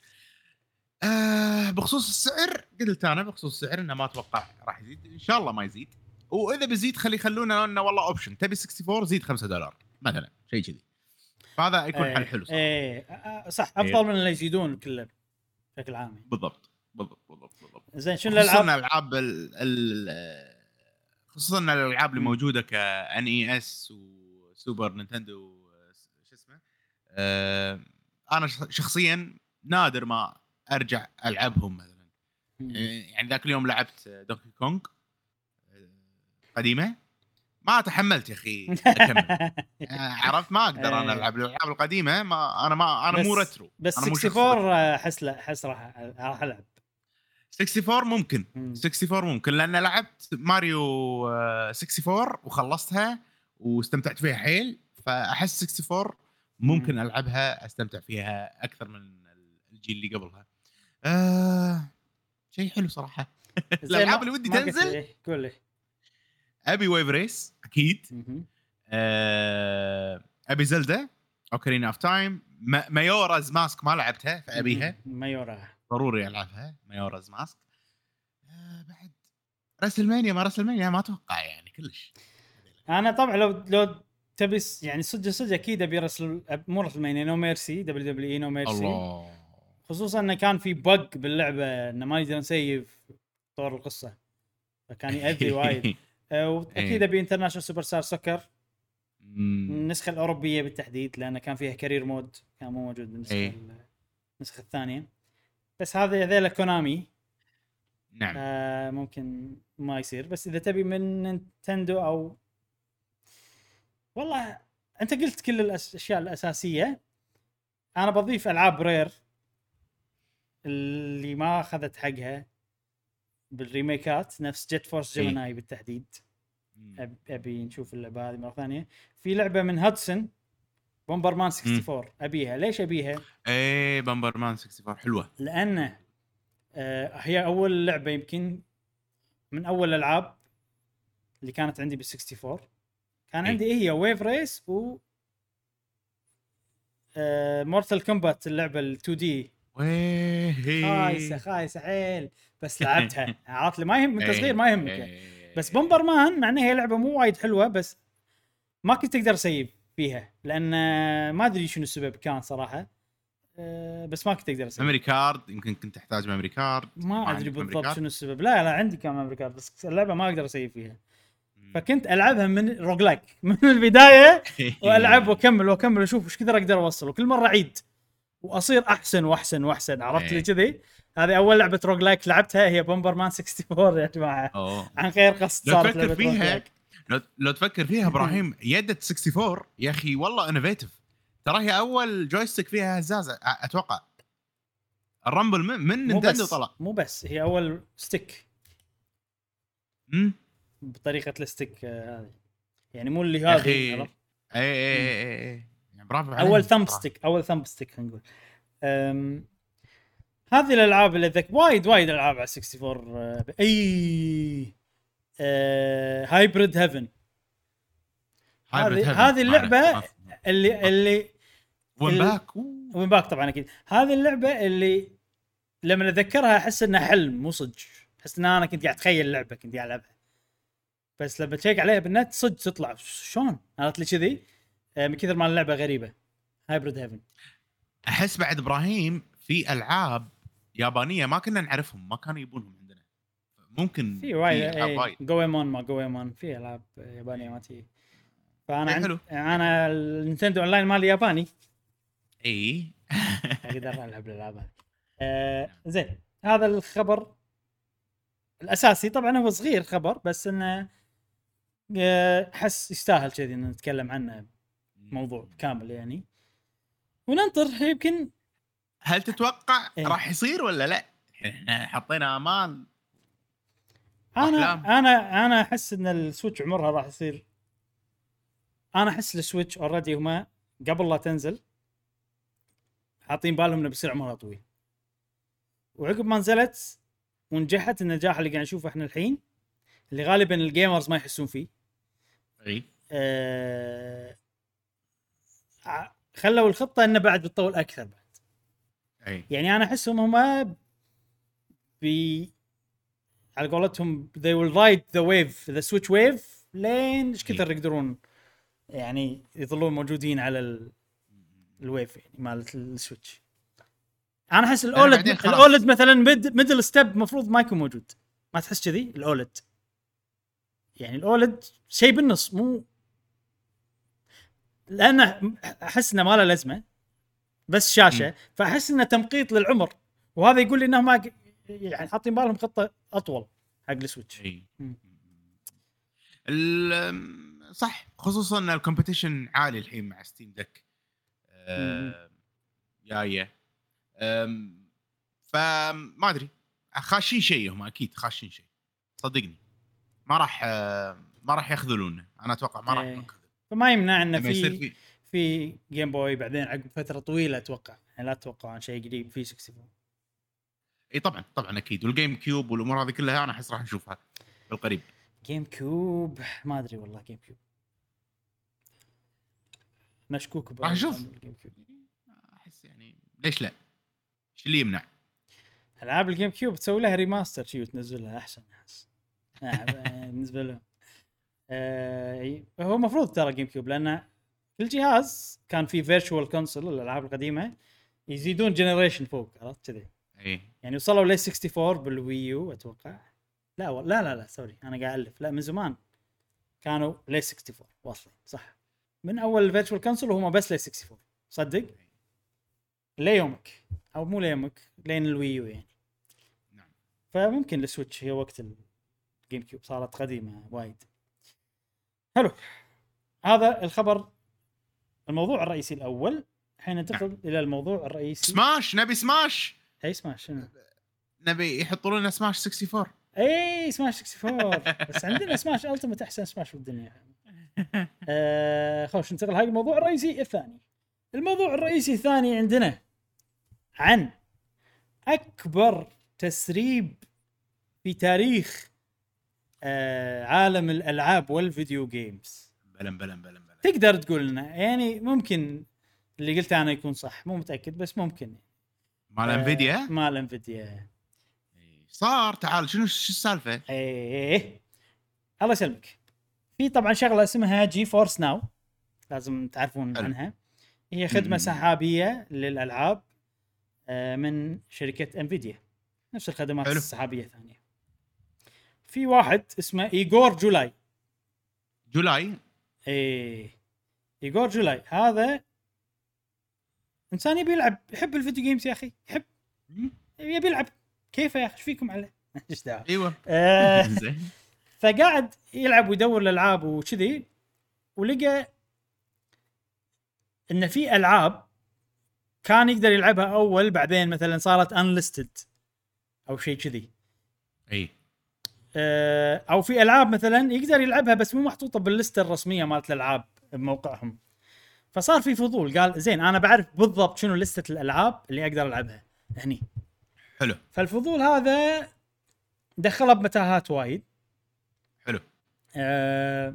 آه بخصوص السعر قلت انا بخصوص السعر انه ما اتوقع راح يزيد، ان شاء الله ما يزيد، واذا بيزيد خلي يخلونا انه والله اوبشن تبي أربعة وستين زيد خمسة دولار مثلا شيء كذي، فهذا يكون ايه حل حلو صراحه. ايه آه، صح افضل من اللي يزيدون كله بشكل عام. بالضبط بالضبط بالضبط بالضبط. زين شنو خصوصا الالعاب؟ الالعاب ال- ال- خصوصا الالعاب اللي مم. موجوده كان اي اس وسوبر نينتندو شو اسمه. آه انا شخصيا نادر ما ارجع العبهم مثلا. مم. يعني ذاك اليوم لعبت دونكي كونغ قديمه ما تحملت يا اخي اكمل. عرفت ما اقدر انا العب الالعاب القديمه، ما انا ما انا مو ريترو. بس انا مو أربعة وستين احس لا احس راح راح العب أربعة وستين ممكن. مم. أربعة وستين ممكن لان لعبت ماريو آه، أربعة وستين وخلصتها واستمتعت فيها حيل، فاحس أربعة وستين ممكن مم. العبها استمتع فيها اكثر من الجيل اللي قبلها. آه شيء حلو صراحه. الالعاب اللي ودي تنزل إيه؟ قول لي. ابي ويف ريس اكيد. مم. آه ابي زلدا اوكرين اوف تايم. مايورز ماسك ما لعبتها فابيها مايورا ضروري العبها مايورز ماسك. آه بعد راسلمانيا ما راسلمانيا ما اتوقع يعني كلش. انا طبعا لو لو تبي يعني صدق صدق اكيد ابي رسل مو رسلمانيا نو ميرسي دبليو دبليو اي نو ميرسي. الله. خصوصا انه كان في بق باللعبه انه ما يقدر نسيف طور القصه فكان يأذي وايد. آه، واكيد ابي انترناشونال سوبر ستار سوكر النسخه الاوروبيه بالتحديد لانه كان فيها كارير مود كان مو موجود بالنسخه النسخه الثانيه. بس هذا هذول كونامي نعم. آه ممكن ما يصير. بس اذا تبي من نينتندو او والله انت قلت كل الاشياء الاساسيه، انا بضيف العاب رير اللي ما اخذت حقها بالريميكات نفس جيت فورس جيميناي بالتحديد. ابي نشوف اللعبه هذه مره ثانيه. في لعبه من هاتسون بومبرمان أربعة وستين ابيها. ليش ابيها؟ ايه بومبرمان أربعة وستين حلوه لانه آه هي اول لعبه يمكن من اول الالعاب اللي كانت عندي بال أربعة وستين. كان عندي إيه هي ويف ريس و آه مورتال كومبات اللعبه ال تو دي ويه خايسه خايسه حيل بس لعبتها. عرفت لي ما يهم انت صغير ما يهمك. بس بومبرمان مع انها هي لعبه مو وايد حلوه بس ما كنت تقدر سيف فيها لان ما ادري شنو السبب كان صراحه. أه بس ما كنت اقدر اسوي ميموري كارد. يمكن كنت تحتاج ميموري كارد ما ادري بالضبط شنو السبب. لا لا عندي كان ميموري كارد بس اللعبه ما اقدر اسوي فيها. فكنت العبها من روجلايك من البدايه والعب واكمل واكمل واشوف ايش كثر اقدر اوصل وكل مره اعيد واصير احسن واحسن واحسن. عرفت لي كذي؟ هذه اول لعبه روجلايك لعبتها هي بومبر مان أربعة وستين يا جماعه. أوه. عن غير قصد لو صارت تفكر لعبه فيها روجلايك. لو, لو تفكر فيها ابراهيم يدة أربعة وستين يا اخي والله انوفيتيف. ترى هي اول جويستيك فيها هزازه اتوقع. الرامبل من, من نينتندو طلع. مو بس هي اول ستيك امم بطريقه الستيك هذه يعني مو اللي يا هذه. اخي اي اي اي اي برافو عليك. اول ثامب ستيك اول ثامب ستيك خلينا نقول. أم... هذه الالعاب اللي ذك وايد وايد العاب على أربعة وستين. أه... اي أه... هايبريد هيفن. هذه هذه اللعبه اللي اللي وين باك وين باك طبعا اكيد. هذه اللعبه اللي لما اتذكرها احس انها حلم مو صدق. احس ان انا كنت قاعد اتخيل اللعبه كنت قاعد العبها بس لما تشيك عليها بالنت صدق تطلع شلون عرفت لي كذي. من كثر ما اللعبه غريبه. هايبريد هيفن. احس بعد ابراهيم في العاب يابانيه ما كنا نعرفهم ما كانوا يبونهم عندنا. ممكن في وايد جويمون ما جويمون في العاب يابانيه ما تي. فانا عند... انا النينتندو اونلاين مالي ياباني اي اقدر العب الالعاب هذه. آه زين هذا الخبر الاساسي. طبعا هو صغير خبر بس انه احس يستاهل كذي ان نتكلم عنه موضوع كامل يعني وننطر. يمكن هل تتوقع إيه؟ راح يصير ولا لا؟ احنا حطينا امال. انا انا انا احس ان السويتش عمرها راح يصير. انا احس السويتش اوريدي هما قبل لا تنزل حاطين بالهم انه بيصير عمرها طويل وعقب ما نزلت ونجحت النجاح اللي قاعد نشوفه احنا الحين اللي غالبا الجيمرز ما يحسون فيه. اي أه... خلوا الخطه انه بعد بتطول اكثر بعد. اي يعني انا احسهم هم بي على قولتهم they will ride the wave the switch wave لين ايش كثر يقدرون يعني يظلون موجودين على ال... الويف يعني مال السويتش. انا احس الاولد الاولد مثلا ميد ميدل ستيب مفروض ما يكون موجود. ما تحس كذي الاولد يعني الاولد شيء بالنص مو لانه احس انه ما له لازمه بس شاشه م. فاحس انه تمقيط للعمر وهذا يقول لي انهم ما يعني حاطين بالهم خطه اطول حق السويتش. صح خصوصا ان الكومبيتيشن عالي الحين مع ستيم دك أه جايه فما ادري خاشين شيء. هم اكيد خاشين شيء صدقني ما راح ما راح يخذلونه. انا اتوقع ما راح يخذلون. فما يمنع انه في في, في جيم بوي بعدين عقب فتره طويله اتوقع يعني لا اتوقع عن شيء قريب في أربعة وستين. اي طبعا طبعا اكيد والجيم كيوب والامور هذه كلها انا احس راح نشوفها بالقريب. جيم كيوب ما ادري والله. جيم كيوب مشكوك راح نشوف. احس يعني ليش لا ايش اللي يمنع العاب الجيم كيوب تسوي لها ريماستر شيء وتنزلها احسن احس بالنسبه له. آه هو مفروض ترى جيم كيوب لان كل جهاز كان فيه فيرتشوال كونسول الالعاب القديمه يزيدون جنريشن فوق عرفت كذي. اي يعني وصلوا ل أربعة وستين بالويو اتوقع. لا لا لا لا سوري انا قاعد الف. لا من زمان كانوا ل أربعة وستين واصلين صح من اول الفيرتشوال كونسول وهم بس ل أربعة وستين صدق ليومك او مو ليومك لين الويو يعني. نعم فممكن السويتش هي وقت الجيم كيوب صارت قديمه وايد. حلو هذا الخبر الموضوع الرئيسي الاول. الحين ننتقل نعم. الى الموضوع الرئيسي سماش. نبي سماش. اي سماش شنو نبي يحطوا لنا سماش أربعة وستين. اي سماش أربعة وستين بس عندنا سماش التيمت احسن سماش في الدنيا. آه خوش ننتقل حق الموضوع الرئيسي الثاني. الموضوع الرئيسي الثاني عندنا عن اكبر تسريب في تاريخ آه عالم الالعاب والفيديو جيمز. بلن بلن بلن بلن. تقدر تقول لنا يعني ممكن اللي قلته انا يكون صح مو متاكد بس ممكن مال آه انفيديا مال انفيديا صار. تعال شنو شو السالفه؟ ايه الله يسلمك. في طبعا شغله اسمها جي فورس ناو لازم تعرفون أه. عنها. هي خدمه سحابيه للالعاب من شركه انفيديا نفس الخدمات ألو. السحابيه الثانيه. في واحد اسمه ايغور جولاي جولاي ايه ايجور جولاي هذا انسان يبي يلعب، يحب الفيديو جيمز يا اخي، يحب يبي يلعب كيفه يا اخي، ايش فيكم عليه؟ ايش دعوه. ايوه آه زين. فقاعد يلعب ويدور الالعاب وكذي، ولقى ان في العاب كان يقدر يلعبها اول بعدين مثلا صارت انليستد او شيء كذي. اي آه او في العاب مثلا يقدر يلعبها بس مو محطوطه باللسته الرسميه مالت الالعاب بموقعهم. فصار في فضول، قال زين انا بعرف بالضبط شنو لسته الالعاب اللي اقدر العبها هني. حلو. فالفضول هذا دخله بمتاهات وايد. حلو. آه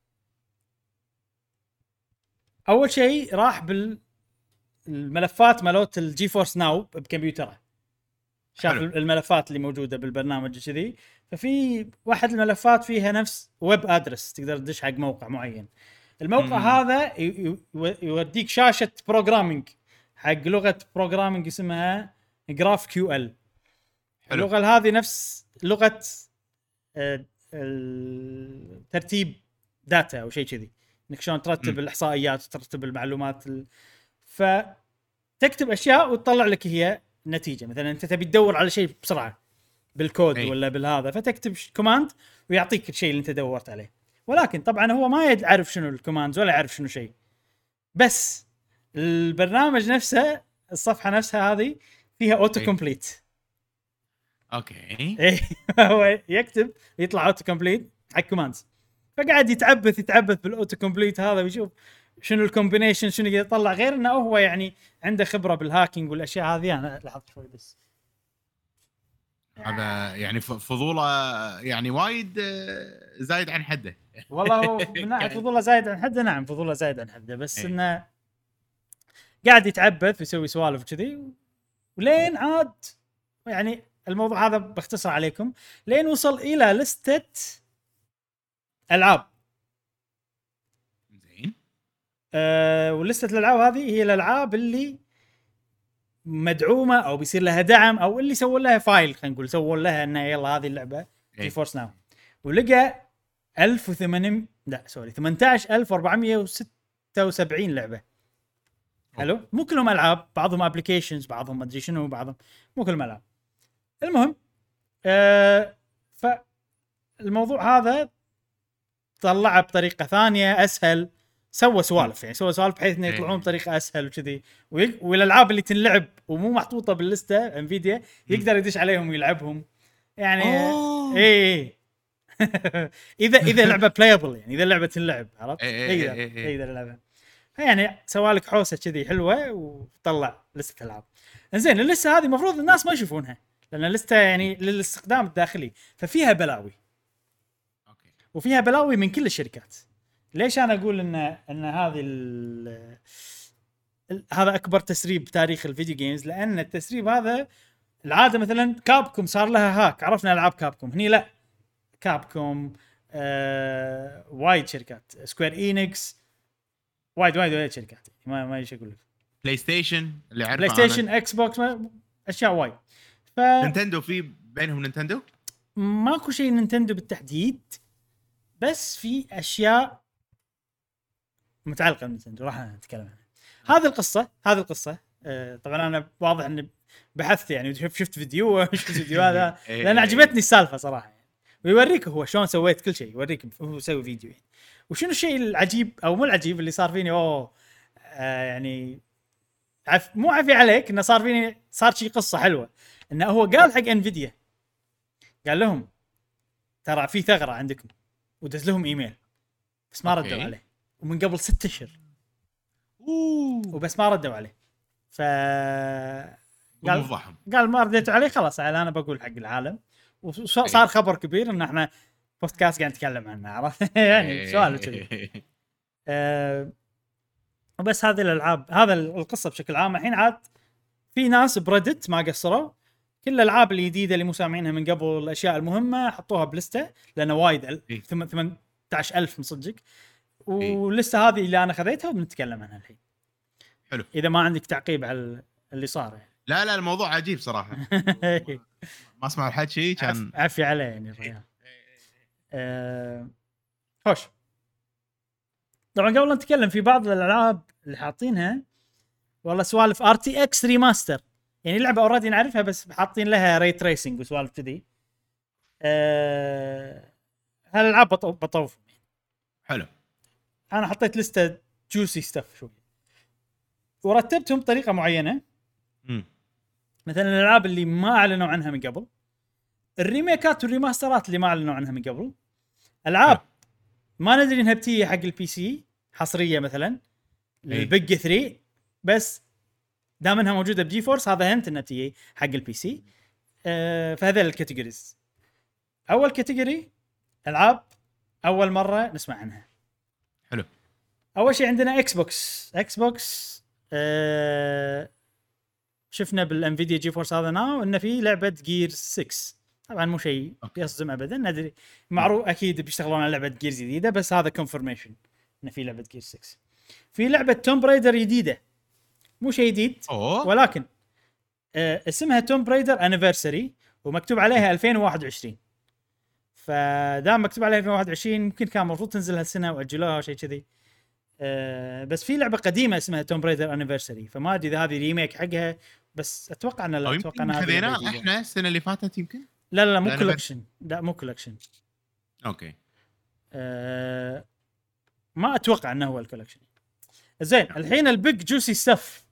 اول شيء راح بالملفات مالوت الجي فورس ناو بكمبيوتره، شاف حلو. الملفات اللي موجوده بالبرنامج كذي. ففي واحد الملفات فيها نفس ويب ادرس تقدر تدش حق موقع معين. الموقع مم. هذا ي- ي- يوديك شاشه بروجرامينج حق لغه بروجرامينج اسمها جراف كيو ال. حلو. اللغه هذه نفس لغه آه، ال- ترتيب داتا او شيء كذي، انك شلون ترتب مم. الاحصائيات وترتب المعلومات ال... فتكتب اشياء وتطلع لك هي نتيجه. مثلا انت تبي تدور على شيء بسرعه بالكود أي. ولا بالهذا، فتكتب كوماند ويعطيك الشيء اللي انت دورت عليه. ولكن طبعا هو ما يعرف شنو الكوماندز ولا يعرف شنو شيء، بس البرنامج نفسه الصفحه نفسها هذه فيها اوتو أي. كومبليت. اوكي. ايه هو يكتب يطلع اوتو كومبليت حق كوماندز. فقاعد يتعبث يتعبث بالاوتو كومبليت هذا ويشوف شنو الكومبينيشن شنو يقدر يطلع، غير انه هو يعني عنده خبره بالهاكينج والاشياء هذه. انا لحظه شوي بس. هذا يعني ف- فضوله يعني وايد آه، زايد عن حده. والله هو من ناحيه فضوله زايد عن حده، نعم فضوله زايد عن حده، بس إيه. انه قاعد يتعبث ويسوي سوالف كذي. ولين عاد يعني الموضوع هذا باختصر عليكم، لين وصل الى لستة العاب. زين. أه ولستة الالعاب هذه هي الالعاب اللي مدعومه او بيصير لها دعم او اللي سووا لها فايل، خلينا نقول سووا لها انه يلا هذه اللعبه جي فورس ناو. ولقى ألف وثمانمائة لا سوري ثمانية عشر ألف وأربعمائة وستة وسبعين لعبه. حلو. مو كلهم العاب، بعضهم ابلكيشنز، بعضهم ما ادري شنو، بعضهم مو كلهم العاب. المهم أه فالموضوع هذا طلعه بطريقه ثانيه اسهل، سوى سوالف يعني سوى سوالف بحيث انه يطلعون بطريقه اسهل وكذي. والالعاب اللي تنلعب ومو محطوطه باللسته انفيديا يقدر يدش عليهم ويلعبهم يعني. اي اذا اذا لعبه بلايبل يعني اذا لعبه تنلعب، عرفت؟ يقدر يقدر يلعبها. يعني سوالك حوسه كذي حلوه وطلع لسته العاب. زين اللسته هذه المفروض الناس ما يشوفونها لان اللسته يعني للاستخدام الداخلي، ففيها بلاوي. اوكي. وفيها بلاوي من كل الشركات. ليش انا اقول ان ان هذه ال... هذا اكبر تسريب بتاريخ الفيديو جيمز؟ لان التسريب هذا العاده مثلا كابكوم صار لها هاك، عرفنا العاب كابكوم، هني لا. كابكوم آه... وايد شركات، سكوير اينكس، وايد وايد وايد شركات، ما ما ايش اقول لك. بلاي ستيشن اللي عارفه، بلاي ستيشن أنا. اكس بوكس، ما... اشياء وايد. ف نينتندو، في بينهم نينتندو ماكو شيء نينتندو بالتحديد، بس في اشياء متعلقه بنينتندو راح نتكلم عنها. هذه القصه هذه القصه آه طبعا انا واضح اني بحثت يعني شفت فيديو شفت فيديو هذا لان عجبتني السالفه صراحه يعني. ويوريك هو شلون سويت كل شيء، يوريك هو يسوي فيديو يعني. وشنو الشيء العجيب او مو العجيب اللي صار فيني اوه آه يعني عف مو عافي عليك انه صار فيني صار شيء قصه حلوه. انه هو قال حق انفيديا، قال لهم ترى في ثغره عندكم، ودز لهم ايميل بس ما ردوا عليه، ومن قبل ستة اشهر وبس ما ردوا عليه. ف قال قال ما رديتوا عليه خلاص انا بقول حق العالم. وصار خبر كبير ان احنا بودكاست قاعد نتكلم عنه، عرفت يعني سؤال كذي. أه وبس هذه الالعاب، هذا القصه بشكل عام. الحين عاد في ناس بريدت ما قصروا، كل الالعاب الجديده اللي مو سامعينها من قبل، الاشياء المهمه حطوها بلسته لانه وايد ثمانية عشر ألف مصدق. واللسته هذه اللي انا خذيتها وبنتكلم عنها الحين. حلو. اذا ما عندك تعقيب على اللي صار يعني. لا لا الموضوع عجيب صراحه. ما اسمع الحكي كان عفي عليه يعني الرجال. أه... خوش طبعا قبل لا نتكلم في بعض الالعاب اللي حاطينها والله سوالف ار تي اكس ريماستر، يعني لعبه اوريدي نعرفها بس حاطين لها ري تريسنج وسوالف كذي. أه... هالالعاب بطو... بطوف. حلو. انا حطيت لسته جوسي ستاف شوي ورتبتهم بطريقه معينه. امم مثلا الالعاب اللي ما اعلنوا عنها من قبل، الريميكات والريماسترات اللي ما اعلنوا عنها من قبل، العاب حلو. ما ندري انها بتيجي حق البي سي حصريه مثلا البيج ثري، بس دام انها موجوده بجي فورس هذا هنت انها تيجي حق البي سي. أه فهذا الكاتيجوريز. اول كاتيجوري العاب اول مره نسمع عنها. حلو. اول شيء عندنا اكس بوكس. اكس بوكس أه شفنا بالانفيديا جي فورس هذا ناو انه في لعبه جير ستة. طبعا مو شيء يصدم ابدا، ندري معروف اكيد بيشتغلون على لعبه جير جديده، بس هذا كونفرميشن انه في لعبه جير ستة. في لعبه توم برايدر جديده، مو شيء جديد أوه. ولكن آه اسمها توم برايدر انيفرساري ومكتوب عليها ألفين وواحد وعشرين. فدام مكتوب عليها ألفين وواحد وعشرين ممكن كان المفروض تنزل هالسنه واجلوها او شيء كذي. آه بس في لعبه قديمه اسمها توم برايدر انيفرساري، فما ادري اذا هذه ريميك حقها، بس اتوقع انه لا، اتوقع انها خذينا احنا السنه اللي فاتت يمكن. لا لا, لا مو كولكشن، لا مو كولكشن. اوكي. آه ما اتوقع انه هو الكولكشن. زين الحين البيج جوسي ستاف.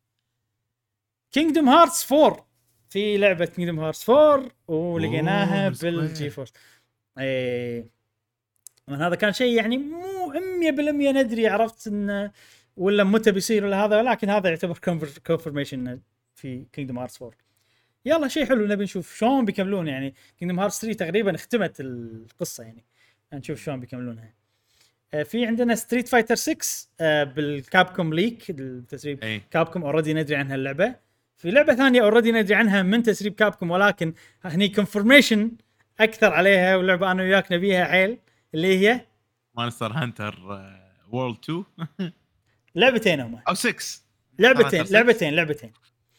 كينجدوم هارتس فور. في لعبه كينجدوم هارتس فور ولقيناها بالجي فورس. اي من هذا كان شيء يعني مو مية بالمية ندري، عرفت انه ولا متى بيصير ولا هذا، ولكن هذا يعتبر كونفرميشن في كينجدوم هارتس فور. يلا شيء حلو، نبي نشوف شلون بيكملون. يعني كينجدوم هارتس ثري تقريبا اختمت القصه، يعني نشوف شلون بيكملونها. في عندنا ستريت فايتر ستة بالكابكوم ليك التسريب. كابكوم اوريدي ندري عنها اللعبه. في لعبه ثانيه اوريدي ندري عنها من تسريب كابكوم، ولكن هني كونفرميشن اكثر عليها، ولعبه انا وياك نبيها حيل، اللي هي مونستر هانتر وورلد تو. لعبتين هما او ستة. لعبتين لعبتين لعبتين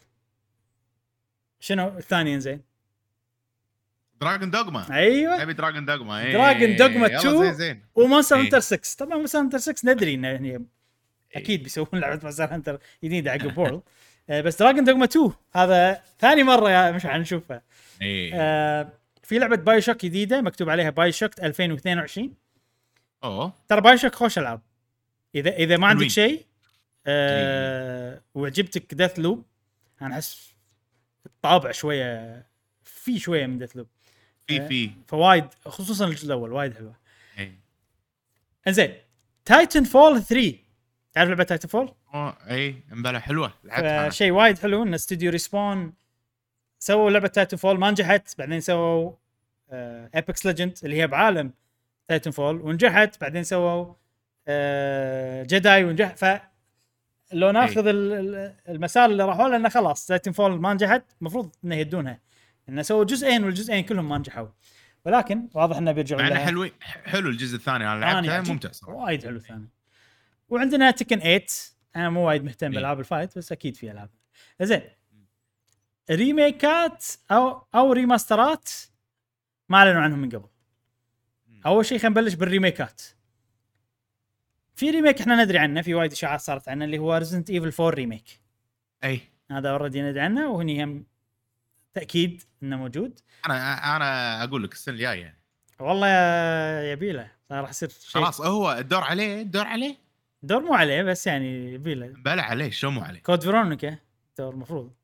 شنو الثانيين؟ زين دراجون دوغما. ايوه ابي دراجون دوغما. ايه. دراجون دوغما تو زين زين. ومونستر هانتر ستة. طبعا مونستر هانتر ستة ندري انه يعني اكيد بيسوون لعبه مونستر هانتر جديده عقب وورلد. بس دراجون دوغما تو هذا ثاني مره يا مش حنشوفها. آه في لعبه باي شوك جديده مكتوب عليها باي شوك ألفين واثنين وعشرين. اوه ترى باي شوك خوش العاب. اذا اذا ما عندك شيء آه وعجبتك ديث لوب، انا احس الطابع شويه في شويه من ديث لوب في في فوايد، خصوصا الجزء الاول وايد حلوه. اي انزين تايتن فول ثري. تعرف لعبه تايتن فول؟ اه اي امبلا حلوه لعبتها. شيء وايد حلو ان استوديو ريسبون سووا لعبه تايتن فول ما نجحت، بعدين سووا ايبكس ليجند اللي هي بعالم تايتن فول ونجحت، بعدين سووا جداي ونجح. ف لو ناخذ المسار اللي راحوا له انه خلاص تايتن فول ما نجحت، المفروض انه يهدونها انه سووا جزئين والجزئين كلهم ما نجحوا، ولكن واضح انه بيرجعون لها. حلو حلو الجزء الثاني انا لعبته ممتع صراحه وايد حلو الثاني. وعندنا تكن ثمانية. انا مو وايد مهتم بالالعاب الفايت بس اكيد في العاب. زين ريميكات او او ريماسترات ما اعلنوا عنهم من قبل. اول شيء خلينا نبلش بالريميكات. في ريميك احنا ندري عنه، في وايد اشاعات صارت عنه، اللي هو ريزنت ايفل فور ريميك. اي هذا اوريدي ندري عنه وهني هم تاكيد انه موجود. انا انا اقول لك السنه الجايه يعني. والله يا يبيله راح يصير شيء. خلاص هو الدور عليه الدور عليه دور مو عليه بس يعني يبيله بلا عليه شو مو عليه. كود فيرونيكا دور مفروض.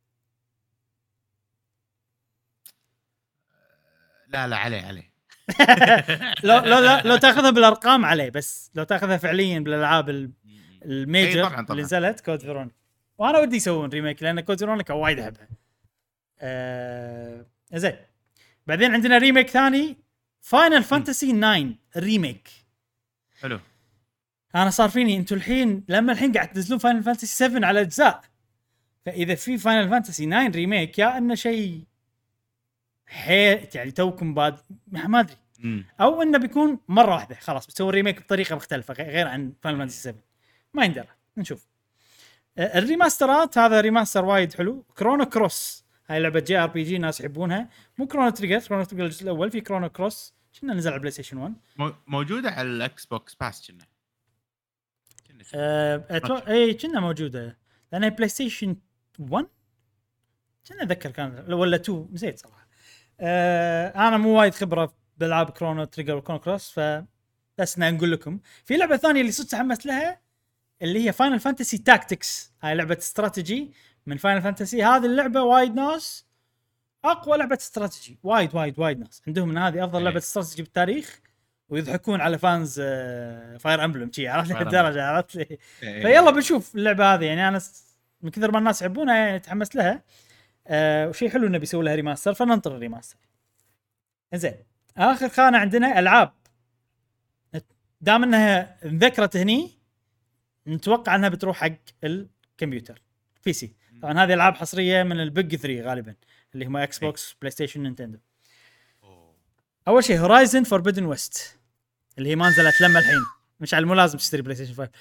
لا لا عليه عليه. لو لو لا لو تاخذها بالارقام عليه، بس لو تاخذها فعليا بالالعاب الميجر اللي نزلت كود فيرونيكا. وانا ودي يسوون ريميك لان كود فيرونيكا وايد احبها. آه... زين بعدين عندنا ريميك ثاني فاينل فانتسي ناين ريميك. حلو. انا صار فيني انتم الحين لما الحين قاعد تنزلون فاينل فانتسي سبعة على اجزاء، فاذا في فاينل فانتسي ناين ريميك يا انه شيء حيل يعني توكم باد ما ادري، او انه بيكون مره واحده خلاص بتسوي ريميك بطريقه مختلفه غير عن فاينل فانتسي سبعة. ما يندرى نشوف. الريماسترات هذا ريماستر وايد حلو. كرونو كروس هاي لعبه جي ار بي جي ناس يحبونها، مو كرونو تريجر. كرونو تريجر الجزء الاول، في كرونو كروس كنا نزل على بلاي ستيشن ون موجوده على الاكس بوكس باس كنا. أه أتوقع اي كنا موجوده لان بلاي ستيشن واحد كنا اتذكر كان ولا اثنين نسيت صراحه. أه انا مو وايد خبره بالعاب كرونو تريجر وكرونو كروس ف بس نقول لكم في لعبه ثانيه اللي صرت تحمست لها اللي هي فاينل فانتسي تاكتكس. هاي لعبه استراتيجي من فاينل فانتسي. هذه اللعبه وايد ناس اقوى لعبه استراتيجي وايد وايد وايد ناس عندهم ان هذه افضل لعبه استراتيجي بالتاريخ ويضحكون على فانز فاير امبلم شي عرفت الدرجه عرفت لي. فيلا بنشوف اللعبه هذه يعني انا من كثر ما الناس يحبونها يعني تحمست لها. أه وشيء حلو انه بيسوي لها ريماستر فننطر الريماستر. زين اخر خانه عندنا العاب دام انها انذكرت هني نتوقع انها بتروح حق الكمبيوتر بي سي. طبعا هذه العاب حصريه من البيج ثلاثة غالبا اللي هم اكس بوكس بلاي ستيشن نينتندو. اول شيء هورايزن فوربيدن ويست اللي هي ما نزلت لما الحين مش على مو لازم تشتري بلاي ستيشن خمسة.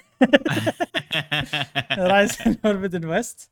هورايزن فوربيدن ويست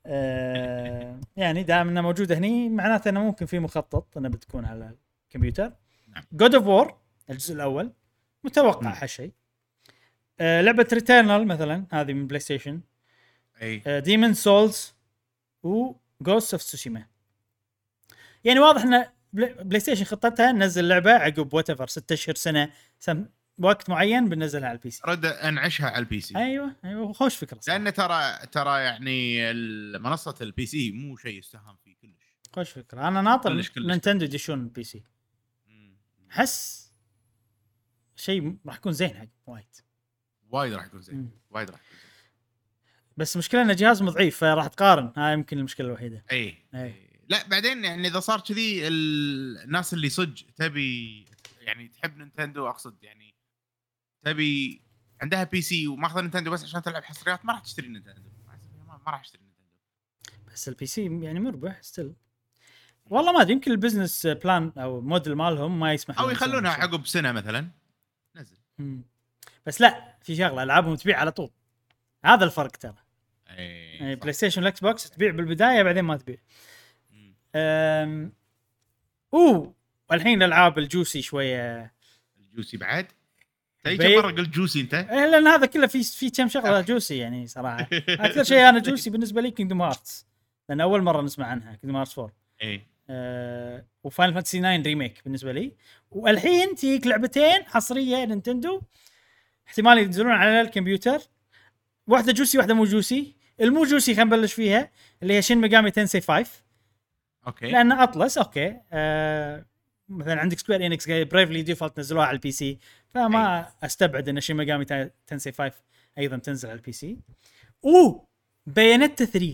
يعني دام انها موجوده هني معناته انه ممكن في مخطط انها بتكون على الكمبيوتر. جود اوف وور الجزء الاول متوقع هالشيء. أه لعبه ريتيرنال مثلا هذه من بلاي ستيشن. اي ديمون سولز وغوست اوف تسوشيما. يعني واضح ان بلاي ستيشن خطتها ننزل لعبه عقب وات ايفر ستة اشهر سنه سم وقت معين بننزلها على البي سي. رد انعشها على البي سي. ايوه ايوه خوش فكره صراحة. لان ترى ترى يعني منصه البي سي مو شيء يستهان فيه كلش. خوش فكره. انا ناطر نينتندو يدشون البي سي. حس شيء راح يكون زين حق وايد وايد راح يكون زين وايد راح يكون زين. بس مشكلة انه جهاز مضعيف فراح تقارن. هاي يمكن المشكلة الوحيدة. اي, أي. لا بعدين يعني اذا صار كذي الناس اللي صج تبي يعني تحب نينتندو اقصد يعني تبي عندها بي سي وماخذ نينتندو بس عشان تلعب حصريات ما راح تشتري نينتندو. ما راح اشتري نينتندو. بس البي سي يعني مربح ستيل. والله ما ادري يمكن البزنس بلان او موديل مالهم ما يسمح او يخلونها عقب سنة مثلا نزل. مم. بس لا في شغله العابهم تبيع على طول. هذا الفرق ترى. اي يعني بلاي ستيشن والاكس بوكس تبيع بالبدايه بعدين ما تبيع. امم اوه والحين الالعاب الجوسي شويه. الجوسي بعد تاي كم مره قلت جوسي انت؟ إيه لان هذا كله في في كم شغله جوسي يعني صراحه. اكثر شيء انا جوسي بالنسبه لي كينجدم هارتس لان اول مره نسمع عنها كينجدم هارتس فور. اي أه وفاينل فانتسي تسعة ريميك بالنسبه لي. والحين تيك لعبتين حصريه نينتندو احتمال ينزلون على الكمبيوتر. واحده جوسي واحده مو جوسي. المو جوسي خلينا نبلش فيها اللي هي شين ميجامي تنسي خمسة. اوكي لان اطلس اوكي أه مثلا عندك سكوير انكس برايفلي ديفولت نزلوها على البي سي فما أي. استبعد ان شين ميجامي تنسي خمسة ايضا تنزل على البي سي. اوه بايونيتا ثلاثة.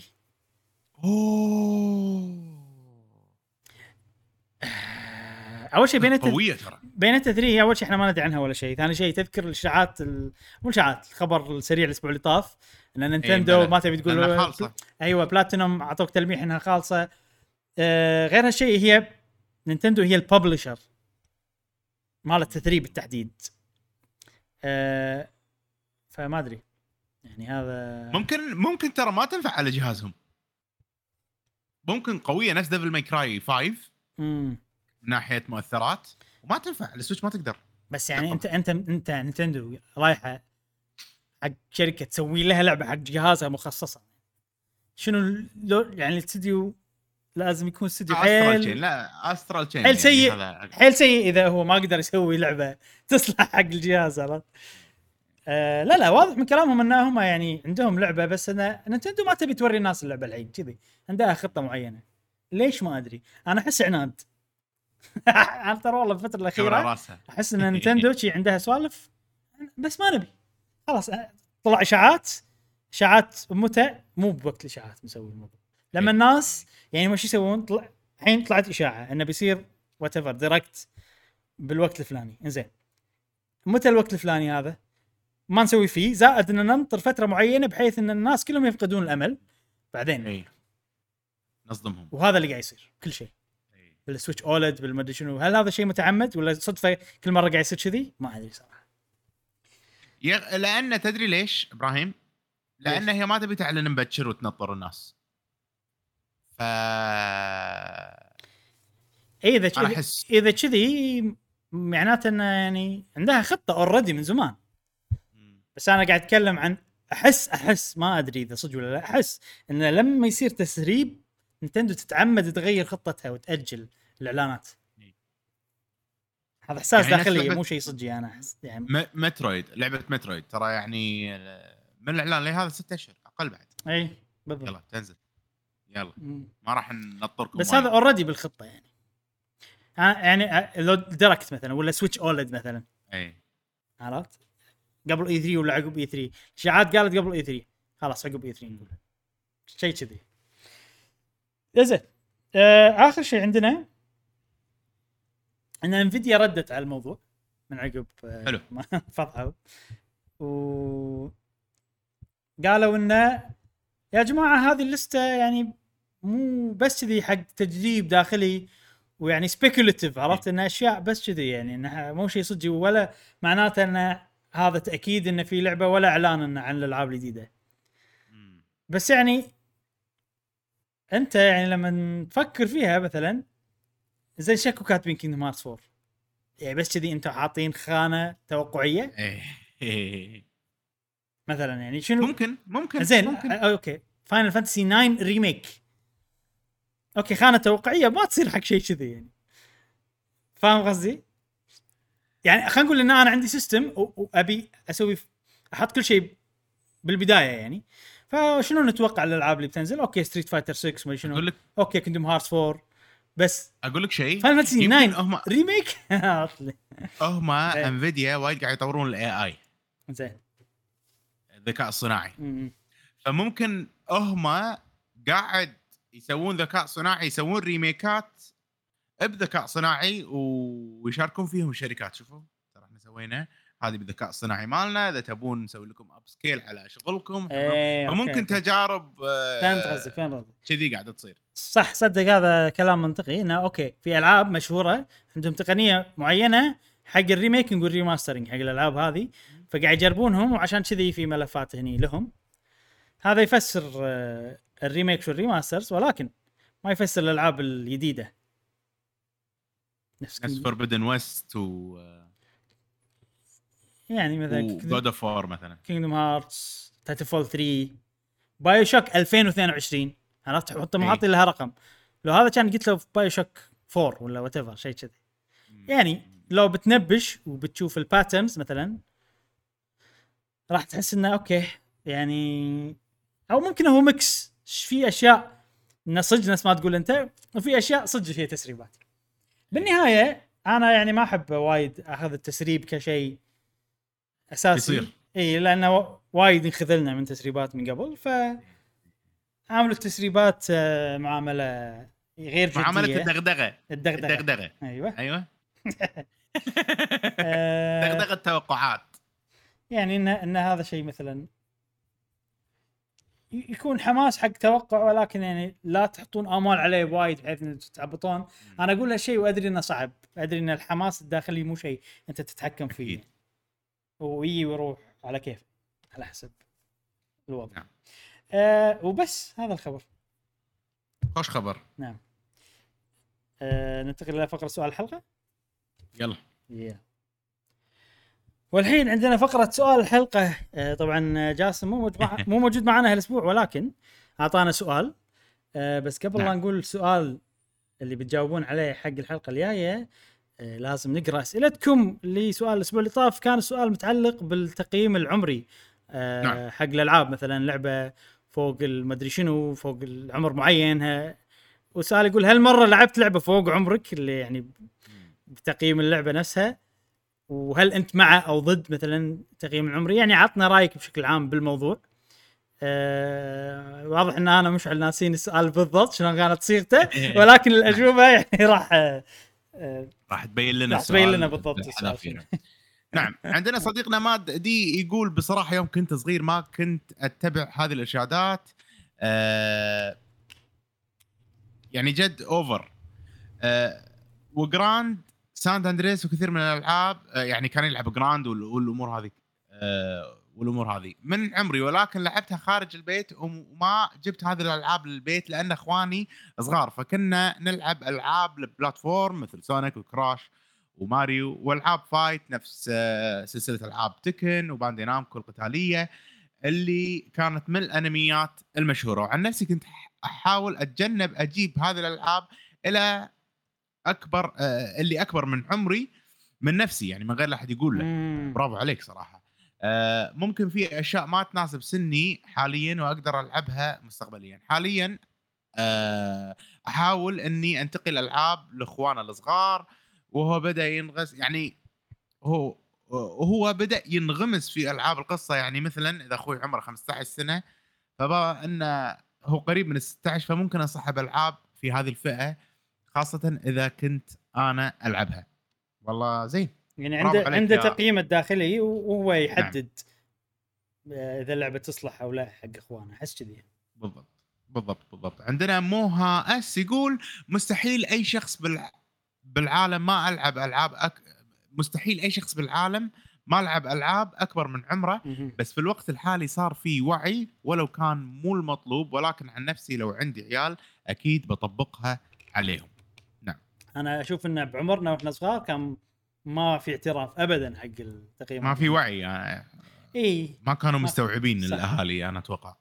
اوه اول شيء بايونيتا قويه ترى. بايونيتا ثلاثة هي اول شيء احنا ما ندري عنها ولا شيء. ثاني شيء تذكر الاشاعات ال... مو اشاعات الخبر السريع الاسبوع اللي طاف ان نينتندو أي ما تبي تقول بل... ايوه بلاتينوم اعطوك تلميح انها خالصه. آه غير هالشيء هي نينتندو هي الببلشر مال التثريب بالتحديد. آه فما ادري يعني هذا ممكن ممكن ترى ما تنفع على جهازهم. ممكن قويه نفس ديفل ماي كراي خمسة امم من ناحيه مؤثرات وما تنفع على السويتش ما تقدر. بس يعني انت انت انت نينتندو رايحه حق شركه تسوي لها لعبه حق جهازها مخصصه. شنو يعني الاستديو لازم يكون استديو حيل لا استرال تشين حيل سيء يعني حيل سيء اذا هو ما قدر يسوي لعبه تصلح حق الجهاز. عرفت آه لا لا واضح من كلامهم انهم يعني عندهم لعبه بس انا نينتندو ما تبي توري الناس اللعبه الحين كذي عندها خطه معينه. ليش ما ادري انا احس عناد. انا ترى والله بالفتره الاخيره احس ان نينتندو شي عندها سوالف بس ما نبي خلاص. طلع اشاعات اشاعات متى مو بوقت الاشاعات مسوي الموضوع لما الناس يعني وش يسوون طلع الحين طلعت اشاعه انه بيصير وات ايفر دايركت بالوقت الفلاني. انزين متى الوقت الفلاني هذا ما نسوي فيه زائد ان ننطر فتره معينه بحيث ان الناس كلهم يفقدون الامل بعدين اي نصدمهم. وهذا اللي قاعد يصير كل شيء بالسويتش اولد بالمدري شنو. هل هذا شيء متعمد ولا صدفه كل مره قاعد يصير كذي ما ادري صراحه. يغ... لان تدري ليش ابراهيم؟ لان هي ما تبي تعلن مبكر وتنطر الناس. ف اذا كذي حس... اذا كذي معناته انه يعني عندها خطه اوريدي من زمان. بس انا قاعد اتكلم عن احس احس ما ادري اذا صدق ولا لا، احس ان لما يصير تسريب نينتندو تتعمد تغير خطتها وتاجل الاعلانات. هذا احساس يعني نفس داخلي لعبة- مو شيء صدقي انا احس يعني. م- مترويد لعبه مترويد ترى يعني من الاعلان لهذا ستة اشهر اقل بعد. اي بالضبط. يلا تنزل يلا مم. ما راح ننطركم بس وايد. هذا اوريدي بالخطه يعني. ها- يعني ه- لو ديركت مثلا ولا سويتش اولد مثلا، اي عرفت؟ قبل اي ثري ولا عقب اي ثري، اشاعات قالت قبل اي ثري، خلاص عقب اي ثري نقول شيء كذي. زين آه اخر شيء عندنا ان انفيديا ردت على الموضوع من عقب آه حلو. ما فضحوا و قالوا انه يا جماعه هذه اللسته يعني مو بس كذي حق تجريب داخلي ويعني سبيكوليتيف، عرفت؟ ان اشياء بس كذي يعني انها مو شيء صدقي، ولا معناته ان هذا تاكيد انه في لعبه ولا اعلان انه عن الالعاب الجديده. مم. بس يعني انت يعني لما تفكر فيها مثلا زي شكو كاتبين كينجدم هارتس فور، يعني بس كذي انتم حاطين خانه توقعيه ايه إيه. مثلا، يعني شنو ممكن ممكن زين ممكن. آه، اوكي فاينل فانتسي ناين ريميك، اوكي خانه توقعيه ما تصير حق شيء كذي يعني، فاهم قصدي؟ يعني خلينا نقول ان انا عندي سيستم وابي اسوي ف- احط كل شيء بالبدايه يعني، فشنو نتوقع الالعاب اللي بتنزل؟ اوكي ستريت فايتر ستة ما شنو، اقول لك اوكي كينجدم هارتس فور، بس اقول لك شيء فاينل فانتسي يمكن ناين هم ريميك هم إيه. انفيديا وايد قاعد يطورون الاي اي زين الذكاء الصناعي، م- فممكن هم قاعد يسوون ذكاء صناعي يسوون ريميكات بذكاء صناعي ويشاركون فيهم الشركات. شوفوا ترى احنا سوينا هذه بالذكاء الصناعي مالنا، اذا تبون نسوي لكم اب سكيل على شغلكم. إيه، أوكي، فممكن أوكي. تجارب آه، فهمت قصدك فهمت قصدك كذي قاعده تصير. صح، صدق هذا كلام منطقي انه اوكي في العاب مشهوره عندهم تقنيه معينه حق الريميكنج والريماسترنج حق الالعاب هذه، فقاعد يجربونهم وعشان كذي في ملفات هني لهم. هذا يفسر آه، الريميكس والريماسترز، ولكن ما يفسر الالعاب الجديده نفس نفس فوربدن ويست و يعني مثلا جود اوف وار مثلا، كينجدم هارتس، تايتل ثري، بايو شوك ألفين واثنين وعشرين، عرفت؟ حط ما إيه. حاطين لها رقم. لو هذا كان قلت له بايو شوك فور ولا وات ايفر شيء كذي، يعني لو بتنبش وبتشوف الباترنز مثلا راح تحس انه اوكي يعني، او ممكن هو ميكس في اشياء انه صدق نفس ما تقول انت، وفي اشياء صدق فيها تسريبات. بالنهايه انا يعني ما احب وايد اخذ التسريب كشيء اساسي يصير. اي، لانه وايد انخذلنا من تسريبات من قبل، ف عامل التسريبات آه، معامله غير جديه، معامله الدغدغه الدغدغه الدغدغه ايوه ايوه آه، دغدغه التوقعات. يعني ان ان هذا شيء مثلا ي- يكون حماس حق توقع، ولكن يعني لا تحطون امال عليه وايد بحيث ان تتعبطون. انا اقول هالشيء وادري انه صعب، ادري ان الحماس الداخلي مو شيء انت تتحكم فيه أكيد. ويجي ويروح على كيف على حسب الوضع. نعم. آه وبس هذا الخبر. خوش خبر. نعم. آه ننتقل الى فقره سؤال الحلقه. يلا yeah. والحين عندنا فقره سؤال الحلقه. آه طبعا جاسم مو موجود مع... مو موجود معنا هالاسبوع، ولكن اعطانا سؤال. آه بس قبل نعم. لا نقول السؤال اللي بتجاوبون عليه حق الحلقه الجايه، آه لازم نقرا اسئلتكم. اللي سؤال الاسبوع اللي طاف كان سؤال متعلق بالتقييم العمري آه نعم. حق الالعاب، مثلا لعبه فوق المدري شنو، فوق العمر معين. ها وسؤال يقول هل مره لعبت لعبه فوق عمرك اللي يعني بتقييم اللعبه نفسها، وهل انت مع او ضد مثلا تقييم العمري؟ يعني عطنا رايك بشكل عام بالموضوع. أه واضح ان انا مش ناسين السؤال بالضبط شلون كانت صيغته، ولكن الاجوبه يعني راح أه راح تبين لنا راح تبين لنا بالضبط السؤال. نعم. عندنا صديقنا ماد دي يقول بصراحه يوم كنت صغير ما كنت اتبع هذه الارشادات، أه يعني جد اوفر. أه وجراند ساند اندريس وكثير من الالعاب أه يعني كان يلعب جراند والامور هذه أه والامور هذه من عمري، ولكن لعبتها خارج البيت وما جبت هذه الالعاب للبيت لان اخواني صغار، فكنا نلعب العاب البلاتفورم مثل سونيك وكراش وماريو، والعاب فايت نفس آه، سلسله العاب تكن وباندي نامكو القتاليه اللي كانت من الانميات المشهوره. وعن نفسي كنت احاول اتجنب اجيب هذه الالعاب الى اكبر آه، اللي اكبر من عمري من نفسي، يعني من غير لا احد يقول لك. مم. برافو عليك صراحه. آه، ممكن في اشياء ما تناسب سني حاليا واقدر العبها مستقبليا. حاليا آه، احاول اني انتقل العاب لاخوانه الصغار، وهو بدا ينغص يعني هو وهو بدا ينغمس في العاب القصه. يعني مثلا اذا اخوي عمره خمسة عشر سنه فبقى انه هو قريب من ال ستة عشر، فممكن اصاحب العاب في هذه الفئه خاصه اذا كنت انا العبها. والله زين. يعني برافو عنده عليك عنده يا تقييم الداخلي وهو نعم. يحدد آه، اذا اللعبه تصلح او لا حق اخوانه، احس كذي. بالضبط بالضبط بالضبط. عندنا موها اس يقول مستحيل اي شخص بالع... بالعالم ما العب العاب أك... مستحيل اي شخص بالعالم ما لعب العاب اكبر من عمره، مهم. بس في الوقت الحالي صار في وعي ولو كان مو المطلوب، ولكن عن نفسي لو عندي عيال اكيد بطبقها عليهم. نعم. انا اشوف انه بعمرنا واحنا صغار كان ما في اعتراف ابدا حق التقييم ما في وعي يعني، اي ما كانوا ما في. مستوعبين صح. الاهالي انا اتوقع.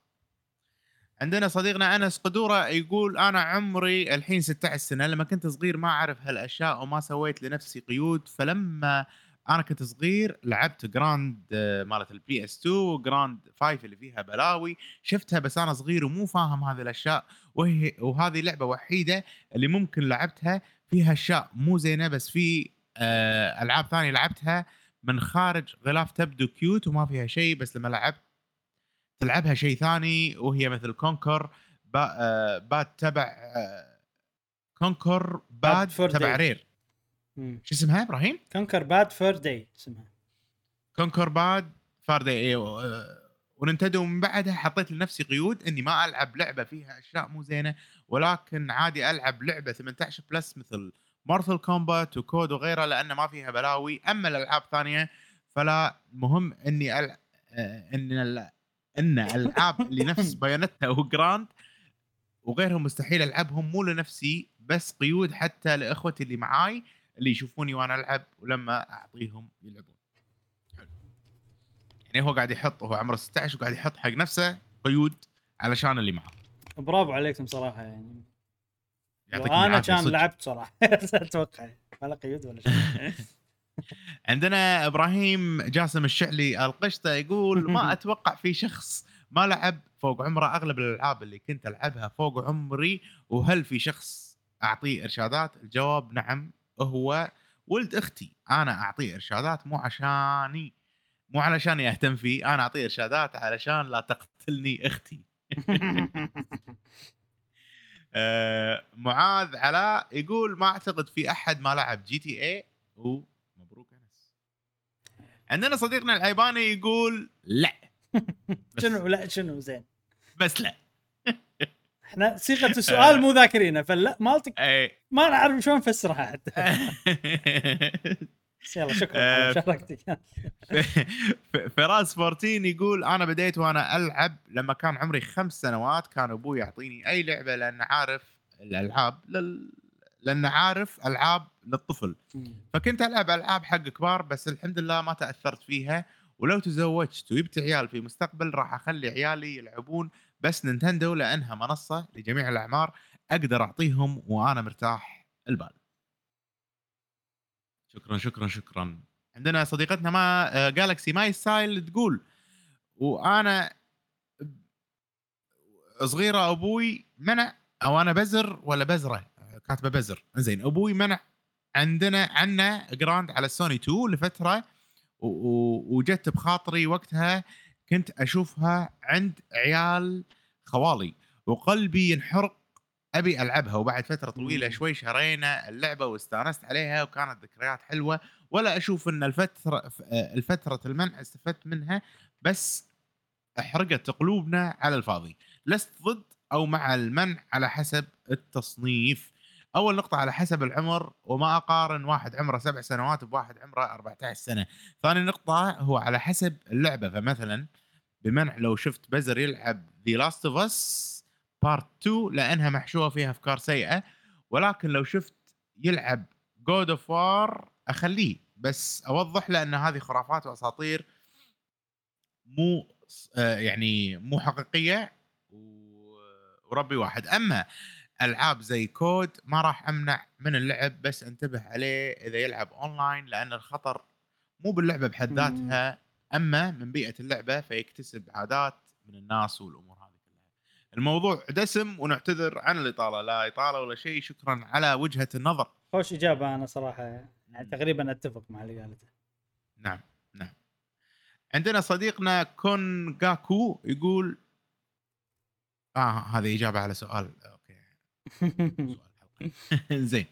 عندنا صديقنا انس قدوره يقول انا عمري الحين ستة عشر سنه، لما كنت صغير ما اعرف هالاشياء وما سويت لنفسي قيود، فلما انا كنت صغير لعبت جراند آه، مالت البي اس اتنين وجراند خمسة اللي فيها بلاوي، شفتها بس انا صغير ومو فاهم هذه الاشياء، وهي وهذه لعبه وحيده اللي ممكن لعبتها فيها اشياء مو زينه، بس في آه، العاب ثانيه لعبتها من خارج غلاف تبدو كيوت وما فيها شيء، بس لما لعبت تلعبها شيء ثاني وهي مثل كونكر با آه باد تبع آه كونكر باد باد فور تبع داي. رير. شو اسمها ابراهيم؟ كونكر باد فور داي اسمها. كونكر باد فاردي. ايوه. آه، وننتدو من بعدها حطيت لنفسي قيود اني ما العب لعبه فيها اشياء مو زينه، ولكن عادي العب لعبه ثمانية عشر بلس مثل مارثل كومبات وكود وغيرها لان ما فيها بلاوي. اما الالعاب ثانيه فلا مهم اني ألع... آه، ان ال... ان العاب اللي نفس بايونيتا وجراند وغيرهم مستحيل العبهم، مو لنفسي بس قيود حتى لاخوتي اللي معاي اللي يشوفوني وانا العب ولما اعطيهم يلعبون. حلو. يعني هو قاعد يحط، هو عمره ستة عشر وقاعد يحط حق نفسه قيود علشان اللي معاه. برافو عليكم صراحه يعني. يعطيكم وانا العافيه كان صدق. لعبت صراحه اتوقع ولا قيود ولا شيء. عندنا ابراهيم جاسم الشعلي القشطه يقول ما اتوقع في شخص ما لعب فوق عمره اغلب الالعاب اللي كنت العبها فوق عمري، وهل في شخص اعطيه ارشادات؟ الجواب نعم، هو ولد اختي. انا اعطيه ارشادات مو عشاني مو علشاني اهتم فيه، انا اعطيه ارشادات علشان لا تقتلني اختي. آه، معاذ علاء يقول ما اعتقد في احد ما لعب جي تي اي، ومبروك انس. عندنا صديقنا العيباني يقول لا. شنو لا شنو زين. بس لا. احنا صيغه السؤال مو ذاكرينه، فلا مالتك اي ما نعرف شلون نفسرها حتى. بس يلا شكرا على آه، مشاركتك. ف- فراس فورتين يقول انا بديت وانا العب لما كان عمري خمس سنوات، كان ابوي يعطيني اي لعبه لان عارف الالعاب لل... لان عارف العاب للطفل، فكنت العب العاب حق كبار، بس الحمد لله ما تاثرت فيها. ولو تزوجت وجبت عيال في المستقبل راح اخلي عيالي يلعبون بس نينتندو لانها منصه لجميع الاعمار، اقدر اعطيهم وانا مرتاح البال. شكرا شكرا شكرا. عندنا صديقتنا ما جالكسي ماي ستايل تقول وانا صغيره ابوي منع، او انا بزر ولا بزره كاتبه بزر، زين ابوي منع عندنا عنا جراند على السوني اثنين لفتره، وجت بخاطري وقتها كنت اشوفها عند عيال خوالي وقلبي ينحرق ابي العبها، وبعد فتره طويله شوي شرينا اللعبه واستانست عليها وكانت ذكريات حلوه، ولا اشوف ان الفتره الفتره المنع استفدت منها بس احرقت قلوبنا على الفاضي. لست ضد او مع المنع على حسب التصنيف. اول نقطه على حسب العمر، وما اقارن واحد عمره سبع سنوات بواحد عمره أربعة عشر سنه. ثاني نقطه هو على حسب اللعبه، فمثلا بمنع لو شفت بزر يلعب ذا لاست اوف اس بارت اثنين لانها محشوه فيها افكار سيئه، ولكن لو شفت يلعب جود اوف وار اخليه، بس اوضح له ان هذه خرافات واساطير مو آه، يعني مو حقيقيه و- وربي واحد. اما العاب زي كود ما راح امنع من اللعب، بس انتبه عليه اذا يلعب اونلاين، لان الخطر مو باللعبه بحد مم. ذاتها، اما من بيئه اللعبه، فيكتسب عادات من الناس والامور هذه كلها. الموضوع دسم، ونعتذر عن الاطاله، لا اطاله ولا شيء. شكرا على وجهه النظر. خوش اجابه، انا صراحه يعني مم. تقريبا اتفق مع اللي قالته. نعم نعم. عندنا صديقنا كونغاكو يقول اه هذه اجابه على سؤال. اوكي، سؤال الحلقه. زين.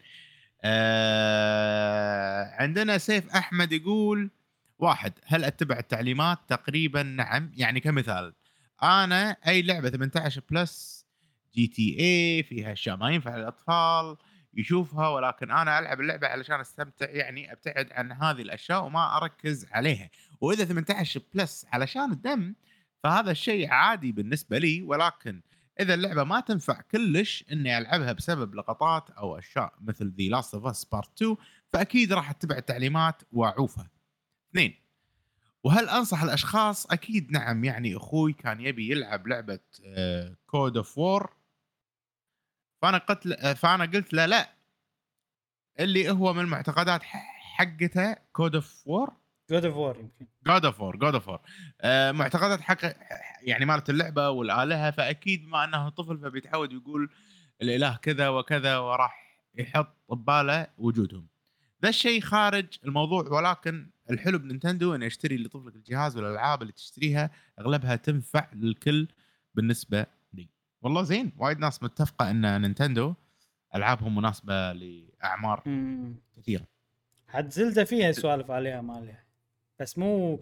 آه عندنا سيف احمد يقول واحد، هل اتبع التعليمات؟ تقريبا نعم. يعني كمثال، انا اي لعبه ثمانية عشر بلس جي تي اي فيها اشياء ما ينفع الاطفال يشوفها، ولكن انا العب اللعبه علشان استمتع، يعني ابتعد عن هذه الاشياء وما اركز عليها. واذا ثمانية عشر بلس علشان الدم، فهذا الشيء عادي بالنسبه لي، ولكن اذا اللعبه ما تنفع كلش اني العبها بسبب لقطات او اشياء مثل ذا لاست اوف اس بارت تو، فاكيد راح اتبع التعليمات واعوفها. اثنين، وهل انصح الاشخاص؟ اكيد نعم. يعني اخوي كان يبي يلعب لعبه كود اوف وور، فانا قلت له- فانا قلت له لا، اللي هو من المعتقدات ح- حقته كود اوف وور، جود اوف وور يمكن. جود اوف وور جود اوف وور معتقدات حق يعني مالت اللعبه والالهه، فاكيد ما انه طفل فبيتعود يقول الاله كذا وكذا، وراح يحط بباله وجودهم. ذا الشيء خارج الموضوع، ولكن الحلو بنينتندو انه يشتري لطفلك الجهاز، والالعاب اللي تشتريها اغلبها تنفع للكل بالنسبه لي. والله زين، وايد ناس متفقه ان نينتندو العابهم مناسبه لاعمار مم. كثيره. حد زلدة فيها سوالف عليها ما عليها، بس مو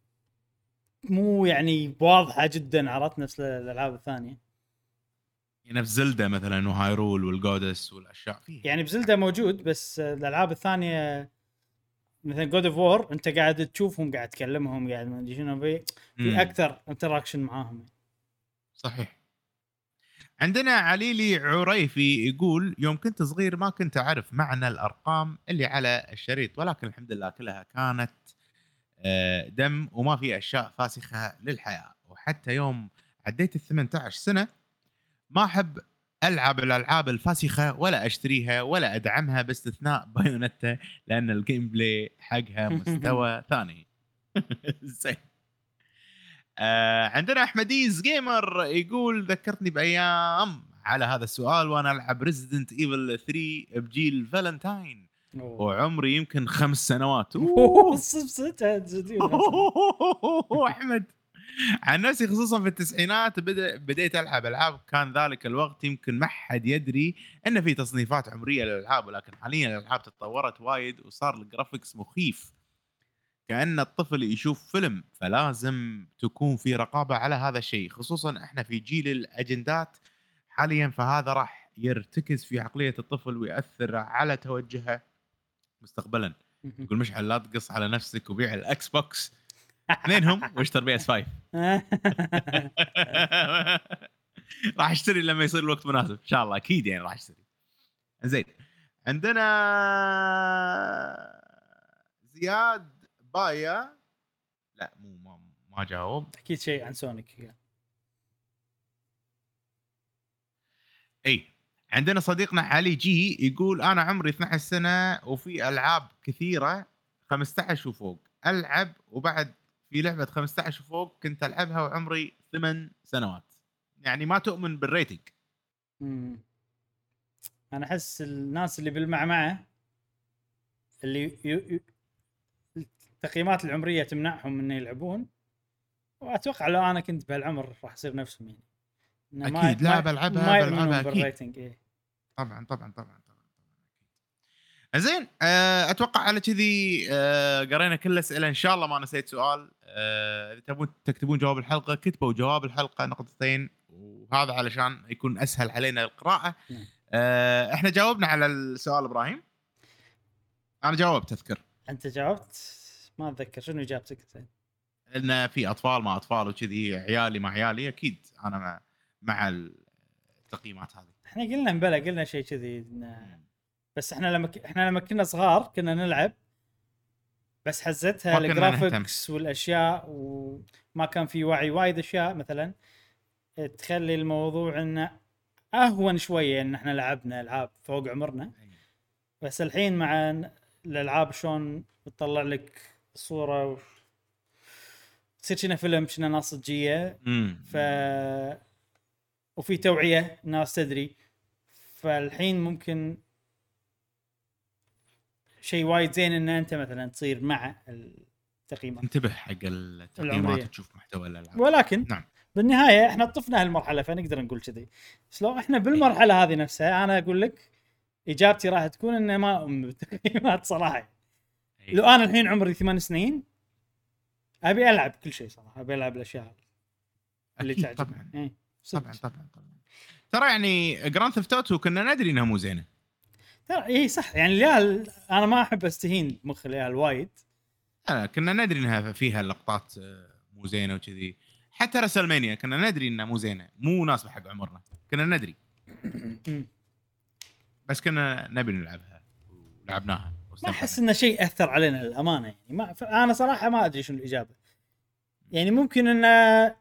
مو يعني واضحه جدا، عرفت نفس الالعاب الثانيه. يعني نفس زلدة مثلا وهايرول والجودس والاشياء فيها. يعني بزلدة موجود، بس الالعاب الثانيه مثلا جود اوف وور انت قاعد تشوفهم، قاعد تكلمهم، قاعد ما ادري شنو، في في امم اكثر انتراكشن معاهم. صحيح. عندنا عليلي عريفي يقول يوم كنت صغير ما كنت أعرف معنى الأرقام اللي على الشريط، ولكن الحمد لله كلها كانت آه، دم وما في أشياء فاسخة للحياة. وحتى يوم عديت ال ثمانية عشر سنة ما أحب ألعب الألعاب الفاسخة ولا أشتريها ولا أدعمها، باستثناء بايونيتا، لأن الجيم بلاي حقها مستوى ثاني. زين. آه عندنا احمديز جيمر يقول ذكرتني بايام على هذا السؤال وانا العب ريزيدنت ايفل ثري بجيل فالنتاين وعمري يمكن خمس سنوات. أوه. احمد، عن نفسي خصوصا في التسعينات بدأ بديت العب العاب، كان ذلك الوقت يمكن ما حد يدري ان في تصنيفات عمريه للالعاب، ولكن حاليا الالعاب تطورت وايد وصار الجرافيكس مخيف كأن الطفل يشوف فيلم، فلازم تكون في رقابة على هذا الشيء، خصوصا احنا في جيل الاجندات حاليا، فهذا راح يرتكز في عقلية الطفل ويأثر على توجهه مستقبلا. يقول مشعل لا تقص على نفسك وبيع الاكس بوكس اثنينهم واشتر بي اس خمسة. راح اشتري لما يصير الوقت مناسب ان شاء الله، اكيد يعني راح اشتري. زين. عندنا زياد بايا، لا مو ما, ما جاوب. اكيد شيء عن سونيك. اي. عندنا صديقنا علي جي يقول انا عمري اثني عشر سنه وفي العاب كثيره خمسة عشر وفوق العب، وبعد في لعبه خمسة عشر وفوق كنت العبها وعمري ثمان سنوات. يعني ما تؤمن بالريتنج. امم انا احس الناس اللي بالمعمعه اللي ي... ي... التقييمات العمريه تمنعهم من يلعبون، واتوقع لو انا كنت بهالعمر راح اصير نفسهم يعني. إنه ما اكيد لا ما بلعبها ما يؤمنون بلعبها اكيد. بالريتنج. ايه طبعا طبعا طبعا طبعا زين. آه، اتوقع على كذي آه، قرينا كل الاسئله، ان شاء الله ما نسيت سؤال. آه، اذا تبون تكتبون جواب الحلقه كتبوا جواب الحلقه نقطتين، وهذا علشان يكون اسهل علينا القراءه. نعم. آه، احنا جاوبنا على السؤال ابراهيم. انا جاوبت اذكر. انت جاوبت؟ ما اتذكر شنو اجابتك انت. ان في اطفال مع اطفال وكذي، عيالي مع عيالي، اكيد انا مع, مع التقييمات هذه. احنا قلنا بلا قلنا شيء كذي إن... بس احنا لما ك... احنا لما كنا صغار كنا نلعب بس حزتها ما كنا الجرافيكس والاشياء وما كان في وعي وايد اشياء مثلا تخلي الموضوع انه اهون شويه ان احنا لعبنا العاب فوق عمرنا. بس الحين مع الالعاب شلون بتطلع لك صوره و... تصير شنو فيلم شنو ناس صجيه امم ف وفي توعيه الناس تدري. فالحين ممكن شيء وايد زين ان انت مثلا تصير مع التقييمات انتبه حق التقييمات العمرية. وتشوف محتوى الالعاب. ولكن نعم بالنهايه احنا طفنا هالمرحله فنقدر نقول كذي. بس لو احنا بالمرحله هذه نفسها انا اقول لك اجابتي راح تكون انه ما ام بالتقييمات صراحه. أي. لو انا الحين عمري ثمان سنين ابي العب كل شيء صراحه ابي العب الاشياء اللي أكيد تعجبني. طبعا إيه، طبعا طبعا طبعا. ترى يعني جراند ثيفت اوتو كنا ندري انها مو زينه. ترى اي صح يعني اليال انا ما احب استهين مخ اليال وايد. لا كنا ندري انها فيها لقطات مو زينه وكذي. حتى رسلمانيا كنا ندري انها مو زينه مو مناسبه حق عمرنا كنا ندري. بس كنا نبي نلعبها ولعبناها. ما احس انه شيء اثر علينا للامانه يعني ما انا صراحه ما ادري شنو الاجابه. يعني ممكن انه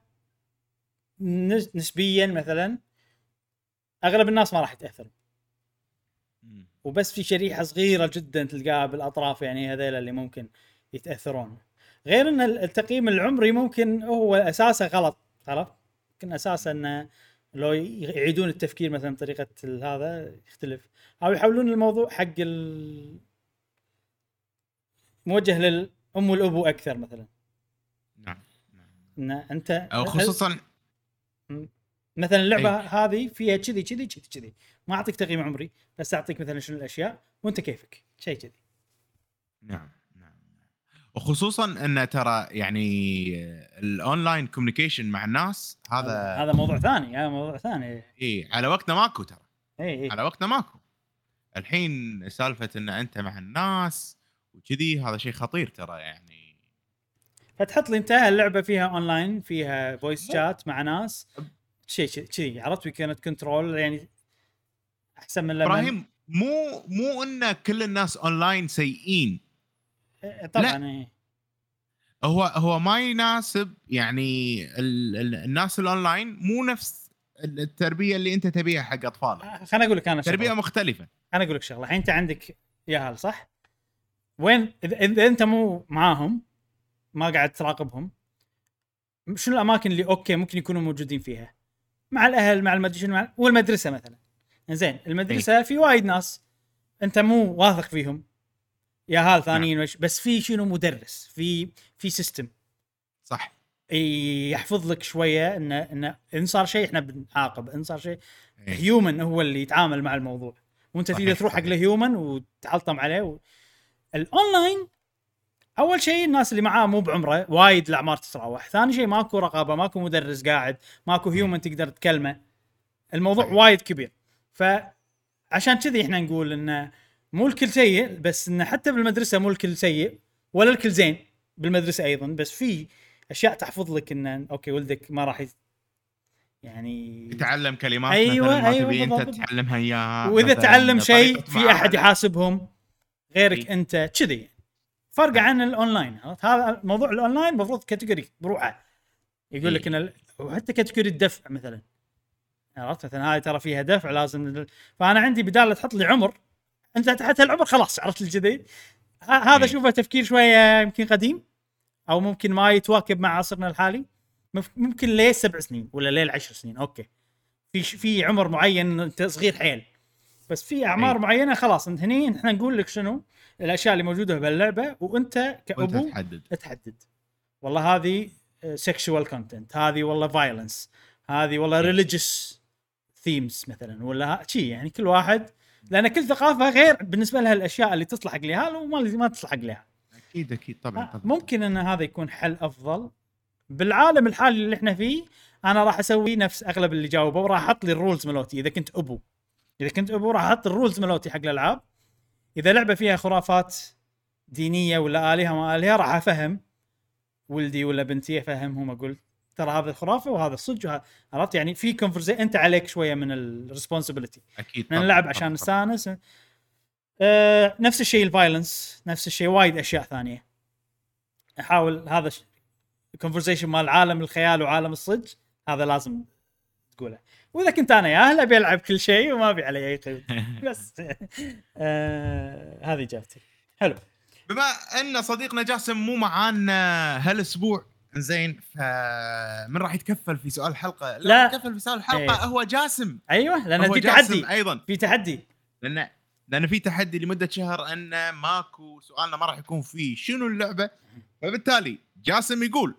نسبيا مثلا اغلب الناس ما راح يتاثروا وبس في شريحه صغيره جدا تلقاها بالاطراف يعني هذيل اللي ممكن يتاثرون. غير ان التقييم العمري ممكن هو اساسه غلط. عرفت ممكن اساسا انه لو يعيدون التفكير مثلا طريقه هذا يختلف او يحولون الموضوع حق ال... موجه للام والابو اكثر مثلا. نعم ان انت او خصوصا مثلا اللعبه أي. هذه فيها كذي كذي كذي كذي ما اعطيك تقييم عمري بس اعطيك مثلا شنو الاشياء وانت كيفك شيء كذي. نعم نعم. وخصوصا ان ترى يعني الاونلاين كوميونيكيشن مع الناس هذا هذا موضوع ثاني هذا موضوع ثاني. اي على وقتنا ماكو ترى. اي اي على وقتنا ماكو. الحين سالفه ان انت مع الناس وكذي هذا شيء خطير ترى يعني. فتحط لي انت اللعبه فيها اونلاين فيها فويس شات مع ناس شيء كذي عرفت وكانت كنترول يعني احسن من لما ابراهيم مو مو ان كل الناس اونلاين سيئين طبعا. لا. هو هو ما يناسب يعني ال ال الناس الاونلاين مو نفس التربيه اللي انت تبيها حق اطفالك. خليني اقول لك انا تربيه شغلة. مختلفه. انا اقول لك شغله الحين انت عندك ياهل صح وين اذا انت مو معاهم ما قاعد تراقبهم شنو الاماكن اللي اوكي ممكن يكونوا موجودين فيها مع الاهل مع المدرسه شنو مع والمدرسه مثلا. زين المدرسه في وايد ناس انت مو واثق فيهم يا هال ثانيين نعم. بس في شنو مدرس في في سيستم صح يحفظ لك شويه ان ان ان صار شيء احنا بنعاقب ان صار شيء هيومن هو اللي يتعامل مع الموضوع وانت تقدر تروح حق الهيومن وتعلطم عليه و... الاونلاين اول شيء الناس اللي معاه مو بعمره وايد الاعمار تتراوح. ثاني شيء ماكو رقابه ماكو مدرس قاعد ماكو هيومن تقدر تكلمه الموضوع صحيح. وايد كبير. فعشان كذي احنا نقول انه مو الكل سيء بس انه حتى بالمدرسه مو الكل سيء ولا الكل زين بالمدرسه ايضا بس في اشياء تحفظ لك ان اوكي ولدك ما راح يعني يتعلم كلمات أيوة مثلا ما أيوة تبي بالضبط. انت تعلمها اياها واذا تعلم شيء في احد يحاسبهم غيرك إيه؟ انت كذي فرق عن الاونلاين. هذا موضوع الاونلاين المفروض كاتيجوري بروحه يقول لك إيه؟ ان وحتى كاتيجوري الدفع مثلا عرفت مثلا هاي ترى فيها دفع لازم. فانا عندي بدال تحط لي عمر انت تحت العمر خلاص عرفت الجديد. هذا إيه؟ شوفه تفكير شويه يمكن قديم او ممكن ما يتواكب مع عصرنا الحالي. ممكن ليه سبع سنين ولا ليه عشر سنين اوكي في في عمر معين انت صغير حيل بس في اعمار أي. معينه خلاص انت هني احنا نقول لك شنو الاشياء اللي موجوده باللعبه وانت كابو تحدد تحدد والله هذه سيكشوال كونتنت هذه والله فايلنس هذه والله ريليجيوس ثيمز مثلا ولا شيء يعني كل واحد لان كل ثقافه غير بالنسبه لها الاشياء اللي تصلح حق لها وما ما تصلح حق لها. اكيد اكيد طبعا طبعا ممكن ان هذا يكون حل افضل بالعالم الحالي اللي احنا فيه. انا راح اسوي نفس اغلب اللي جاوبوا وراح احط لي الرولز ملوتي. اذا كنت ابو اذا كنت ابو راح احط الرولز ملوتي حق الالعاب. اذا لعبه فيها خرافات دينيه ولا الهه ما الهه راح افهم ولدي ولا بنتي افهمهم اقول ترى هذا الخرافه وهذا الصج عرفت يعني في كونفرزي انت عليك شويه من الريسبونسبيلتي اكيد من اللعب عشان نستانس. أه نفس الشيء الفايلنس نفس الشيء وايد اشياء ثانيه احاول هذا الكونفرسيشن مال عالم الخيال وعالم الصج هذا لازم تقوله. واذا كنت انا يا اهل ابي العب كل شيء وما ابي علي اي قيود بس آه هذه اجابتي. حلو. بما ان صديقنا جاسم مو معانا هالاسبوع زين، فمن راح يتكفل في سؤال الحلقه؟ لا, لا. يتكفل في سؤال الحلقه ايه. هو جاسم. ايوه لان في تحدي ايضا في تحدي لان لان في تحدي لمده شهر ان ماكو سؤالنا ما راح يكون فيه شنو اللعبه، فبالتالي جاسم يقول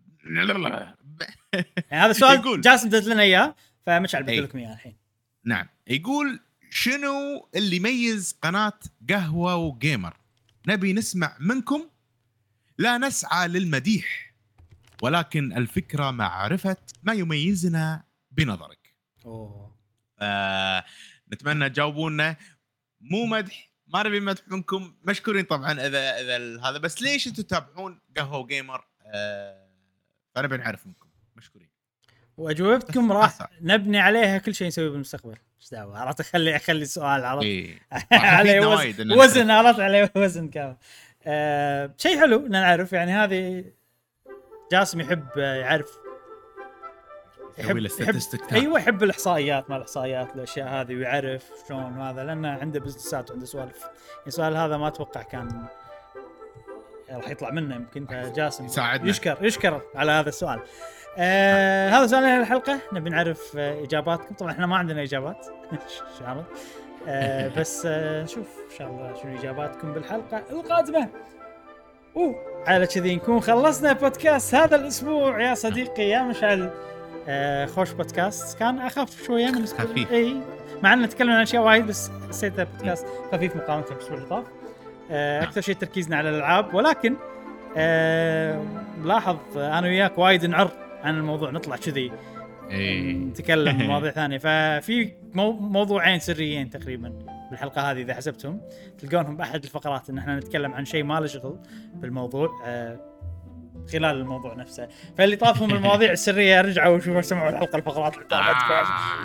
يعني هذا السؤال جاسم دز لنا اياه فمشعل بدل لكم اياه الحين. نعم يقول شنو اللي يميز قناه قهوه وجيمر؟ نبي نسمع منكم، لا نسعى للمديح ولكن الفكره معرفه ما يميزنا بنظرك. اوه آه نتمنى تجاوبونا، مو مدح، ما نبي مدح منكم، مشكورين طبعا اذا اذا هذا، بس ليش انتم تتابعون قهوه وجيمر؟ آه فنبي نعرف منكم، مشكورين. واجوبتكم راح نبني عليها كل شيء نسويه بالمستقبل. ايش دعوه؟ عرفت اخلي اخلي السؤال عرفت إيه. عليه وزن, وزن عرفت عليه وزن كامل. آه شيء حلو ان نعرف يعني. هذه جاسم يحب يعرف يحب, يحب ايوه يحب الاحصائيات ما الاحصائيات الاشياء هذه ويعرف شلون هذا لانه عنده بزنسات وعنده سوالف. السؤال هذا ما اتوقع كان راح يطلع منه، يمكن جاسم يساعدنا. يشكر يشكر على هذا السؤال. آه هذا سؤالنا الحلقه، نبي نعرف آه اجاباتكم. طبعا احنا ما عندنا اجابات ان شاء الله، آه بس آه نشوف ان شاء الله شنو اجاباتكم بالحلقه القادمه. اوه على كذي نكون خلصنا بودكاست هذا الاسبوع يا صديقي يا مشعل. آه خوش بودكاست، كان اخف شويه من خفيف، اي مع ان نتكلم عن اشياء وايد بس حسيته بودكاست خفيف مقارنه بالاسبوع اللي طاف. آه اكثر شيء تركيزنا على الالعاب، ولكن آه ملاحظ انا وياك وايد نعر عن الموضوع، نطلع كذي ايه نتكلم مواضيع ثانيه. ففي مو موضوعين سريين تقريبا بالحلقه هذه اذا حسبتهم تلقونهم باحد الفقرات ان احنا نتكلم عن شيء ما له شغل بالموضوع آه خلال الموضوع نفسه. فاللي طافهم المواضيع السريه رجعوا وشوفوا سمعوا الحلقه الفقرات اللي طافت.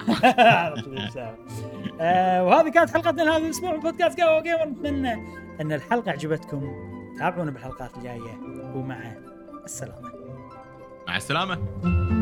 آه وهذه كانت حلقتنا لهذا الاسبوع من بودكاست قهوه جيمر. نتمنى ان الحلقه عجبتكم، تابعونا بالحلقات الجايه ومع السلامه. مع السلامه.